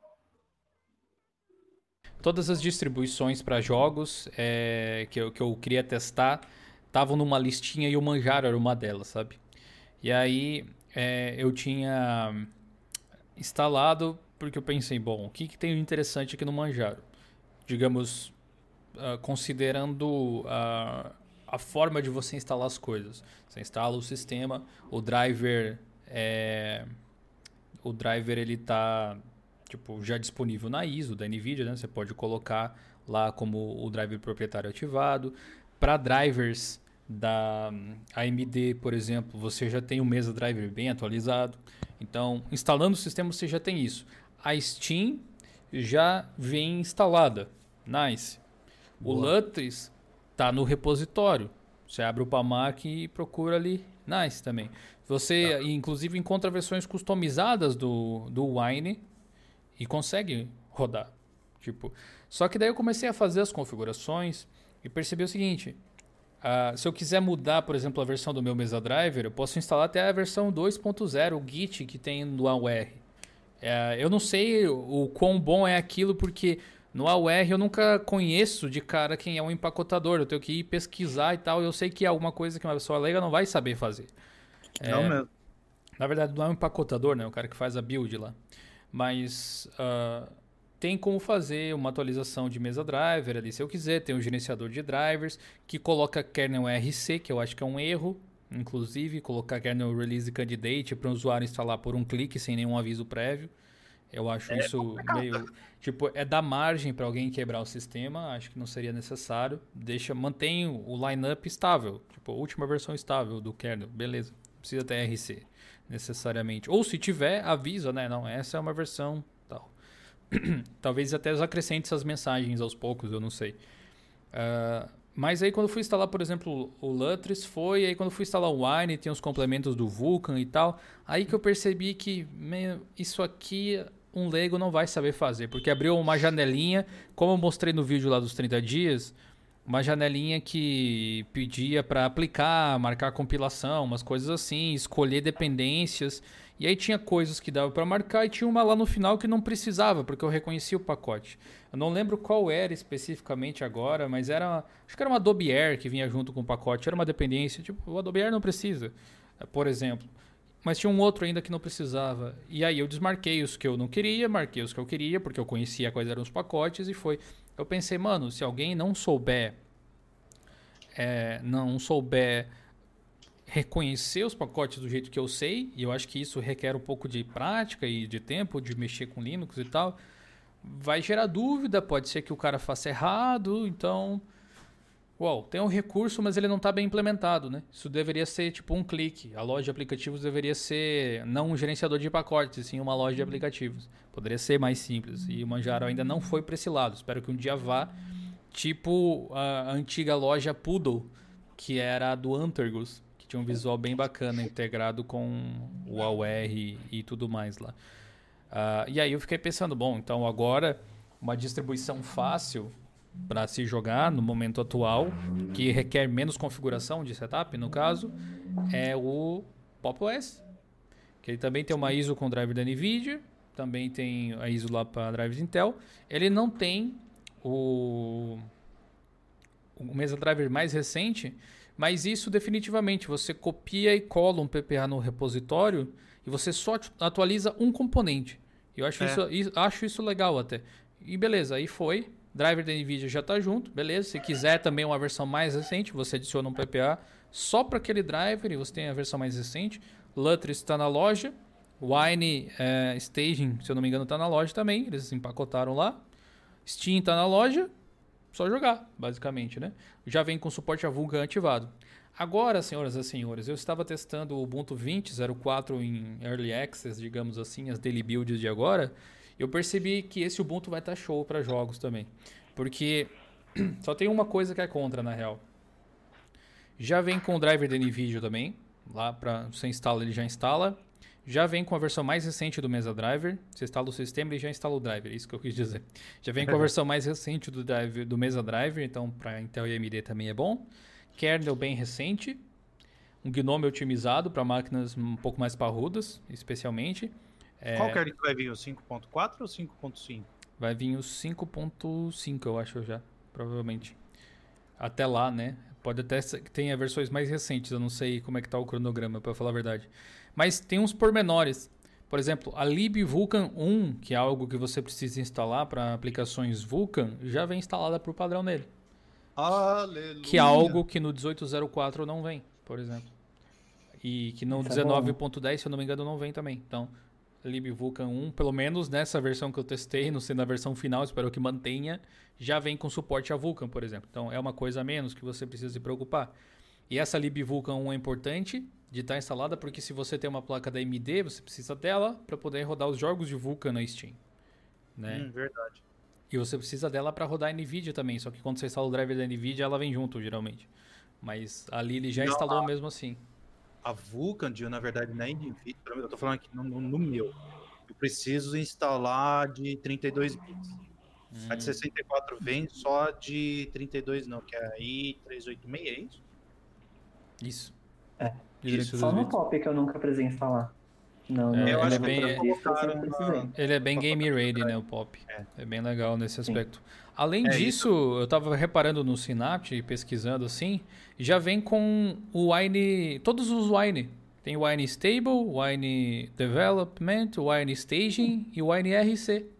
Todas as distribuições para jogos é, que, eu, que eu queria testar estavam numa listinha e o Manjaro era uma delas, sabe? E aí é, eu tinha instalado porque eu pensei, bom, o que, que tem de interessante aqui no Manjaro? Digamos, uh, considerando uh, a forma de você instalar as coisas. Você instala o sistema, o driver é, o driver ele tá tipo já disponível na I S O da NVIDIA, né? Você pode colocar lá como o driver proprietário ativado. Para drivers da A M D, por exemplo, você já tem o Mesa Driver bem atualizado. Então, instalando o sistema, você já tem isso. A Steam já vem instalada. Nice. O Boa. Lutris tá no repositório. Você abre o Pamac e procura ali. Nice também. Você, Tá. inclusive, encontra versões customizadas do, do Wine e consegue rodar. Tipo, só que daí eu comecei a fazer as configurações e percebi o seguinte. Uh, se eu quiser mudar, por exemplo, a versão do meu Mesa Driver, eu posso instalar até a versão dois ponto zero, o Git que tem no A U R. Uh, eu não sei o, o quão bom é aquilo, porque no A U R eu nunca conheço de cara quem é um empacotador. Eu tenho que ir pesquisar e tal. Eu sei que é alguma coisa que uma pessoa leiga não vai saber fazer. Não É, mesmo. na verdade, não é um empacotador, né? O cara que faz a build lá. Mas uh, tem como fazer uma atualização de mesa driver ali, se eu quiser. Tem um gerenciador de drivers que coloca kernel R C, que eu acho que é um erro. Inclusive, colocar kernel release candidate para o usuário instalar por um clique sem nenhum aviso prévio. Eu acho é isso complicado. meio... Tipo, é dar margem para alguém quebrar o sistema. Acho que não seria necessário. Deixa, mantém o lineup estável. Tipo, a última versão estável do kernel. Beleza. Não precisa ter R C, necessariamente. Ou se tiver, avisa, né? Não, essa é uma versão tal. Talvez até acrescente essas mensagens aos poucos, eu não sei. Uh, mas aí quando fui instalar, por exemplo, o Lutris, foi... Aí quando fui instalar o Wine, tem os complementos do Vulkan e tal. Aí que eu percebi que meu, isso aqui... um leigo não vai saber fazer, porque abriu uma janelinha, como eu mostrei no vídeo lá dos trinta dias, uma janelinha que pedia para aplicar, marcar compilação, umas coisas assim, escolher dependências, e aí tinha coisas que dava para marcar e tinha uma lá no final que não precisava, porque eu reconhecia o pacote. Eu não lembro qual era especificamente agora, mas era, acho que era uma Adobe Air que vinha junto com o pacote, era uma dependência, tipo, o Adobe Air não precisa, por exemplo. Mas tinha um outro ainda que não precisava. E aí eu desmarquei os que eu não queria, marquei os que eu queria, porque eu conhecia quais eram os pacotes e foi. Eu pensei, mano, se alguém não souber, é, não souber reconhecer os pacotes do jeito que eu sei, e eu acho que isso requer um pouco de prática e de tempo, de mexer com Linux e tal, vai gerar dúvida, pode ser que o cara faça errado, então... Uau, tem um recurso, mas ele não está bem implementado, né? Isso deveria ser tipo um clique. A loja de aplicativos deveria ser não um gerenciador de pacotes, sim uma loja de aplicativos. Poderia ser mais simples. E o Manjaro ainda não foi para esse lado. Espero que um dia vá, tipo a antiga loja Poodle, que era a do Antergos, que tinha um visual bem bacana, integrado com o A U R e tudo mais lá. Uh, e aí eu fiquei pensando, bom, então agora uma distribuição fácil para se jogar no momento atual, que requer menos configuração de setup, no caso, é o PopOS, que ele também tem uma I S O com driver da NVIDIA, também tem a I S O lá para drivers Intel. Ele não tem o, o Mesa Driver mais recente, mas isso definitivamente, você copia e cola um P P A no repositório e você só atualiza um componente. Eu acho, é. isso, acho isso legal até. E beleza, aí foi... Driver da NVIDIA já está junto, beleza. Se quiser também uma versão mais recente, você adiciona um P P A só para aquele driver e você tem a versão mais recente. Lutris está na loja. Wine é, Staging, se eu não me engano, está na loja também. Eles empacotaram lá. Steam está na loja. Só jogar, basicamente, né? Já vem com suporte a Vulkan ativado. Agora, senhoras e senhores, eu estava testando o Ubuntu vinte ponto zero quatro em Early Access, digamos assim, as daily builds de agora. Eu percebi que esse Ubuntu vai estar show para jogos também. Porque só tem uma coisa que é contra, na real. Já vem com o driver da NVIDIA também. Lá para você instala, ele já instala. Já vem com a versão mais recente do Mesa Driver. Você instala o sistema, ele já instala o driver. É isso que eu quis dizer. Já vem com a versão mais recente do, driver, do Mesa Driver. Então, para Intel e A M D também é bom. Kernel bem recente. Um Gnome otimizado para máquinas um pouco mais parrudas, especialmente. Qual que é que vai vir? O cinco ponto quatro ou cinco ponto cinco? Vai vir o cinco ponto cinco, eu acho já, provavelmente. Até lá, né? Pode até que tenha versões mais recentes, eu não sei como é que tá o cronograma, para falar a verdade. Mas tem uns pormenores. Por exemplo, a Lib Vulkan um, que é algo que você precisa instalar para aplicações Vulkan, já vem instalada por padrão nele. Aleluia! Que é algo que no dezoito ponto zero quatro não vem, por exemplo. E que no dezenove ponto dez, se eu não me engano, não vem também. Então... Lib Vulkan um, pelo menos nessa versão que eu testei, não sei na versão final, espero que mantenha, já vem com suporte a Vulkan, por exemplo. Então é uma coisa a menos que você precisa se preocupar. E essa Lib Vulkan um é importante de estar instalada, porque se você tem uma placa da A M D, você precisa dela para poder rodar os jogos de Vulkan na Steam. Né? Hum, verdade. E você precisa dela para rodar a NVIDIA também, só que quando você instala o driver da NVIDIA, ela vem junto, geralmente. Mas ali ele já não, instalou a... mesmo assim. A Vulkan, na verdade, na NVIDIA, eu tô falando aqui no, no, no meu, eu preciso instalar de trinta e dois bits. Hum. A de sessenta e quatro vem só de trinta e dois não, que é a i trezentos e oitenta e seis, é isso? Isso. É, isso. Só no Pop que eu nunca precisei instalar. Não, é, não, ele, é bem, uma... ele é bem game ready, né, o Pop. É, é bem legal nesse aspecto. Sim. Além é disso, isso. eu tava reparando no Synapse, pesquisando assim, já vem com o Wine, todos os Wine. Tem o Wine Stable, o Wine Development, o Wine Staging e o Wine R C.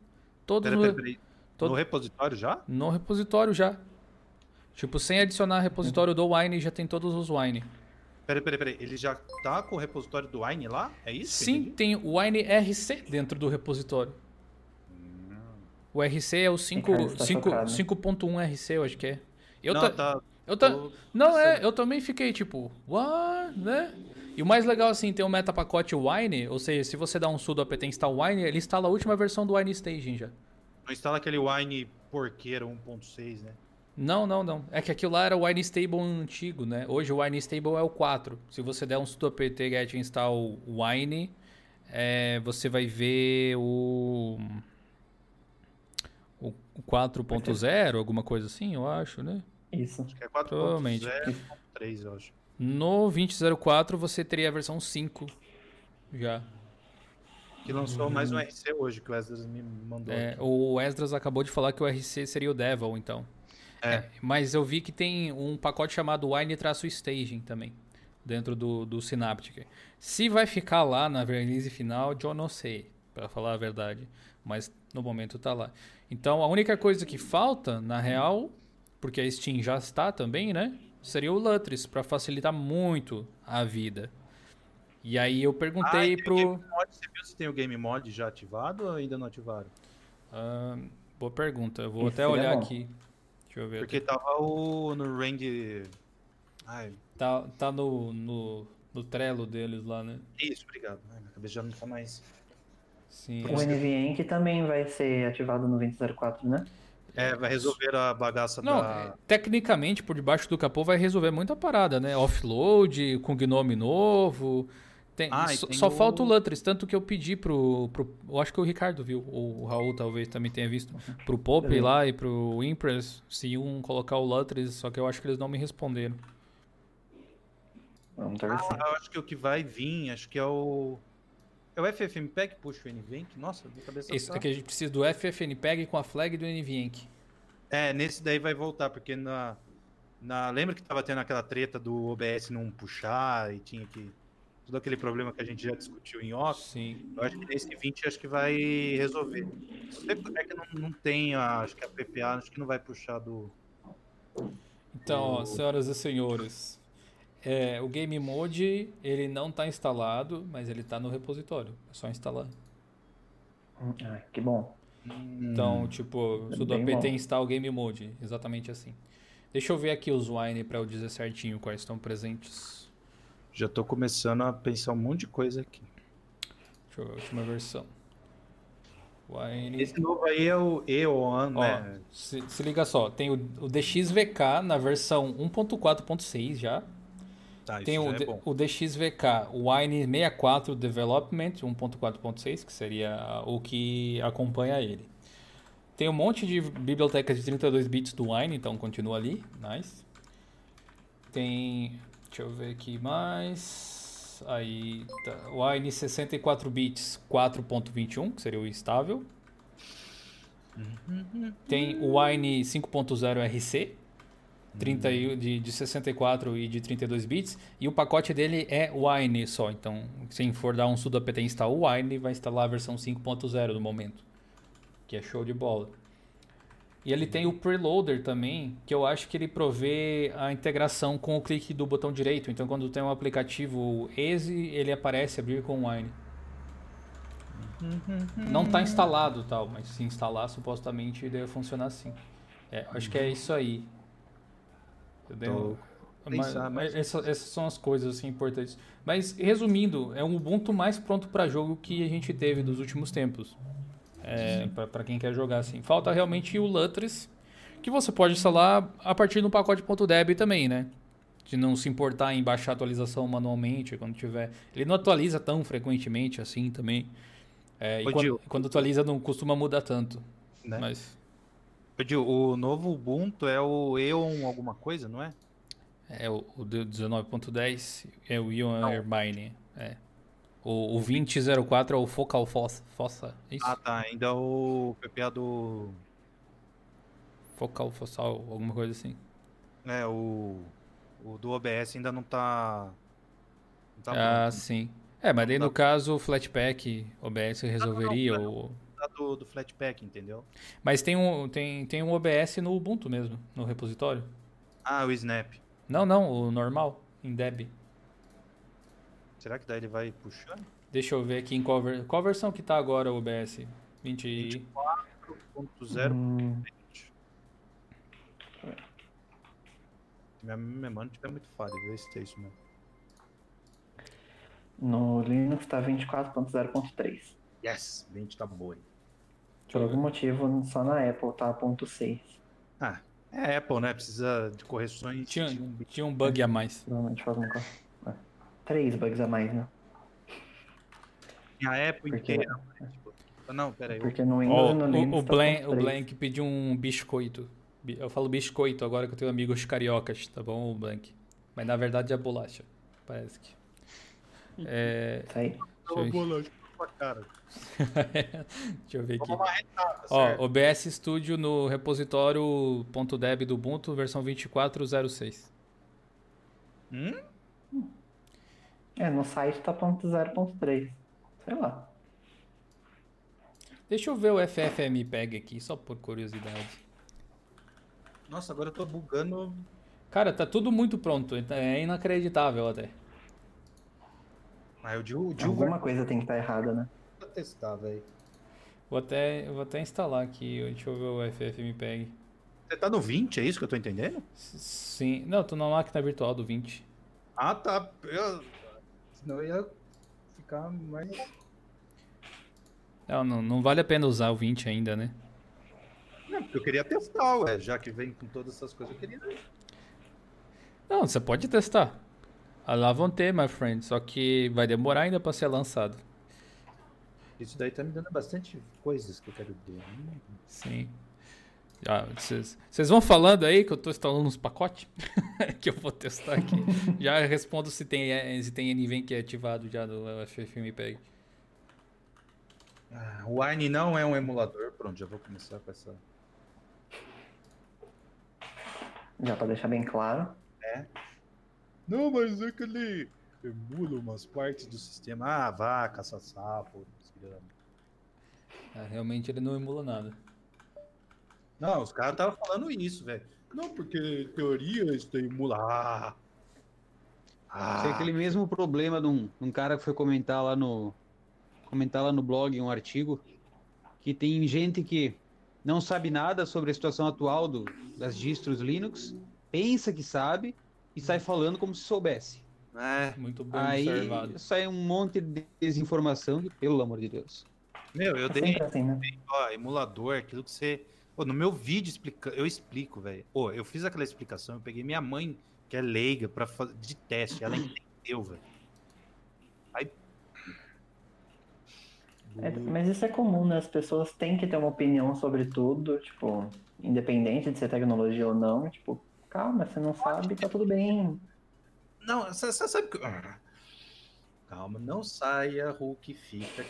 Todos Pera, no, pera, pera. todo- No repositório já? no repositório já. Tipo, sem adicionar repositório do Wine, já tem todos os Wine. Peraí, peraí, peraí. Ele já tá com o repositório do Wine lá? É isso? que eu Sim, entendi? tem o Wine R C dentro do repositório. O R C é o cinco Ricardo tá chocado. cinco ponto um R C, eu acho que é. Eu Não, ta- tá. eu ta- tô- Não, é, eu também fiquei tipo, what, né? E o mais legal, assim, tem o metapacote Wine, ou seja, se você dá um sudo apt install Wine, ele instala a última versão do Wine Staging já. Não instala aquele Wine porqueiro um ponto seis, né? Não, não, não. É que aquilo lá era o Wine Stable antigo, né? Hoje o Wine Stable é o quatro. Se você der um sudo apt get install Wine, é, você vai ver o... O quatro ponto zero, alguma coisa assim, eu acho, né? Isso. Acho que é quatro ponto Provavelmente. zero ponto três, eu acho. No vinte zero quatro você teria a versão cinco já. Que lançou mais um R C hoje, que o Esdras me mandou. É, aqui. o Esdras acabou de falar que o R C seria o Devil, então. É. É, mas eu vi que tem um pacote chamado Wine-Staging também, dentro do, do Synaptic. Se vai ficar lá na release final, eu não sei, para falar a verdade. Mas no momento tá lá. Então a única coisa que falta, na real, porque a Steam já está também, né? Seria o Lutris, para facilitar muito a vida. E aí eu perguntei Ah, e tem o pro... Game Mod, você viu se tem o Game Mod já ativado ou ainda não ativaram? Ah, boa pergunta, eu vou Isso até seria olhar bom. aqui. Deixa eu ver. Porque tava o no Range. Ai, Tá, tá no, no, no Trello deles lá, né? isso, obrigado. Ai, minha cabeça já não tá mais. Sim. O N V Enc também vai ser ativado no vinte zero quatro, né? É, vai resolver a bagaça Não, da. é, tecnicamente, por debaixo do capô vai resolver muita parada, né? Offload, com gnome novo. Tem, Ah, e só, tem só o- falta o Lutris, tanto que eu pedi pro, pro. Eu acho que o Ricardo viu, ou o Raul talvez também tenha visto. Pro Pop Eu vi. lá e pro Impress, se iam colocar o Lutris, só que eu acho que eles não me responderam. Vamos torcer. Ah, eu acho que o que vai vir, acho que é o. É o F F M P E G que puxa o N V Enc? Nossa, minha cabeça Isso tá... aqui a gente precisa do F F N P E G com a flag do N V Enc. É, nesse daí vai voltar, porque na. na... Lembra que tava tendo aquela treta do O B S não puxar e tinha que. Todo aquele problema que a gente já discutiu em off. Sim. Eu acho que nesse vinte acho que vai resolver. Não sei porque é que não, não tem, a, acho que a P P A acho que não vai puxar do. Então, ó, senhoras e senhores, é, o Game Mode ele não está instalado, mas ele está no repositório. É só instalar. Ah, que bom. Então, tipo, É sudo bem apt bom. install Game Mode, exatamente assim. Deixa eu ver aqui os Wine para eu dizer certinho quais estão presentes. Já tô começando a pensar um monte de coisa aqui. Deixa eu ver a última versão. Wine. Esse novo aí é o E O A N, Ó, né? se, se liga só, tem o, o D X V K na versão um ponto quatro ponto seis já. Tá, isso Tem já o, é D- bom. o D X V K, o Wine sessenta e quatro Development um ponto quatro ponto seis, que seria o que acompanha ele. Tem um monte de bibliotecas de trinta e dois bits do Wine, então continua ali, nice. Tem, deixa eu ver aqui mais. Aí, tá, Wine sessenta e quatro bits quatro ponto vinte e um, que seria o estável. Tem o Wine cinco ponto zero R C, trinta e- de, de sessenta e quatro e de trinta e dois bits, e o pacote dele é Wine só. Então, se for dar um sudo apt install Wine, vai instalar a versão cinco ponto zero no momento, que é show de bola. E ele tem o preloader também, que eu acho que ele provê a integração com o clique do botão direito. Então, quando tem um aplicativo Easy, ele aparece abrir com Wine. Não está instalado tal, mas se instalar, supostamente deve funcionar assim. É, acho que é isso aí. Eu dei um- Tô pensar, mas- mas- essa- essas são as coisas assim, importantes. Mas, resumindo, é um Ubuntu mais pronto para jogo que a gente teve dos últimos tempos. É, para quem quer jogar assim. Falta realmente o Lutris, que você pode instalar a partir do pacote .deb também, né? De não se importar em baixar a atualização manualmente quando tiver. Ele não atualiza tão frequentemente assim também. É, e Ô, quando, Gil. quando atualiza não costuma mudar tanto. Né? Mas Ô, Gil, o novo Ubuntu é o E O N alguma coisa, não é? é o, o dezenove ponto dez é o Ion Não. Airmine. É. O, o vinte zero quatro é o Focal Fossa. Fossa é isso? Ah, tá. Ainda o P P A do. Focal Fossal, alguma coisa assim. É, o. O do O B S ainda não tá. Não tá Ah, pronto. sim. É, mas daí Não no caso o Flatpak O B S resolveria não, ou... Tá do, do Flatpak, entendeu? Mas tem um, tem, tem um O B S no Ubuntu mesmo, no repositório. Ah, o Snap. Não, não, o normal, em Deb. Será que daí ele vai puxando? Deixa eu ver aqui em qual, ver... qual versão que tá agora o O B S? vinte... vinte e quatro ponto zero. Hum, Minha memória não tiver muito falha, vê se tem isso mesmo. no Linux tá vinte e quatro ponto zero ponto três. Yes, vinte tá boa. Hein? Por algum motivo, só na Apple tá ponto seis. Ah, é Apple, né? Precisa de correções. Tinha, de um- tinha um bug a mais. Provavelmente faz alguma coisa. É. Três bugs a mais, né? A Apple Porque- inteira. Tipo, não, peraí. Porque no Ó, Windows e no o, Linux o, tá Blank, ponto o três. Blank pediu um biscoito. Bi- Eu falo biscoito agora que eu tenho amigos cariocas, tá bom, o Blank? Mas na verdade é bolacha, parece que. É, Isso aí. deixa eu ver- bolacha pra cara. deixa eu ver aqui. Vamos marretar, tá Ó, certo? O B S Studio no repositório .deb do Ubuntu, versão vinte e quatro zero seis. Hum? É, no site tá ponto zero ponto três. Sei lá. Deixa eu ver o FFmpeg aqui, só por curiosidade. Nossa, agora eu tô bugando. Cara, tá tudo muito pronto, é inacreditável até. Ah, o Dil, o Dil Alguma coisa tem que estar errada, né? vai testar, velho. Vou até, eu vou até instalar aqui, deixa eu ver o FFmpeg. Você tá no vinte, é isso que eu tô entendendo? S- Sim, não, tô na máquina virtual do vinte. Ah, tá. Eu... Senão eu ia ficar mais. Não, não, não vale a pena usar o vinte ainda, né? Não, porque eu queria testar, ué. Já que vem com todas essas coisas, eu queria. Não, você pode testar. Lá vão ter, my friend, só que vai demorar ainda pra ser lançado. Isso daí tá me dando bastante coisas que eu quero ver. Hum. Sim. Vocês vão falando aí que eu tô instalando uns pacotes que eu vou testar aqui. Já respondo se tem, eh, se tem NVENC ativado já no FFmpeg. Ah, o Wine não é um emulador. Pronto, já vou começar com essa. Já pra deixar bem claro. Não, mas é que ele emula umas partes do sistema. Ah, vá, caça sapo. Ah, realmente ele não emula nada. Não, os caras estavam falando isso, velho. Não, porque em teoria isso daí emula. Ah, ah. Tem aquele mesmo problema de um, de um cara que foi comentar lá no comentar lá no blog um artigo que tem gente que não sabe nada sobre a situação atual do, das distros Linux, pensa que sabe e sai falando como se soubesse. É, Muito bem Aí observado. sai um monte de desinformação que, pelo amor de Deus. meu, eu É dei sempre assim, né? ó, emulador, aquilo que você. Pô, no meu vídeo explica... eu explico, velho. Pô, eu fiz aquela explicação, eu peguei minha mãe, que é leiga, pra fazer de teste, ela entendeu, velho. Aí. É, mas isso é comum, né? As pessoas têm que ter uma opinião sobre tudo, tipo, independente de ser tecnologia ou não. Tipo, calma, você não sabe, tá tudo bem. Não, você sabe que. Ah, calma, não saia, Hulk, fica.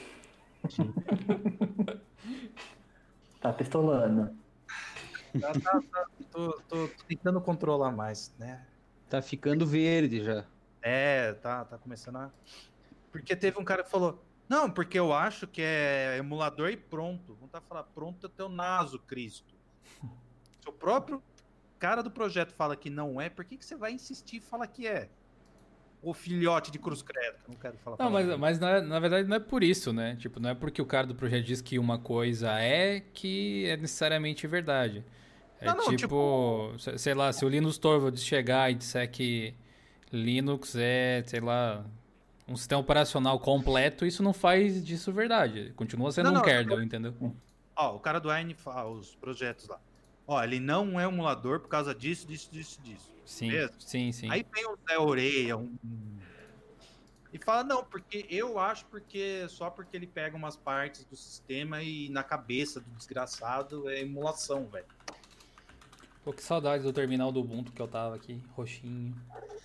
Tá pistolando. Tá, tá, tá, tô, tô- tô tentando controlar mais, né? Tá ficando verde já. É, tá, tá começando a. Porque teve um cara que falou. Não, porque eu acho que é emulador e pronto. Vamos tá falar, pronto é teu naso, Cristo. Se o próprio cara do projeto fala que não é, por que, que você vai insistir e falar que é? O filhote de cruz credo, que eu não quero falar. Não, mas, palavrão. mas na, na verdade não é por isso, né? Tipo, não é porque o cara do projeto diz que uma coisa é que é necessariamente verdade. É Não, não, tipo, se- sei lá, se o Linus Torvalds chegar e disser que Linux é, sei lá, um sistema operacional completo, isso não faz disso verdade. Continua sendo Não, um não, kernel, entendeu? Ó, o cara do Wine fala, os projetos lá. Ó, ele não é emulador por causa disso, disso, disso, disso. Sim, Beleza? sim, sim. Aí vem o Zé Orelha, um... e fala, não, porque eu acho porque só porque ele pega umas partes do sistema e na cabeça do desgraçado é emulação, velho. Pô, que saudade do terminal do Ubuntu que eu tava aqui, roxinho.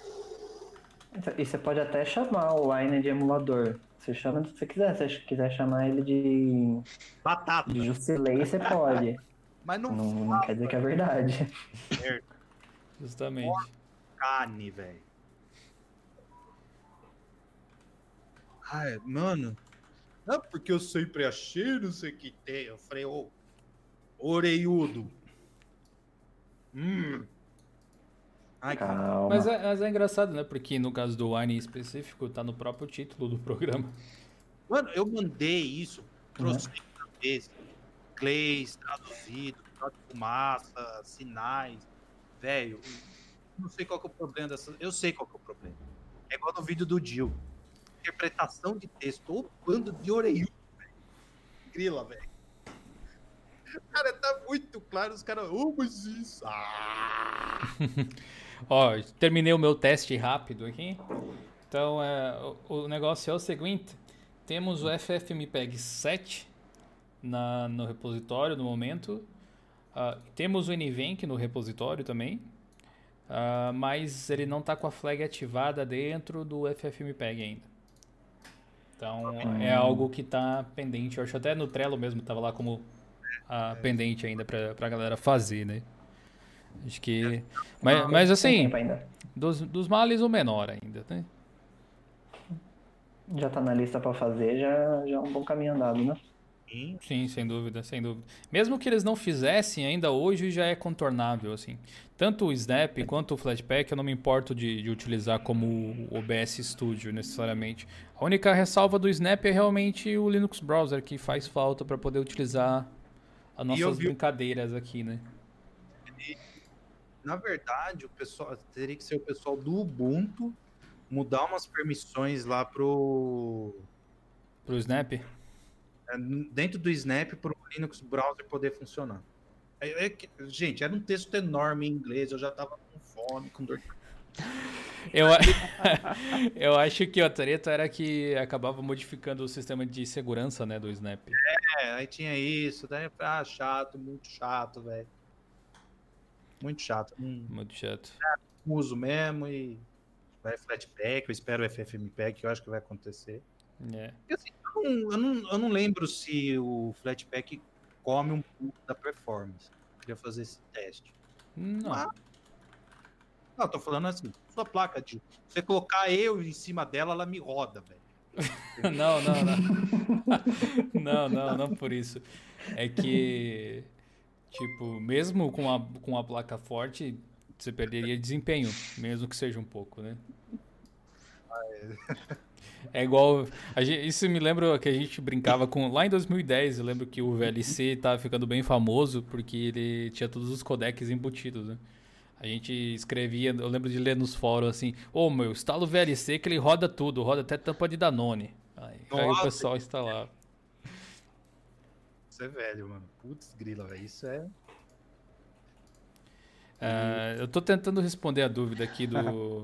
E você pode até chamar o Wine de emulador. Você chama do que você quiser. Se você quiser chamar ele de, Batata. de Jusilei, você pode. Mas não, Não, não quer dizer que é verdade. Justamente. carne, velho. Ai, mano. Não, porque eu sempre achei, não sei o que tem. Eu falei, ô, oreiudo. Hum. Ai, Calma. Mas é, mas é engraçado, né? Porque no caso do Wine em específico, tá no próprio título do programa. Mano, eu mandei isso Uhum. trocentas vezes. Inglês, traduzido, sinal de fumaça, sinais. Velho, não sei qual que é o problema dessa. Eu sei qual que é o problema. É igual no vídeo do Dil. Interpretação de texto, ou bando de orelhudo, velho. Grila, velho. Cara, tá muito claro, os caras. Oh, mas isso. Ah! Ó, terminei o meu teste rápido aqui. Então, é, o, o negócio é o seguinte. Temos o F F mpeg sete na, no repositório no momento. Uh, temos o Nvenc no repositório também. Uh, mas ele não está com a flag ativada dentro do F F mpeg ainda. Então, Hum. é algo que está pendente. Eu acho até no Trello mesmo, estava lá como uh, pendente ainda para a galera fazer, né? Acho que... Mas, mas Tem assim, tempo ainda. dos, dos males o menor ainda, né? Já tá na lista pra fazer, já, já é um bom caminho andado, né? Sim. Sim, sem dúvida, sem dúvida. Mesmo que eles não fizessem, ainda hoje já é contornável, assim. Tanto o Snap quanto o Flatpak eu não me importo de, de utilizar como o O B S Studio, necessariamente. A única ressalva do Snap é realmente o Linux Browser, que faz falta para poder utilizar as E eu nossas vi- brincadeiras aqui, né? Na verdade, o pessoal teria que ser o pessoal do Ubuntu mudar umas permissões lá pro. Pro Snap. é, dentro do Snap para o Linux Browser poder funcionar. É- é que- gente, era um texto enorme em inglês, eu já tava com fome, com dor de Eu, a- eu acho que a treta era que acabava modificando o sistema de segurança, né, do Snap. É, aí tinha isso, daí, ah, chato, muito chato, velho. Muito chato. Não, Muito chato. não uso mesmo e vai Flatpak, eu espero o F F mpeg, que eu acho que vai acontecer. É. Porque, assim, eu, não, eu, não, eu não lembro se o Flatpak come um pouco da performance. Eu queria fazer esse teste. Não. Mas, não, eu tô falando assim, sua placa de. Se você colocar eu em cima dela, ela me roda, velho. Não, não, não. Não, não, não por isso. É que, tipo, mesmo com a, com a placa forte, você perderia desempenho, mesmo que seja um pouco, né? É igual. A gente, isso me lembra que a gente brincava com. Lá em dois mil e dez, eu lembro que o V L C tava ficando bem famoso porque ele tinha todos os codecs embutidos, né? A gente escrevia, eu lembro de ler nos fóruns assim: Ô oh, meu, instala o V L C que ele roda tudo, roda até tampa de Danone. Aí, aí o Nossa. pessoal instalava. Isso é velho, mano. Putz, grila, velho. Isso é. Ah, eu tô tentando responder a dúvida aqui do.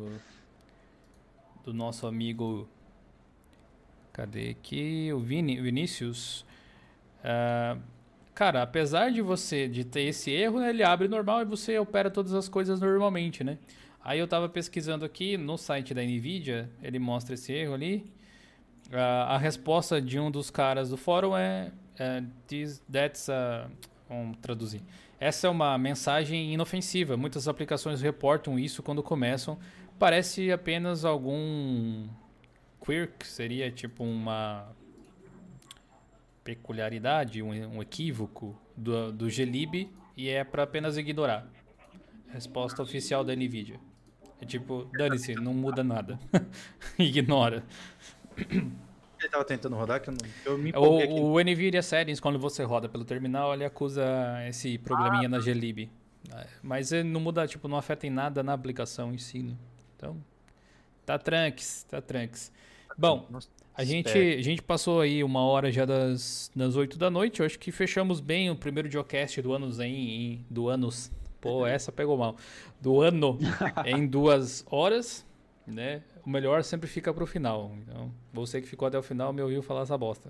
do nosso amigo. Cadê aqui? O Vini, Vinícius. Ah, cara, apesar de você de ter esse erro, né, ele abre normal e você opera todas as coisas normalmente, né? Aí eu tava pesquisando aqui no site da Nvidia, ele mostra esse erro ali. Ah, a resposta de um dos caras do fórum é, é this, that's a, vamos traduzir. Essa é uma mensagem inofensiva. Muitas aplicações reportam isso quando começam. Parece apenas algum quirk, seria tipo uma peculiaridade, um, um equívoco do, do glib e é para apenas ignorar. Resposta oficial da Nvidia. É tipo, dane-se, não muda nada. Ignora. Ele tava tentando rodar, que eu, não, eu me empolguei aqui. O, o Nvidia Settings, quando você roda pelo terminal, ele acusa esse probleminha ah, na glib. Mas ele não muda, tipo, não afeta em nada na aplicação em si, né? Então, tá tranques, tá tranques. Bom, a gente, a gente passou aí uma hora já das, das oito da noite. Eu acho que fechamos bem o primeiro Geocast do ano em, em do anos. Pô, essa pegou mal. Do ano em duas horas, né? O melhor sempre fica pro final. Então, você que ficou até o final me ouviu falar essa bosta.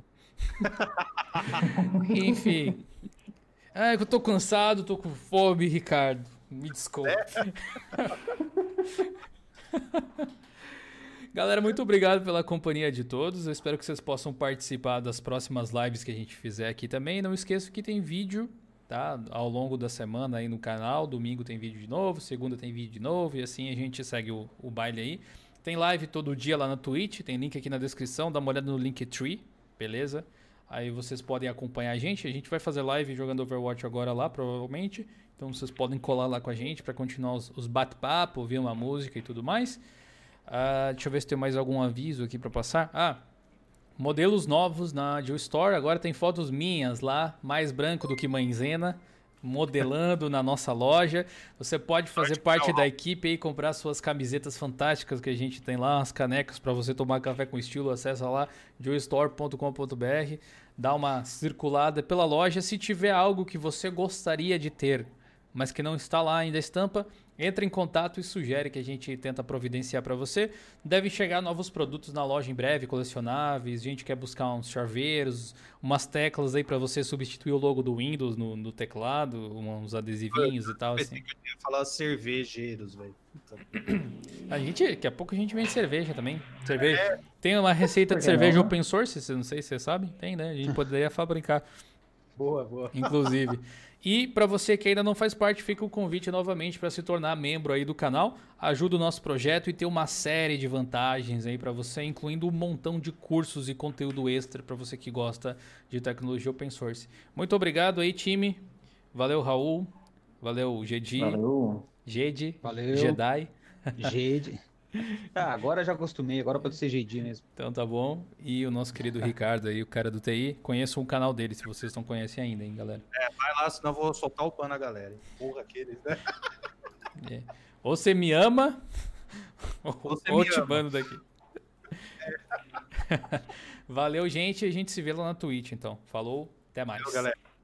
Enfim. Ah, eu tô cansado, tô com fome, Ricardo. Me desculpe. É? Galera, muito obrigado pela companhia de todos. Eu espero que vocês possam participar das próximas lives que a gente fizer aqui também. Não esqueça que tem vídeo, tá? Ao longo da semana aí no canal. Domingo tem vídeo de novo, segunda tem vídeo de novo. E assim a gente segue o, o baile aí. Tem live todo dia lá na Twitch. Tem link aqui na descrição. Dá uma olhada no Linktree, beleza? Aí vocês podem acompanhar a gente. A gente vai fazer live jogando Overwatch agora lá, provavelmente. Então vocês podem colar lá com a gente para continuar os, os bate-papo, ouvir uma música e tudo mais. Uh, deixa eu ver se tem mais algum aviso aqui para passar. Ah, modelos novos na Jill Store. Agora tem fotos minhas lá, mais branco do que maisena, modelando na nossa loja. Você pode fazer parte da equipe e comprar suas camisetas fantásticas que a gente tem lá, as canecas para você tomar café com estilo. Acessa lá jill store ponto com ponto b r, dá uma circulada pela loja. Se tiver algo que você gostaria de ter, mas que não está lá ainda a estampa, entra em contato e sugere que a gente tenta providenciar para você. Devem chegar novos produtos na loja em breve, colecionáveis. A gente quer buscar uns chaveiros, umas teclas aí para você substituir o logo do Windows no, no teclado, uns adesivinhos e tal. Assim. Eu ia falar cervejeiros, velho. A gente, daqui a pouco a gente vende cerveja também. Cerveja. É. Tem uma receita de cerveja open source, não sei se você sabe. Tem, né? A gente poderia fabricar. Boa, boa. Inclusive. E para você que ainda não faz parte, fica o convite novamente para se tornar membro aí do canal, ajuda o nosso projeto e ter uma série de vantagens aí para você, incluindo um montão de cursos e conteúdo extra para você que gosta de tecnologia open source. Muito obrigado aí, time. Valeu, Raul. Valeu, Gedi. Valeu. Gedi. Valeu. Jedi. Gedi. Ah, agora já acostumei, agora pode ser G D mesmo. Então tá bom. E o nosso querido Ricardo aí, o cara do T I, conheçam o canal dele, se vocês não conhecem ainda, hein, galera. É, vai lá, senão eu vou soltar o pano na galera. Hein? Porra, aqueles, né? É. Ou você me ama, ou, ou me te ama. bando daqui. É. Valeu, gente. A gente se vê lá na Twitch, então. Falou, até mais. Valeu, galera.